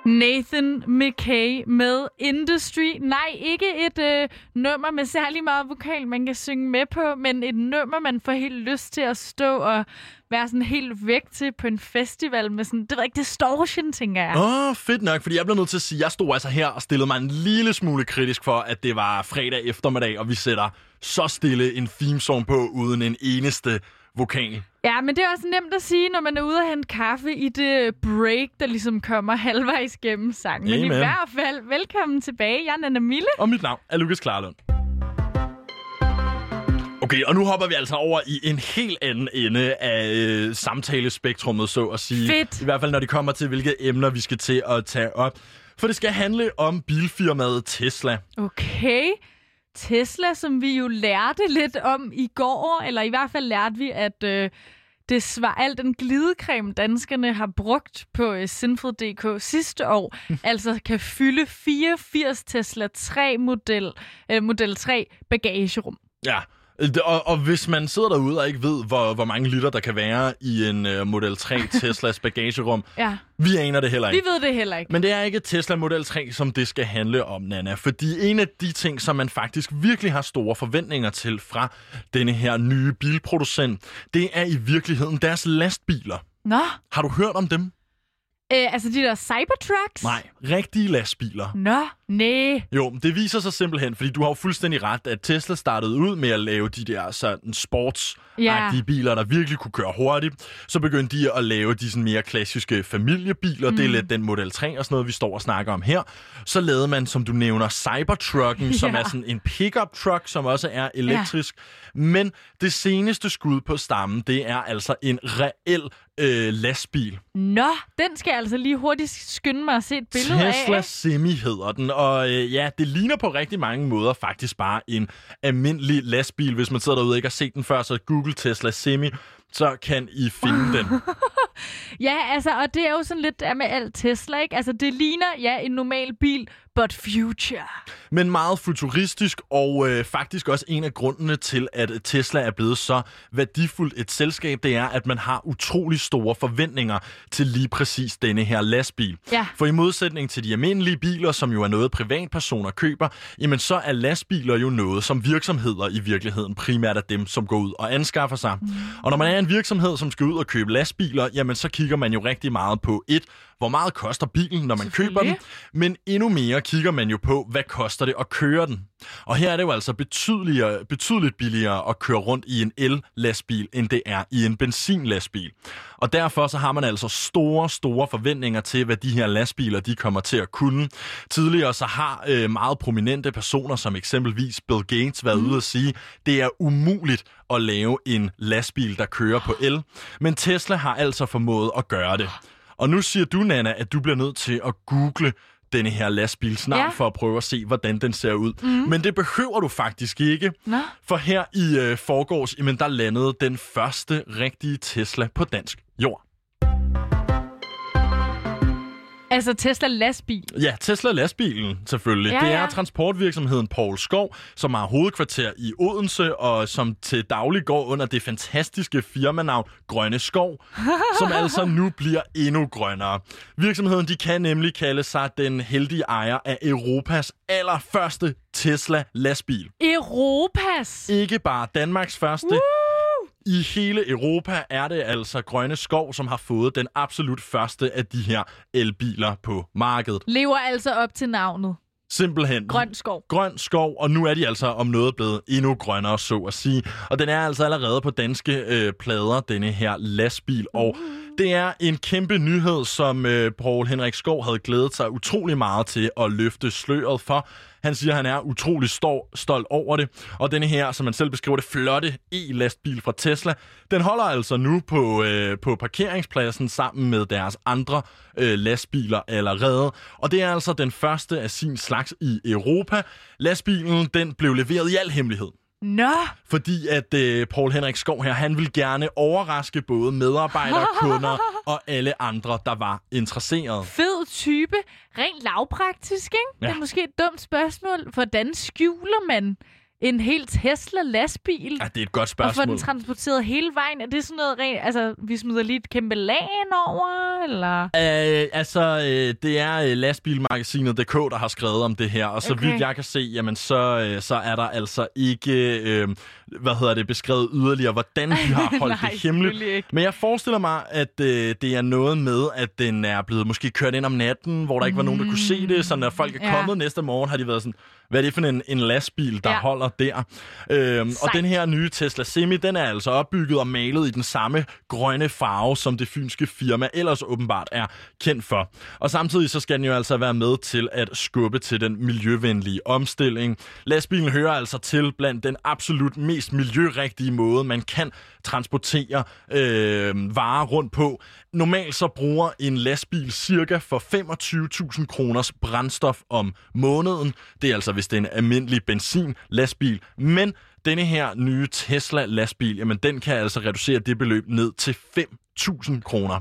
Nathan McKay med Industry. Nej, ikke et øh, nummer med særlig meget vokal, man kan synge med på, men et nummer, man får helt lyst til at stå og være sådan helt væk til på en festival med sådan, det var ikke distortion, tænker jeg. Åh, oh, fedt nok, fordi jeg bliver nødt til at sige, at jeg stod altså her og stillede mig en lille smule kritisk for, at det var fredag eftermiddag, og vi sætter så stille en theme song på, uden en eneste vokal. Ja, men det er også nemt at sige, når man er ude og hente kaffe i det break, der ligesom kommer halvvejs gennem sangen. Men Amen. i hvert fald, velkommen tilbage. Jeg er Nana Mille. Og mit navn er Lukas Klarlund. Okay, og nu hopper vi altså over i en helt anden ende af øh, samtalespektrummet, så at sige. Fedt. I hvert fald, når det kommer til, hvilke emner vi skal til at tage op. For det skal handle om bilfirmaet Tesla. Okay. Tesla, som vi jo lærte lidt om i går, eller i hvert fald lærte vi, at øh, det svar al den glidecreme, danskerne har brugt på øh, Sinful punktum d k sidste år, altså kan fylde fireogfirs Tesla tre Model, øh, Model tre bagagerum. Ja, og, og hvis man sidder derude og ikke ved, hvor, hvor mange liter der kan være i en uh, Model tre Teslas bagagerum, ja. Vi aner det heller ikke. Vi ved det heller ikke. Men det er ikke Tesla Model tre, som det skal handle om, Nana. Fordi en af de ting, som man faktisk virkelig har store forventninger til fra denne her nye bilproducent, det er i virkeligheden deres lastbiler. Nå. Har du hørt om dem? Øh, altså de der Cybertrucks? Nej, rigtige lastbiler. Nå, nej. Jo, det viser sig simpelthen, fordi du har jo fuldstændig ret, at Tesla startede ud med at lave de der sådan sportsagtige Ja. biler, der virkelig kunne køre hurtigt. Så begyndte de at lave de sådan mere klassiske familiebiler. Mm. Det er lidt den Model tre og sådan noget, vi står og snakker om her. Så lavede man, som du nævner, Cybertrucken, som Ja. er sådan en pickup truck, som også er elektrisk. Ja. Men det seneste skud på stammen, det er altså en reel øh, lastbil. Nå, den skal jeg altså lige hurtigt skynde mig at se et billede af. Tesla Semi hedder den, og øh, ja, det ligner på rigtig mange måder faktisk bare en almindelig lastbil. Hvis man sidder derude og ikke har set den før, så Google Tesla Semi, så kan I finde den. Ja, altså, og det er jo sådan lidt der med alt Tesla, ikke? Altså, det ligner, ja, en normal bil, but future. Men meget futuristisk, og øh, faktisk også en af grundene til, at Tesla er blevet så værdifuldt et selskab, det er, at man har utrolig store forventninger til lige præcis denne her lastbil. Ja. For i modsætning til de almindelige biler, som jo er noget privatpersoner køber, jamen så er lastbiler jo noget, som virksomheder i virkeligheden primært er dem, som går ud og anskaffer sig. Mm. Og når man er en virksomhed, som skal ud og købe lastbiler, jamen så kigger man jo rigtig meget på et, hvor meget koster bilen, når man køber den, men endnu mere kigger man jo på, hvad koster det at køre den. Og her er det jo altså betydeligere, betydeligt billigere at køre rundt i en el-lastbil, end det er i en benzinlastbil. Og derfor så har man altså store, store forventninger til, hvad de her lastbiler de kommer til at kunne. Tidligere så har øh, meget prominente personer, som eksempelvis Bill Gates, været mm. ude at sige, det er umuligt at lave en lastbil, der kører på el. Men Tesla har altså formået at gøre det. Og nu siger du, Nana, at du bliver nødt til at google denne her lastbils navn, ja. For at prøve at se, hvordan den ser ud. Mm. Men det behøver du faktisk ikke. Nå. For her i øh, forgårs, jamen, der landede den første rigtige Tesla på dansk jord. Altså Tesla lastbil? Ja, Tesla lastbilen selvfølgelig. Ja, det er ja. transportvirksomheden Poul Skov, som har hovedkvarter i Odense, og som til daglig går under det fantastiske firmanavn Grønne Skov, som altså nu bliver endnu grønnere. Virksomheden de kan nemlig kalde sig den heldige ejer af Europas allerførste Tesla lastbil. Europas? Ikke bare Danmarks første. Woo! I hele Europa er det altså Grønne Skov, som har fået den absolut første af de her elbiler på markedet. Lever altså op til navnet. Simpelthen. Grøn skov. Grøn skov, og nu er de altså om noget blevet endnu grønnere, så at sige. Og den er altså allerede på danske øh, plader, denne her lastbil. Og det er en kæmpe nyhed, som øh, Poul Henrik Skov havde glædet sig utrolig meget til at løfte sløret for. Han siger, at han er utrolig stor, stolt over det. Og denne her, som man selv beskriver det, flotte e-lastbil fra Tesla, den holder altså nu på, øh, på parkeringspladsen sammen med deres andre øh, lastbiler allerede. Og det er altså den første af sin slags i Europa. Lastbilen, den blev leveret i al hemmelighed. Nå! Fordi at øh, Poul Henrik Skov her, han vil gerne overraske både medarbejdere, kunder og alle andre, der var interesserede. Fed type. Rent lavpraktisk, ikke? Ja. Det er måske et dumt spørgsmål. Hvordan skjuler man en helt Tesla-lastbil? Ja, det er et godt spørgsmål. Og få den transporteret hele vejen? Er det sådan noget rent... Altså, vi smider lige et kæmpe lagen over, eller? Øh, altså, øh, det er øh, lastbilmagasinet punktum d k, der har skrevet om det her. Og så Okay. vidt jeg kan se, jamen, så, øh, så er der altså ikke, øh, hvad hedder det, beskrevet yderligere, hvordan de har holdt Nej, det selvfølgelig hemmeligt. ikke. Men jeg forestiller mig, at øh, det er noget med, at den er blevet måske kørt ind om natten, hvor der ikke var nogen, der kunne se det. Så når folk er Ja. kommet næste morgen, har de været sådan, hvad er det for en, en lastbil, der Ja. holder der? Øhm, og Sejt. den her nye Tesla Semi, den er altså opbygget og malet i den samme grønne farve, som det fynske firma ellers åbenbart er kendt for. Og samtidig så skal den jo altså være med til at skubbe til den miljøvenlige omstilling. Lastbilen hører altså til blandt den absolut mest miljørigtige måde, man kan transportere øh, varer rundt på. Normalt så bruger en lastbil cirka for femogtyve tusind kroners brændstof om måneden. Det er altså, hvis det er en almindelig benzin-lastbil. Men denne her nye Tesla-lastbil, jamen den kan altså reducere det beløb ned til fem tusind kroner.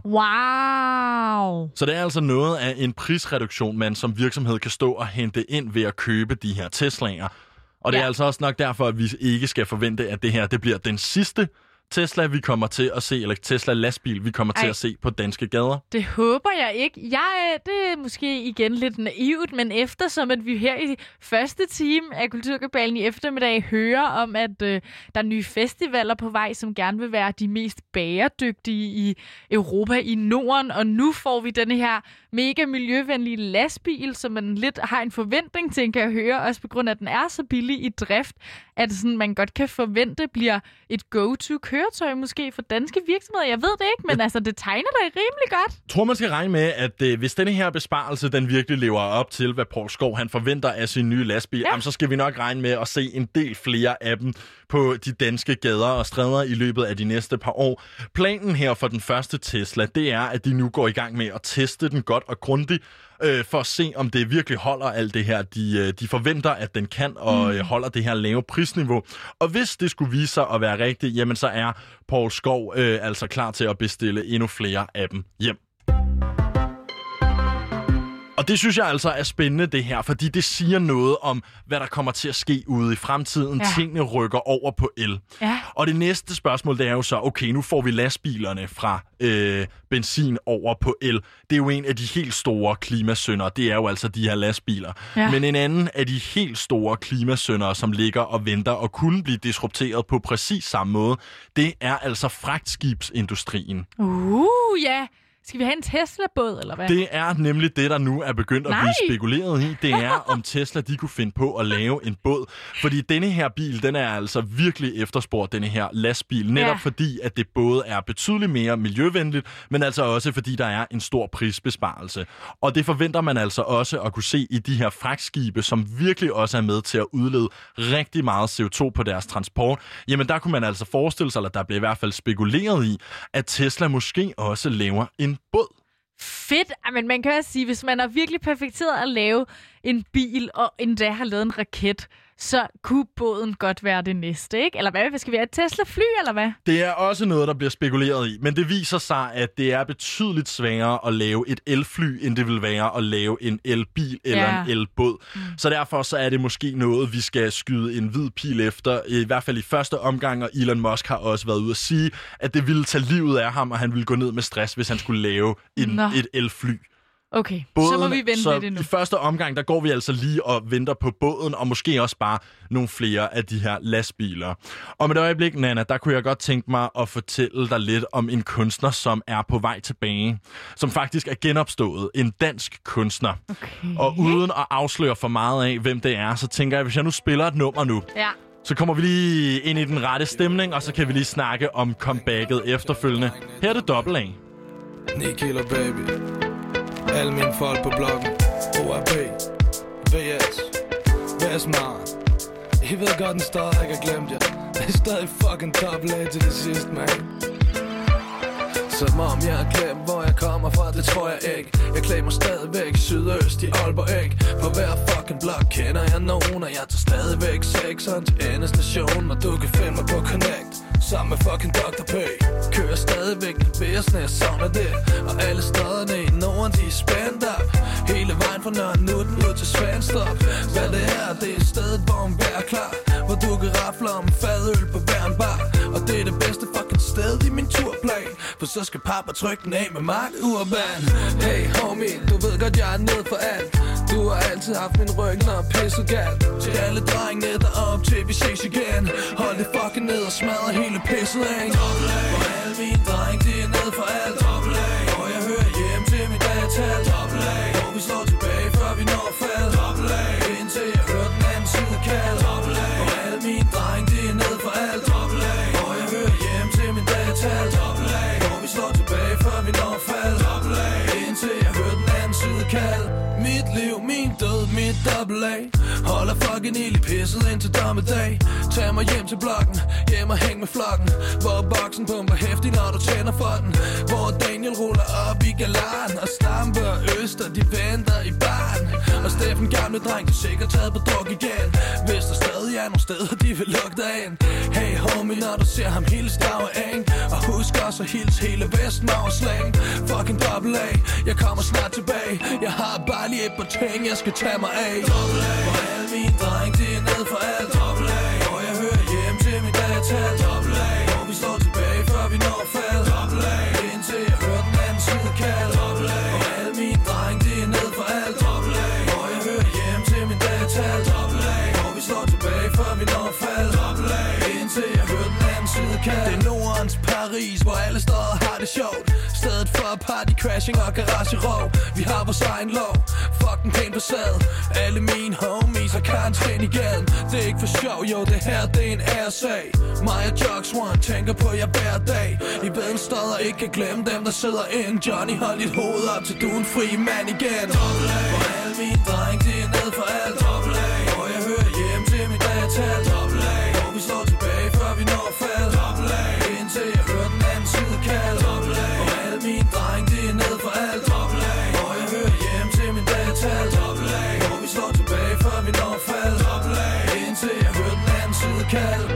Wow! Så det er altså noget af en prisreduktion, man som virksomhed kan stå og hente ind ved at købe de her Teslaer. Og det Ja. er altså også nok derfor, at vi ikke skal forvente, at det her det bliver den sidste Tesla, vi kommer til at se, eller Tesla-lastbil, vi kommer Ej. til at se på danske gader. Det håber jeg ikke. Jeg, øh, det er måske igen lidt naivt, men eftersom at vi her i første time af Kulturkabalen i eftermiddag hører om, at øh, der er nye festivaler på vej, som gerne vil være de mest bæredygtige i Europa, i Norden, og nu får vi denne her mega miljøvenlige lastbil, som man lidt har en forventning til, kan jeg høre, også på grund af, at den er så billig i drift, at sådan, man godt kan forvente, bliver et go-to-køretøj måske for danske virksomheder. Jeg ved det ikke, men altså, det tegner da rimelig godt. Jeg tror, man skal regne med, at øh, hvis denne her besparelse, den virkelig lever op til, hvad Poul Skov han forventer af sin nye lastbil, ja. jamen, så skal vi nok regne med at se en del flere af dem på de danske gader og stræder i løbet af de næste par år. Planen her for den første Tesla, det er, at de nu går i gang med at teste den godt og grundigt, øh, for at se, om det virkelig holder alt det her, de, øh, de forventer, at den kan, og øh, holder det her lave prisniveau. Og hvis det skulle vise sig at være rigtigt, jamen så er Poul Skov øh, altså klar til at bestille endnu flere af dem hjem. Og det synes jeg altså er spændende, det her, fordi det siger noget om, hvad der kommer til at ske ude i fremtiden. Ja. Tingene rykker over på el. Ja. Og det næste spørgsmål, det er jo så, okay, nu får vi lastbilerne fra øh, benzin over på el. Det er jo en af de helt store klimasyndere, det er jo altså de her lastbiler. Ja. Men en anden af de helt store klimasyndere, som ligger og venter og kunne blive disrupteret på præcis samme måde, det er altså fragtskibsindustrien. Uh, ja. Skal vi have en Tesla-båd, eller hvad? Det er nemlig det, der nu er begyndt at Nej. blive spekuleret i. Det er, om Tesla de kunne finde på at lave en båd. Fordi denne her bil, den er altså virkelig efterspurgt, denne her lastbil. Netop Ja. fordi, at det både er betydeligt mere miljøvenligt, men altså også fordi, der er en stor prisbesparelse. Og det forventer man altså også at kunne se i de her fragtskibe, som virkelig også er med til at udlede rigtig meget C O to på deres transport. Jamen der kunne man altså forestille sig, eller der blev i hvert fald spekuleret i, at Tesla måske også laver en båd. Fedt! Men man kan også sige, hvis man har virkelig perfekteret at lave en bil, og endda har lavet en raket, så kunne båden godt være det næste, ikke? Eller hvad? Skal vi have et Tesla-fly, eller hvad? Det er også noget, der bliver spekuleret i, men det viser sig, at det er betydeligt sværere at lave et elfly, end det vil være at lave en elbil eller Ja. en elbåd. Mm. Så derfor så er det måske noget, vi skal skyde en hvid pil efter, i hvert fald i første omgang, og Elon Musk har også været ude at sige, at det ville tage livet af ham, og han ville gå ned med stress, hvis han skulle lave en, Nå. et elfly. Okay, Båden, så må vi vente så lidt endnu. i første omgang, der går vi altså lige og venter på båden, og måske også bare nogle flere af de her lastbiler. Og med det øjeblik, Nana, der kunne jeg godt tænke mig at fortælle dig lidt om en kunstner, som er på vej tilbage. Som faktisk er genopstået. En dansk kunstner. Okay. Og uden at afsløre for meget af, hvem det er, så tænker jeg, hvis jeg nu spiller et nummer nu, Ja. så kommer vi lige ind i den rette stemning, og så kan vi lige snakke om comebacket efterfølgende. Her er det dobbelt A. ni kilo baby. Alle mine folk på bloggen. O R B, V S, V S man. I ved godt, den stadig ikke har glemt jer. Det er stadig fucking dobbelt A til det sidste, man. Som om jeg har glemt, hvor jeg kommer fra, det tror jeg ikke. Jeg klæder mig stadigvæk sydøst i Aalborg Æg. På hver fucking blok kender jeg nogen, og jeg tager stadigvæk sekseren til endestation. Og du kan finde mig på Connect, sammen med fucking doktor P. Kører stadigvæk en væs, når jeg savner det. Og alle stederne i Norden, de er spændt op. Hele vejen fra Nørre Nutten ud til Svanstrup. Hvad det er, det er stedet, hvor man er klar. Hvor du så skal pappa trykke den af med Mark Urban. Hey homie, du ved godt jeg er ned for alt. Du har altid haft min ryg, når pisset galt. Til alle drengene der op til vi ses igen. Hold det fucking ned og smadre hele pisset af. For alle mine dreng, det er ned for alt. Og jeg hører hjem til mit dagtal. Og vi slår tilbage før vi når fald. Indtil jeg hører den anden side kald. Og alle mine dreng, det er ned for alt. Og jeg hører hjem til mit dagtal. Og vi slår tilbage før vi når fald. Indtil jeg hører den anden side kald. Mit liv, min død, mit double A. Holder fucking ild i pisset indtil dommedag. Tag mig hjem til blokken, hjem og hæng med flokken. Hvor boksen pumper hæftigt, når du tænder for den. Hvor Daniel ruller op i galaren. Og Stampe og Øster, de venter i baren. Og Steffen, gamle dreng, du sikkert taget på druk igen. Hvis der stadig er nogle steder, de vil lukke dig ind. Hey homie, når du ser ham hils dag og ang. Og husk også at hils hele Vestmager slang. Fucking double A, jeg kommer snart tilbage. Jeg har bare lige et par ting, jeg skal tage mig af. For alle mine dreng, det er ned for alt. Og jeg hører hjem til mit dagtal. Og vi står tilbage, før vi når fald. Indtil jeg hører den anden side kald. Og alle mine dreng, det er ned for alt. Og jeg hører hjem til mit dagtal. Og vi står tilbage, før vi når fald. Indtil jeg hører den anden side kald. Det er Nordens Paris, hvor alle steder har det sjovt. Stedet for party crashing og garage rov. Vi har vores egen lov. Fuck den pæn facade. Alle mine homies har karantæne i gaden. Det er ikke for sjov, jo det her det er en æresag. Mig og Jux One tænker på jer hver dag. I beden står og ikke kan glemme dem der sidder ind. Johnny, hold dit hoved op til du er en fri mand igen. For alle mine dreng, det er ned for alt. Og jeg hører hjem til mit dagtal. Og vi slår tilbage før vi når fald. Indtil jeg hører den anden side kald. Og alle mine dreng, det er ned for alt. Og jeg hører hjem til min dagtal. Og vi slår tilbage før vi når fald. Indtil jeg hører den anden side kald.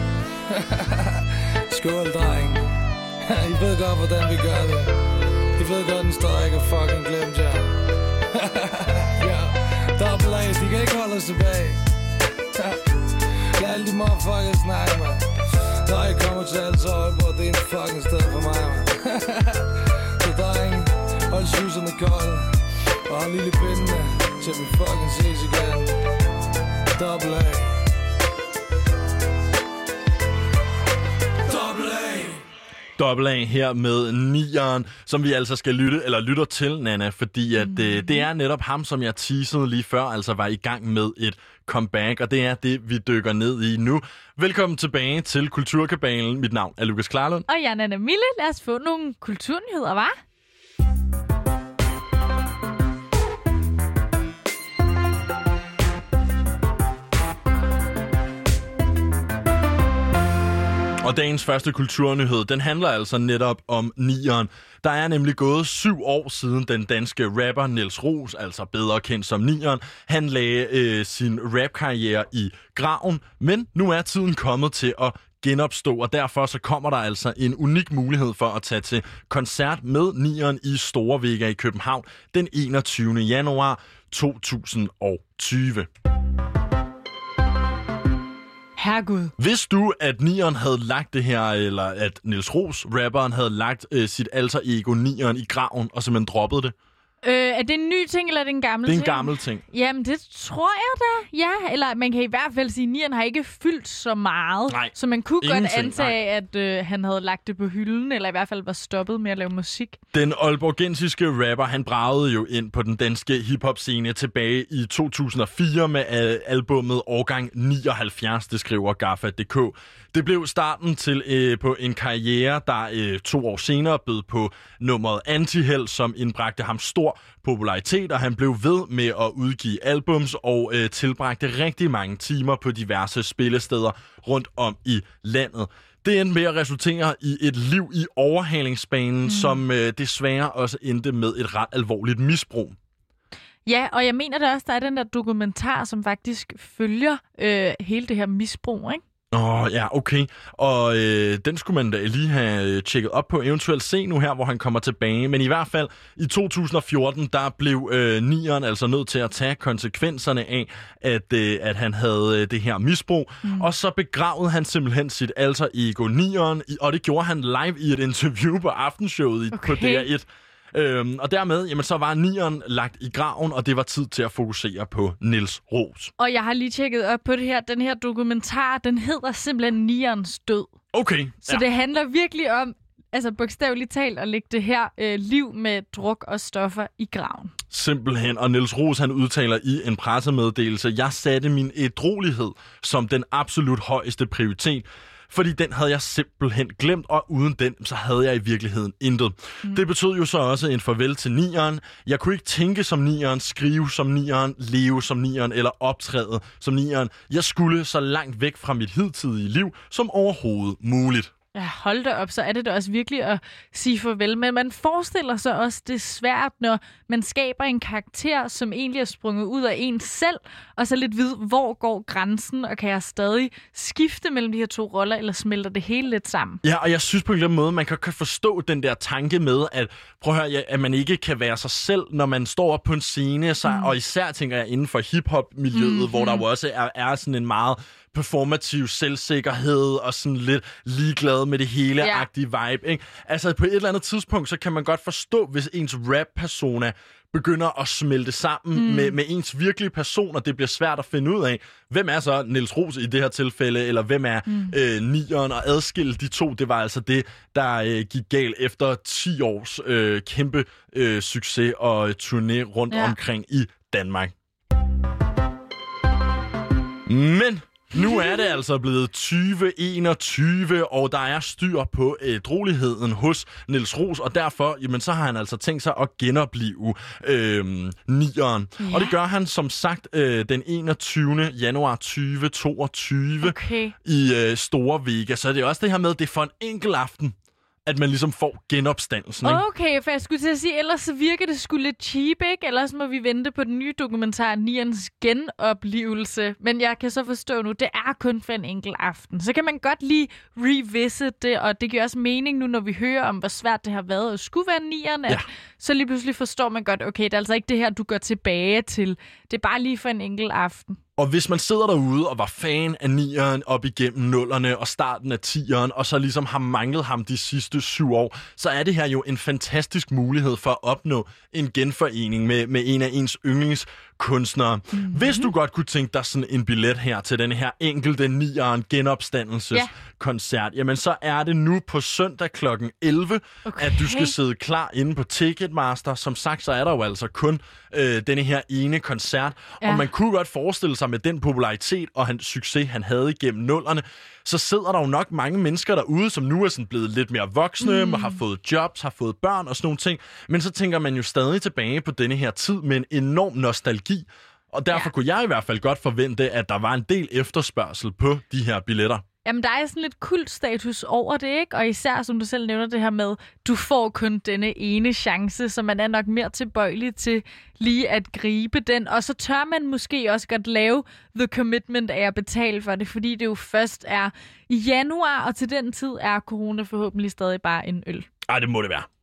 Skål, dreng. I ved godt, hvordan vi gør det. I ved godt, den står ikke og fucking glemt jer. Ja, double A, de kan ikke holde os tilbage. Lad alle de motherfuckers snakke, man. Når jeg kommer til alt, så Aalborg, det er en fucking sted for mig, man. Så dreng, hold suserne kolde. Og hold lille pindene, til vi fucking ses igen. Double A. Double A her med nieren, som vi altså skal lytte, eller lytter til, Nana, fordi at, mm. øh, det er netop ham, som jeg teasede lige før, altså var i gang med et comeback, og det er det, vi dykker ned i nu. Velkommen tilbage til Kulturkabalen. Mit navn er Lukas Klarlund. Og jeg er Nana Mille. Lad os få nogle kulturnyheder, hva'? Og dagens første kulturnyhed, den handler altså netop om nieren. Der er nemlig gået syv år siden den danske rapper Niels Roos, altså bedre kendt som nieren, han lagde øh, sin rapkarriere i graven, men nu er tiden kommet til at genopstå, og derfor så kommer der altså en unik mulighed for at tage til koncert med nieren i Store Vega i København den enogtyvende januar to tusind og tyve. Herregud. Vidste du, at nieren havde lagt det her, eller at Niels Roos, rapperen, havde lagt øh, sit alter ego nieren i graven, og simpelthen droppet det? Øh, er det en ny ting, eller er det en gammel ting? Det er en gammel ting. Jamen, det tror jeg da, ja. Eller man kan i hvert fald sige, at nieren har ikke fyldt så meget. Nej, så man kunne ingenting, godt antage, at øh, han havde lagt det på hylden, eller i hvert fald var stoppet med at lave musik. Den aalborgensiske rapper, han bragede jo ind på den danske hiphop-scene tilbage i to tusind og fire med albummet Årgang nioghalvfjerds, det skriver Gaffa punktum d k. Det blev starten til øh, på en karriere, der øh, to år senere bød på nummeret Antiheld, som indbragte ham stor popularitet, og han blev ved med at udgive albums og øh, tilbragte rigtig mange timer på diverse spillesteder rundt om i landet. Det endte med at resultere i et liv i overhalingsbanen, mm. som øh, desværre også endte med et ret alvorligt misbrug. Ja, og jeg mener da også, der er den der dokumentar, som faktisk følger øh, hele det her misbrug, ikke? Åh, oh, ja, okay. Og øh, den skulle man da lige have tjekket op på, eventuelt se nu her, hvor han kommer tilbage. Men i hvert fald, i to tusind og fjorten, der blev øh, nieren altså nødt til at tage konsekvenserne af, at, øh, at han havde øh, det her misbrug. Mm. Og så begravede han simpelthen sit alter ego nieren, og det gjorde han live i et interview på Aftenshowet okay. på D R et. Øhm, og dermed, jamen, så var nieren lagt i graven, og det var tid til at fokusere på Niels Roos. Og jeg har lige tjekket op på det her. Den her dokumentar, den hedder simpelthen Nierens død. Okay. Så ja. det handler virkelig om, altså bogstaveligt talt, at lægge det her øh, liv med druk og stoffer i graven. Simpelthen. Og Niels Roos, han udtaler i en pressemeddelelse, jeg satte min ædruelighed som den absolut højeste prioritet. Fordi den havde jeg simpelthen glemt, og uden den, så havde jeg i virkeligheden intet. Mm. Det betød jo så også en farvel til nieren. Jeg kunne ikke tænke som nieren, skrive som nieren, leve som nieren eller optræde som nieren. Jeg skulle så langt væk fra mit hidtidige liv som overhovedet muligt. Ja, hold da op, så er det da også virkelig at sige farvel. Men man forestiller sig også, det er svært, når man skaber en karakter, som egentlig er sprunget ud af en selv, og så lidt vide, hvor går grænsen, og kan jeg stadig skifte mellem de her to roller, eller smelter det hele lidt sammen? Ja, og jeg synes på en eller anden måde, man kan, kan forstå den der tanke med, at, prøv at høre, ja, at man ikke kan være sig selv, når man står op på en scene, så, mm. og især tænker jeg inden for hiphop-miljøet, mm-hmm. hvor der jo også er, er sådan en meget performativ selvsikkerhed og sådan lidt ligeglad med det hele-agtige yeah. vibe, ikke? Altså på et eller andet tidspunkt, så kan man godt forstå, hvis ens rap-persona begynder at smelte sammen mm. med, med ens virkelige person, og det bliver svært at finde ud af, hvem er så Niels Roos i det her tilfælde, eller hvem er mm. øh, nieren, og adskille de to, det var altså det, der øh, gik galt efter ti års øh, kæmpe øh, succes og turné rundt ja. omkring i Danmark. Men nu er det altså blevet tyve enogtyve, og der er styr på ædrueligheden hos Niels Roos, og derfor jamen, så har han altså tænkt sig at genopleve øh, nieren. Ja. Og det gør han som sagt øh, den enogtyvende januar tyve toogtyve okay. i øh, Store Vega. Så det er også det her med, det er for en enkelt aften, at man ligesom får genopstandelsen, ikke? Okay, for jeg skulle til at sige, ellers så virker det sgu lidt cheap, ikke? Ellers må vi vente på den nye dokumentar, Nierens genoplevelse. Men jeg kan så forstå nu, det er kun for en enkelt aften. Så kan man godt lige revisit det, og det giver også mening nu, når vi hører om, hvor svært det har været at skulle være nieren, at ja. så lige pludselig forstår man godt, okay, det er altså ikke det her, du går tilbage til. Det er bare lige for en enkelt aften. Og hvis man sidder derude og var fan af nieren op igennem nullerne og starten af tieren, og så ligesom har manglet ham de sidste syv år, så er det her jo en fantastisk mulighed for at opnå en genforening med, med en af ens yndlingskunstnere. Mm-hmm. Hvis du godt kunne tænke dig sådan en billet her til den her enkelte nieren genopstandelseskoncert, yeah. jamen så er det nu på søndag klokken elleve, okay. at du skal sidde klar inde på Ticketmaster. Som sagt, så er der jo altså kun øh, denne her ene koncert, ja. og man kunne godt forestille sig med den popularitet og hans succes, han havde igennem nullerne, så sidder der jo nok mange mennesker derude, som nu er sådan blevet lidt mere voksne, mm. har fået jobs, har fået børn og sådan nogle ting. Men så tænker man jo stadig tilbage på denne her tid med en enorm nostalgi. Og derfor ja. kunne jeg i hvert fald godt forvente, at der var en del efterspørgsel på de her billetter. Jamen, der er sådan lidt kultstatus over det, ikke? Og især, som du selv nævner, det her med, du får kun denne ene chance, så man er nok mere tilbøjelig til lige at gribe den. Og så tør man måske også godt lave the commitment af at betale for det, fordi det jo først er i januar, og til den tid er corona forhåbentlig stadig bare en øl. Ej, det må det være.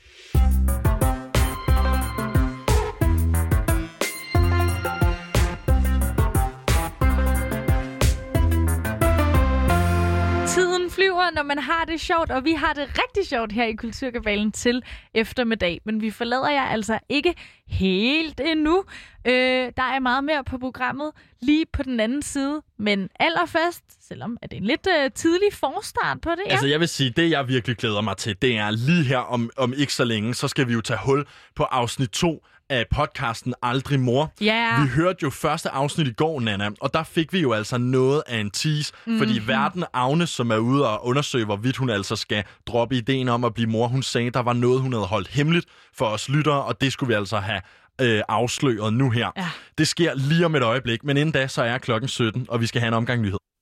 Flyver, når man har det sjovt, og vi har det rigtig sjovt her i Kulturkabalen til eftermiddag. Men vi forlader jer altså ikke helt endnu. Øh, der er meget mere på programmet lige på den anden side. Men allerførst, selvom at det er en lidt øh, tidlig forstart på det, ja. Altså jeg vil sige, det jeg virkelig glæder mig til, det er lige her om, om ikke så længe, så skal vi jo tage hul på afsnit to af podcasten Aldrig Mor. Yeah. Vi hørte jo første afsnit i går, Nana, og der fik vi jo altså noget af en tease, mm-hmm. fordi verden Agnes, som er ude og undersøge, hvorvidt hun altså skal droppe ideen om at blive mor, hun sagde, der var noget, hun havde holdt hemmeligt for os lyttere, og det skulle vi altså have øh, afsløret nu her. Ja. Det sker lige om et øjeblik, men inden da, så er klokken sytten, og vi skal have en omgang nyhed.